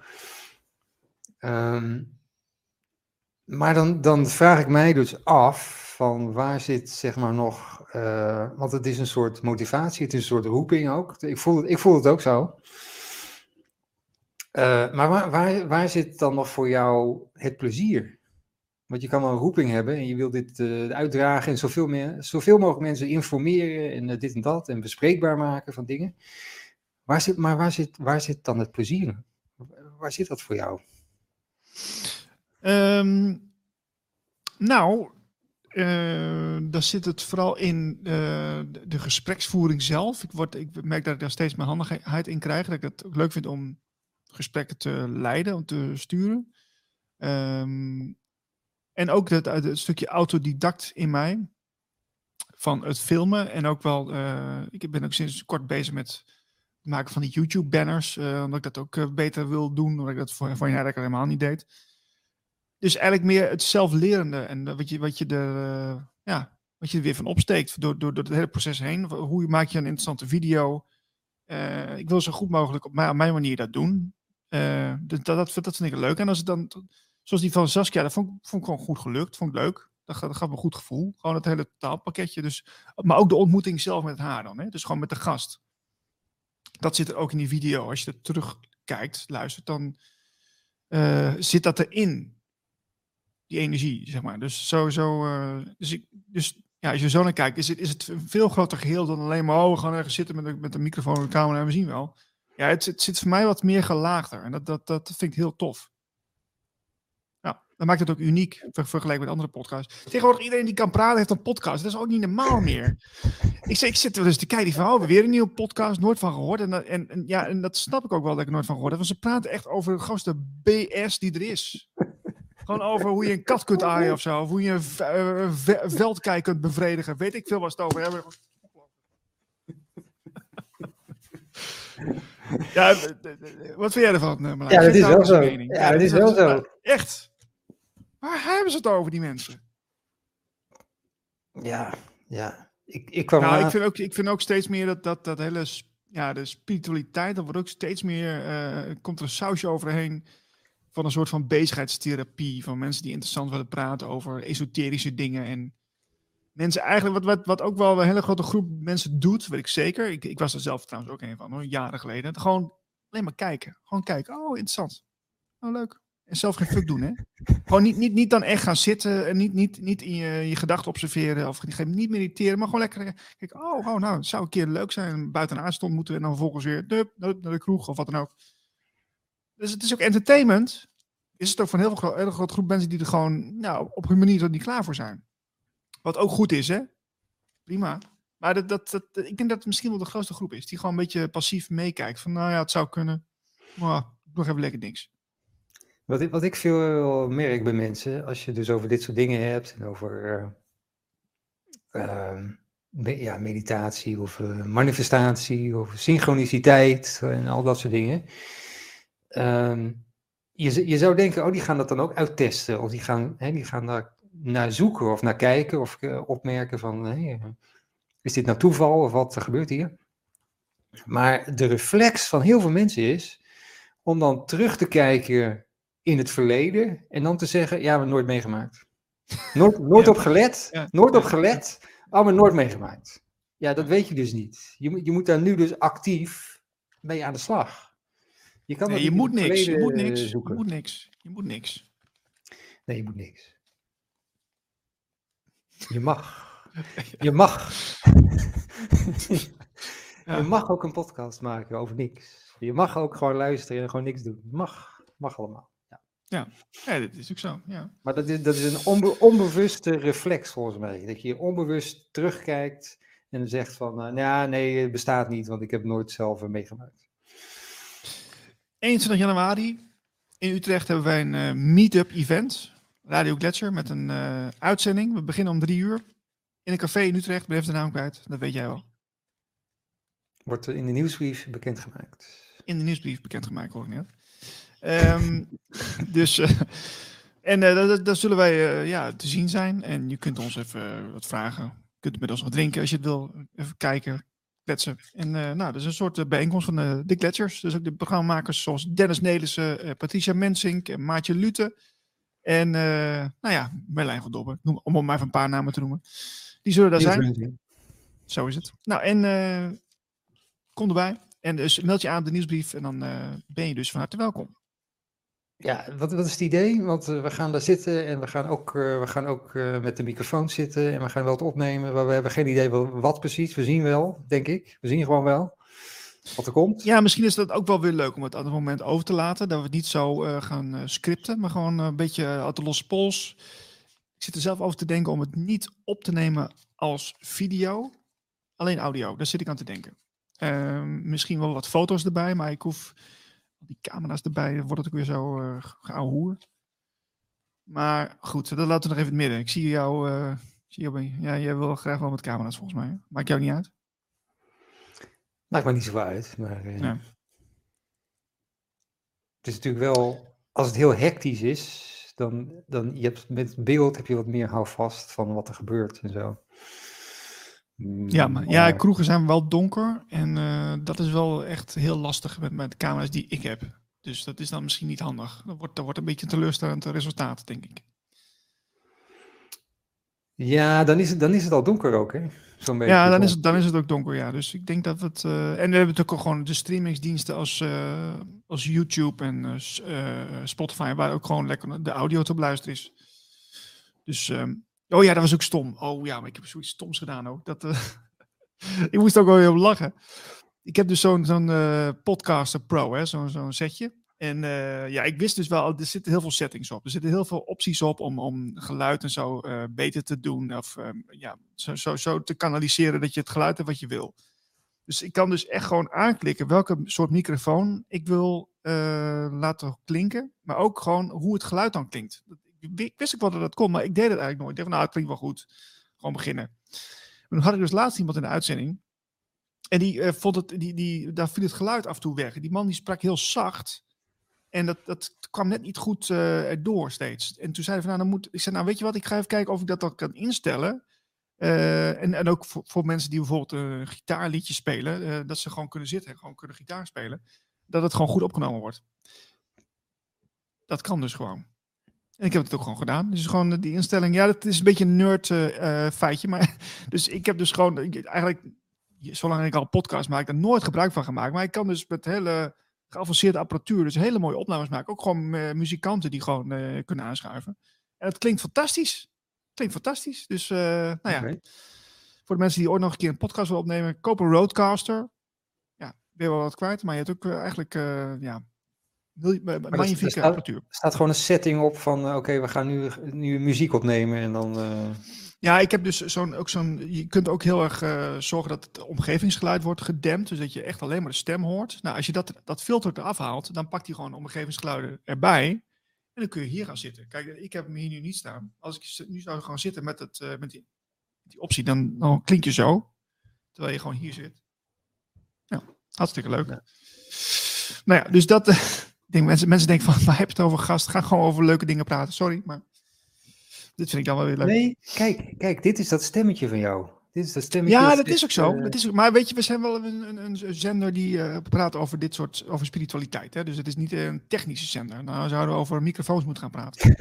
Maar dan vraag ik mij dus af van waar zit zeg maar nog, want het is een soort motivatie, het is een soort roeping ook. Ik voel het ook zo. Maar waar zit dan nog voor jou het plezier? Want je kan wel een roeping hebben en je wil dit uitdragen en zoveel mogelijk mensen informeren en dit en dat en bespreekbaar maken van dingen. Waar zit dan het plezier? Waar zit dat voor jou? Daar zit het vooral in de gespreksvoering zelf. Ik merk dat ik daar steeds meer handigheid in krijg. Dat ik het ook leuk vind om gesprekken te leiden, om te sturen. En ook het stukje autodidact in mij. Van het filmen. En ook wel, ik ben ook sinds kort bezig met het maken van die YouTube-banners. Omdat ik dat ook beter wil doen. Omdat ik dat van jaren eigenlijk helemaal niet deed. Dus eigenlijk meer het zelflerende. En wat je wat je er weer van opsteekt door het hele proces heen. Hoe maak je een interessante video? Ik wil zo goed mogelijk op mijn manier dat doen. Dat vind ik leuk. En als het dan, zoals die van Saskia, dat vond ik gewoon goed gelukt. Vond ik leuk. Dat gaf me een goed gevoel. Gewoon het hele taalpakketje. Dus, maar ook de ontmoeting zelf met haar dan. Hè? Dus gewoon met de gast. Dat zit er ook in die video. Als je er terugkijkt, luistert, dan zit dat erin. Die energie, zeg maar. Dus als je zo naar kijkt, is het een veel groter geheel dan alleen maar, we gaan ergens zitten met een microfoon en een camera en we zien wel. Ja, het zit voor mij wat meer gelaagder. En dat vind ik heel tof. Nou, dat maakt het ook uniek vergeleken met andere podcasts. Tegenwoordig iedereen die kan praten heeft een podcast. Dat is ook niet normaal meer. Ik zit wel eens te kijken van, weer een nieuwe podcast, nooit van gehoord. En dat snap ik ook wel dat ik er nooit van gehoord heb. Want ze praten echt over de grootste BS die er is. Gewoon over hoe je een kat kunt aaien of zo. Of hoe je een veldkei kunt bevredigen. Weet ik veel wat ze het over hebben. Ja, wat vind jij ervan, Marlijn? Ja, dat is wel zo. Ja, dat is wel zo. Echt. Waar hebben ze het over, die mensen? Ja. Ik kwam ik vind ook steeds meer dat hele... Ja, de spiritualiteit, dat wordt ook steeds meer... komt er een sausje overheen van een soort van bezigheidstherapie. Van mensen die interessant willen praten over esoterische dingen. En mensen eigenlijk, wat ook wel een hele grote groep mensen doet, weet ik zeker. Ik was er zelf trouwens ook een van, hoor, jaren geleden. Gewoon alleen maar kijken. Gewoon kijken. Oh, interessant. Oh, leuk. En zelf geen fuck doen, hè. Gewoon niet dan echt gaan zitten en niet in je gedachten observeren of niet mediteren, maar gewoon lekker kijken. Oh, nou, het zou een keer leuk zijn. Buitenaard stond moeten en dan vervolgens weer naar de kroeg of wat dan ook. Dus het is ook entertainment. Is het ook van heel veel grote groep mensen die er gewoon op hun manier er niet klaar voor zijn. Wat ook goed is, hè? Prima. Maar ik denk dat het misschien wel de grootste groep is. Die gewoon een beetje passief meekijkt. Van nou ja, het zou kunnen. Maar nog even lekker niks. Wat ik veel merk bij mensen, als je dus over dit soort dingen hebt. En over meditatie of manifestatie of synchroniciteit en al dat soort dingen. Je zou denken, die gaan dat dan ook uittesten. Of die gaan daar naar zoeken of naar kijken of opmerken van, is dit nou toeval of wat gebeurt hier? Maar de reflex van heel veel mensen is om dan terug te kijken in het verleden en dan te zeggen, ja, we hebben nooit meegemaakt. Nooit op gelet, nooit op gelet, maar nooit meegemaakt. Ja, dat weet je dus niet. Je moet daar nu dus actief mee aan de slag. Je moet niks. Je moet niks. Nee, je moet niks. Je mag. Je mag. Je mag ook een podcast maken over niks. Je mag ook gewoon luisteren en gewoon niks doen. Mag allemaal. Ja, dat is ook zo. Ja. Maar dat is een onbewuste reflex volgens mij. Dat je onbewust terugkijkt en zegt van, nee, het bestaat niet, want ik heb het nooit zelf meegemaakt. 21 januari in Utrecht hebben wij een meet-up event. Radio Gletscher met een uitzending. We beginnen om 3 uur. In een café in Utrecht. Ben even de naam kwijt. Dat weet jij wel. Wordt in de nieuwsbrief bekendgemaakt. In de nieuwsbrief bekendgemaakt, hoor ik net. Daar zullen wij te zien zijn. En je kunt ons even wat vragen. Je kunt met ons wat drinken als je het wil. Even kijken. Kletsen. En dat is een soort bijeenkomst van de Gletschers. Dus ook de programmamakers zoals Dennis Nelissen, Patricia Mensink en Maartje Lute. En Merlijn van Dobbe. Om maar even een paar namen te noemen. Die zullen daar zijn. Zo is het. Nou, en kom erbij. En dus meld je aan op de nieuwsbrief en dan ben je dus van harte welkom. Ja, wat is het idee? Want we gaan daar zitten en we gaan ook met de microfoon zitten en we gaan wel het opnemen. Maar we hebben geen idee wat precies. We zien wel, denk ik. We zien gewoon wel wat er komt. Ja, misschien is dat ook wel weer leuk om het aan het moment over te laten. Dat we het niet zo gaan scripten, maar gewoon een beetje uit de losse pols. Ik zit er zelf over te denken om het niet op te nemen als video. Alleen audio, daar zit ik aan te denken. Misschien wel wat foto's erbij, maar ik hoef die camera's erbij, dan wordt het ook weer zo geouwehoer. Maar goed, dat laten we nog even in het midden. Ik zie jou, jij wil graag wel met camera's volgens mij. Maakt jou niet uit? Maakt me niet zo uit, maar het is natuurlijk wel, als het heel hectisch is, dan je hebt met beeld heb je wat meer houvast van wat er gebeurt en zo. Ja, kroegen zijn wel donker. En dat is wel echt heel lastig met de camera's die ik heb. Dus dat is dan misschien niet handig. Dat wordt een beetje een teleurstellend resultaat, denk ik. Ja, dan is het al donker ook, hè? Zo'n beetje. Ja, dan is het ook donker, ja. Dus ik denk dat het... en we hebben natuurlijk ook gewoon de streamingsdiensten als YouTube en Spotify, waar ook gewoon lekker de audio te beluisteren is. Dus... oh ja, dat was ook stom. Oh ja, maar ik heb zoiets stoms gedaan ook. Ik moest ook wel heel lachen. Ik heb dus zo'n Podcaster Pro, hè, zo'n setje. En ik wist dus wel, er zitten heel veel settings op. Er zitten heel veel opties op om geluid en zo beter te doen. Of zo te kanaliseren dat je het geluid hebt wat je wil. Dus ik kan dus echt gewoon aanklikken welke soort microfoon ik wil laten klinken. Maar ook gewoon hoe het geluid dan klinkt. Ik wist ook wel dat kon, maar ik deed het eigenlijk nooit. Ik dacht van, het klinkt wel goed. Gewoon beginnen. En toen had ik dus laatst iemand in de uitzending. En die vond het, daar viel het geluid af en toe weg. Die man die sprak heel zacht. En dat kwam net niet goed erdoor steeds. En toen zei hij van, ik zei, weet je wat, ik ga even kijken of ik dat dan kan instellen. En ook voor mensen die bijvoorbeeld een gitaarliedje spelen, dat ze gewoon kunnen zitten en gewoon kunnen gitaar spelen. Dat het gewoon goed opgenomen wordt. Dat kan dus gewoon. En ik heb het ook gewoon gedaan. Dus gewoon die instelling, ja, dat is een beetje een nerd feitje. Maar dus ik heb dus gewoon, eigenlijk, zolang ik al podcast maak, daar nooit gebruik van gemaakt. Maar ik kan dus met hele geavanceerde apparatuur, dus hele mooie opnames maken. Ook gewoon muzikanten die gewoon kunnen aanschuiven. En het klinkt fantastisch. Dus, Okay. Voor de mensen die ooit nog een keer een podcast willen opnemen, koop een Rodecaster. Ja, ben je wel wat kwijt, maar je hebt ook eigenlijk, magnifieke apparatuur. Er staat gewoon een setting op van, oké, we gaan nu muziek opnemen en dan... Ja, ik heb dus je kunt ook heel erg zorgen dat het omgevingsgeluid wordt gedempt, dus dat je echt alleen maar de stem hoort. Nou, als je dat filter eraf haalt, dan pakt hij gewoon omgevingsgeluiden erbij en dan kun je hier gaan zitten. Kijk, ik heb hem hier nu niet staan. Als ik nu zou gaan zitten met die optie, dan klink je zo, terwijl je gewoon hier zit. Ja, hartstikke leuk. Ja. Nou ja, dus dat... mensen denken van, waar heb je het over, gast? Ga gewoon over leuke dingen praten. Sorry, maar dit vind ik dan wel weer leuk. Nee, kijk, dit is dat stemmetje van jou. Dit is dat stemmetje. Ja, dat is ook zo. Maar weet je, we zijn wel een zender die praat over dit soort, over spiritualiteit. Hè? Dus het is niet een technische zender. Nou zouden we over microfoons moeten gaan praten.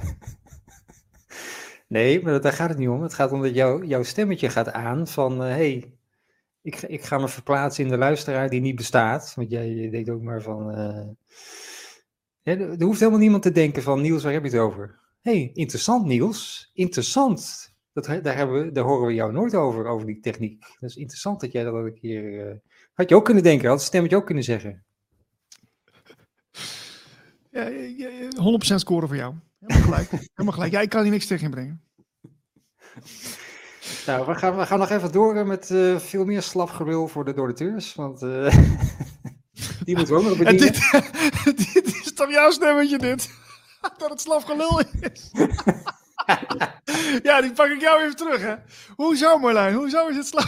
Nee, maar daar gaat het niet om. Het gaat om dat jouw stemmetje gaat aan van, hey, ik ga me verplaatsen in de luisteraar die niet bestaat. Want jij denkt ook maar van... er hoeft helemaal niemand te denken van, Niels, waar heb je het over? Hey, interessant Niels, interessant. Daar horen we jou nooit over die techniek. Dat is interessant dat jij dat ook een keer... had je ook kunnen denken, had het stemmetje ook kunnen zeggen. Ja, 100% scoren voor jou. Helemaal gelijk. Ja, ik kan hier niks tegen inbrengen. Nou, we gaan nog even door met veel meer slapgelul voor de donateurs, want die moeten we ook nog bedienen. Dit is toch jouw stemmetje, dit? Dat het slapgelul is. Ja, die pak ik jou even terug, hè. Hoezo, Marlijn? Hoezo is het slap...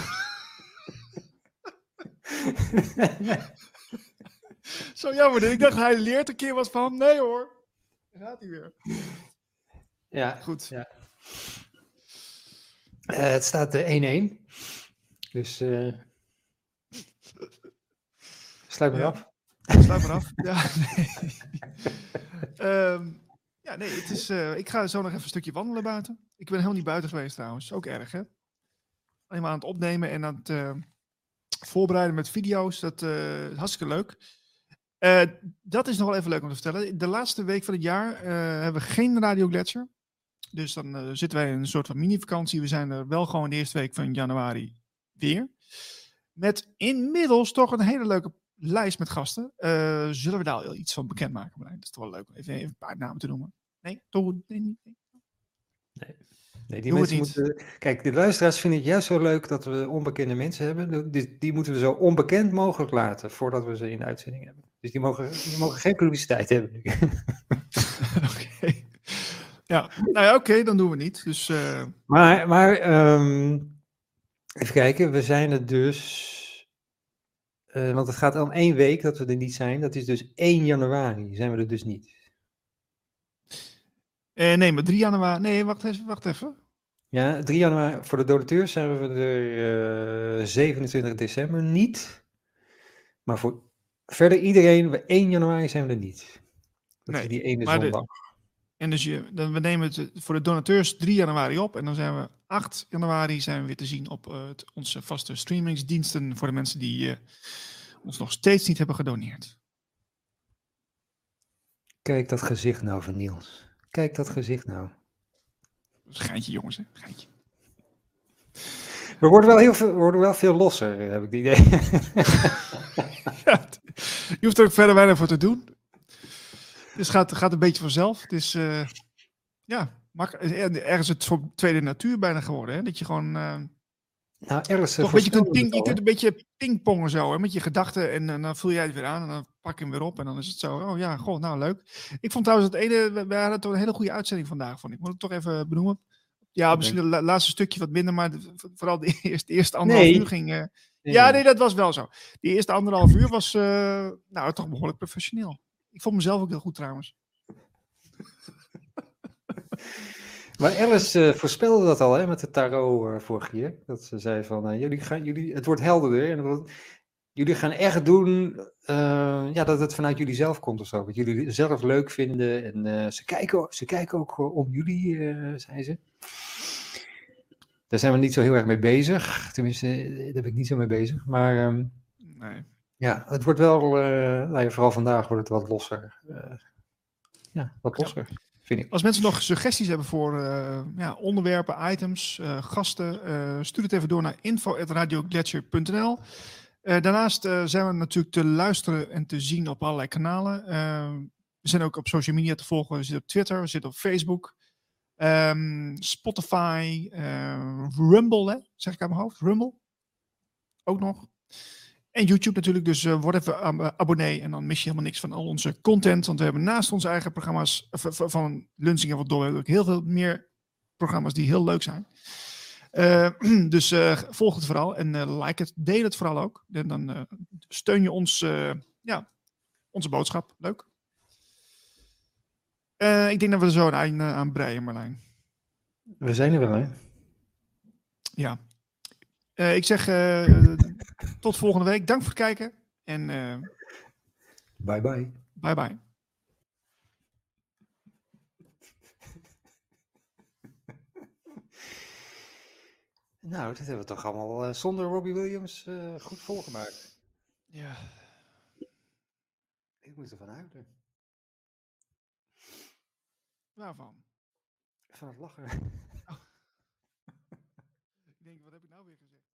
Zo jammer, ik dacht hij leert een keer wat van. Nee hoor, daar gaat hij weer. Ja, goed. Ja. Het staat 1-1. Dus sluit maar af. Sluit maar af. Ja, nee. Het is, ik ga zo nog even een stukje wandelen buiten. Ik ben helemaal niet buiten geweest trouwens. Ook erg, hè? Alleen maar aan het opnemen en aan het voorbereiden met video's. Dat is hartstikke leuk. Dat is nog wel even leuk om te vertellen. De laatste week van het jaar hebben we geen Radio Gletscher. Dus dan zitten wij in een soort van mini-vakantie. We zijn er wel gewoon de eerste week van januari weer. Met inmiddels toch een hele leuke lijst met gasten. Zullen we daar iets van bekendmaken, Marlijn? Dat is toch wel leuk om even een paar namen te noemen. Nee, toch? Nee. Nee, die mensen moeten... Kijk, de luisteraars vinden het juist zo leuk dat we onbekende mensen hebben. Die moeten we zo onbekend mogelijk laten voordat we ze in de uitzending hebben. Dus die mogen geen publiciteit hebben nu. Oké. Ja, nou ja, oké, dan doen we niet. Dus, Maar even kijken, we zijn er dus... want het gaat om 1 week dat we er niet zijn. Dat is dus 1 januari zijn we er dus niet. Nee, maar 3 januari... Nee, wacht even. Ja, 3 januari voor de donateurs zijn we er 27 december niet. Maar voor verder iedereen, 1 januari zijn we er niet. Dat is Nee, die ene maar zondag. En dus we nemen het voor de donateurs 3 januari op. En dan zijn we 8 januari zijn we weer te zien op onze vaste streamingsdiensten. Voor de mensen die ons nog steeds niet hebben gedoneerd. Kijk dat gezicht nou van Niels. Kijk dat gezicht nou. Geintje jongens, hè? Geintje. We worden wel veel losser, heb ik het idee. Ja, je hoeft er ook verder weinig voor te doen. Dus gaat een beetje vanzelf. Het is ergens het voor tweede natuur bijna geworden. Hè? Dat je gewoon Nou, Alice toch een beetje voorspelde het je al, kunt hè? een beetje pingpongen zo hè? Met je gedachten. En dan voel jij het weer aan. En dan pak je hem weer op. En dan is het zo. Oh ja, goh, nou leuk. Ik vond trouwens het ene. We hadden toch een hele goede uitzending vandaag. Vond ik. Moet ik toch even benoemen. Ja, misschien het laatste stukje wat minder. Maar vooral de eerste 1,5 uur ging... Ja, nee, dat was wel zo. Die eerste 1,5 uur was toch behoorlijk professioneel. Ik vond mezelf ook heel goed trouwens. Maar Alice voorspelde dat al, hè, met de tarot vorige keer. Dat ze zei van, het wordt helderder. En jullie gaan echt doen dat het vanuit jullie zelf komt of zo. Wat jullie zelf leuk vinden. En ze kijken ook om jullie, zei ze. Daar zijn we niet zo heel erg mee bezig. Tenminste, daar ben ik niet zo mee bezig. Maar Nee. ja, het wordt wel, vooral vandaag wordt het wat losser. Wat losser, vind ik. Als mensen nog suggesties hebben voor onderwerpen, items, gasten, stuur het even door naar info@radioglacier.nl. Daarnaast zijn we natuurlijk te luisteren en te zien op allerlei kanalen. We zijn ook op social media te volgen. We zitten op Twitter, we zitten op Facebook. Spotify, Rumble, hè? Zeg ik aan mijn hoofd? Rumble? Ook nog. En YouTube natuurlijk, dus word even abonnee en dan mis je helemaal niks van al onze content. Want we hebben naast onze eigen programma's van Lunsing en wat door, hebben we ook heel veel meer programma's die heel leuk zijn. Dus volg het vooral en like het, deel het vooral ook. En dan steun je ons, onze boodschap. Leuk. Ik denk dat we er zo een einde aan breien, Marlijn. We zijn er wel, hè? Ja. Ik zeg tot volgende week. Dank voor het kijken. En Bye bye. Bye bye. Nou, dit hebben we toch allemaal zonder Robbie Williams goed volgemaakt. Ja. Ik moest ervan huilen. Waarvan? Van het lachen. Ik denk, wat heb ik nou weer gezegd?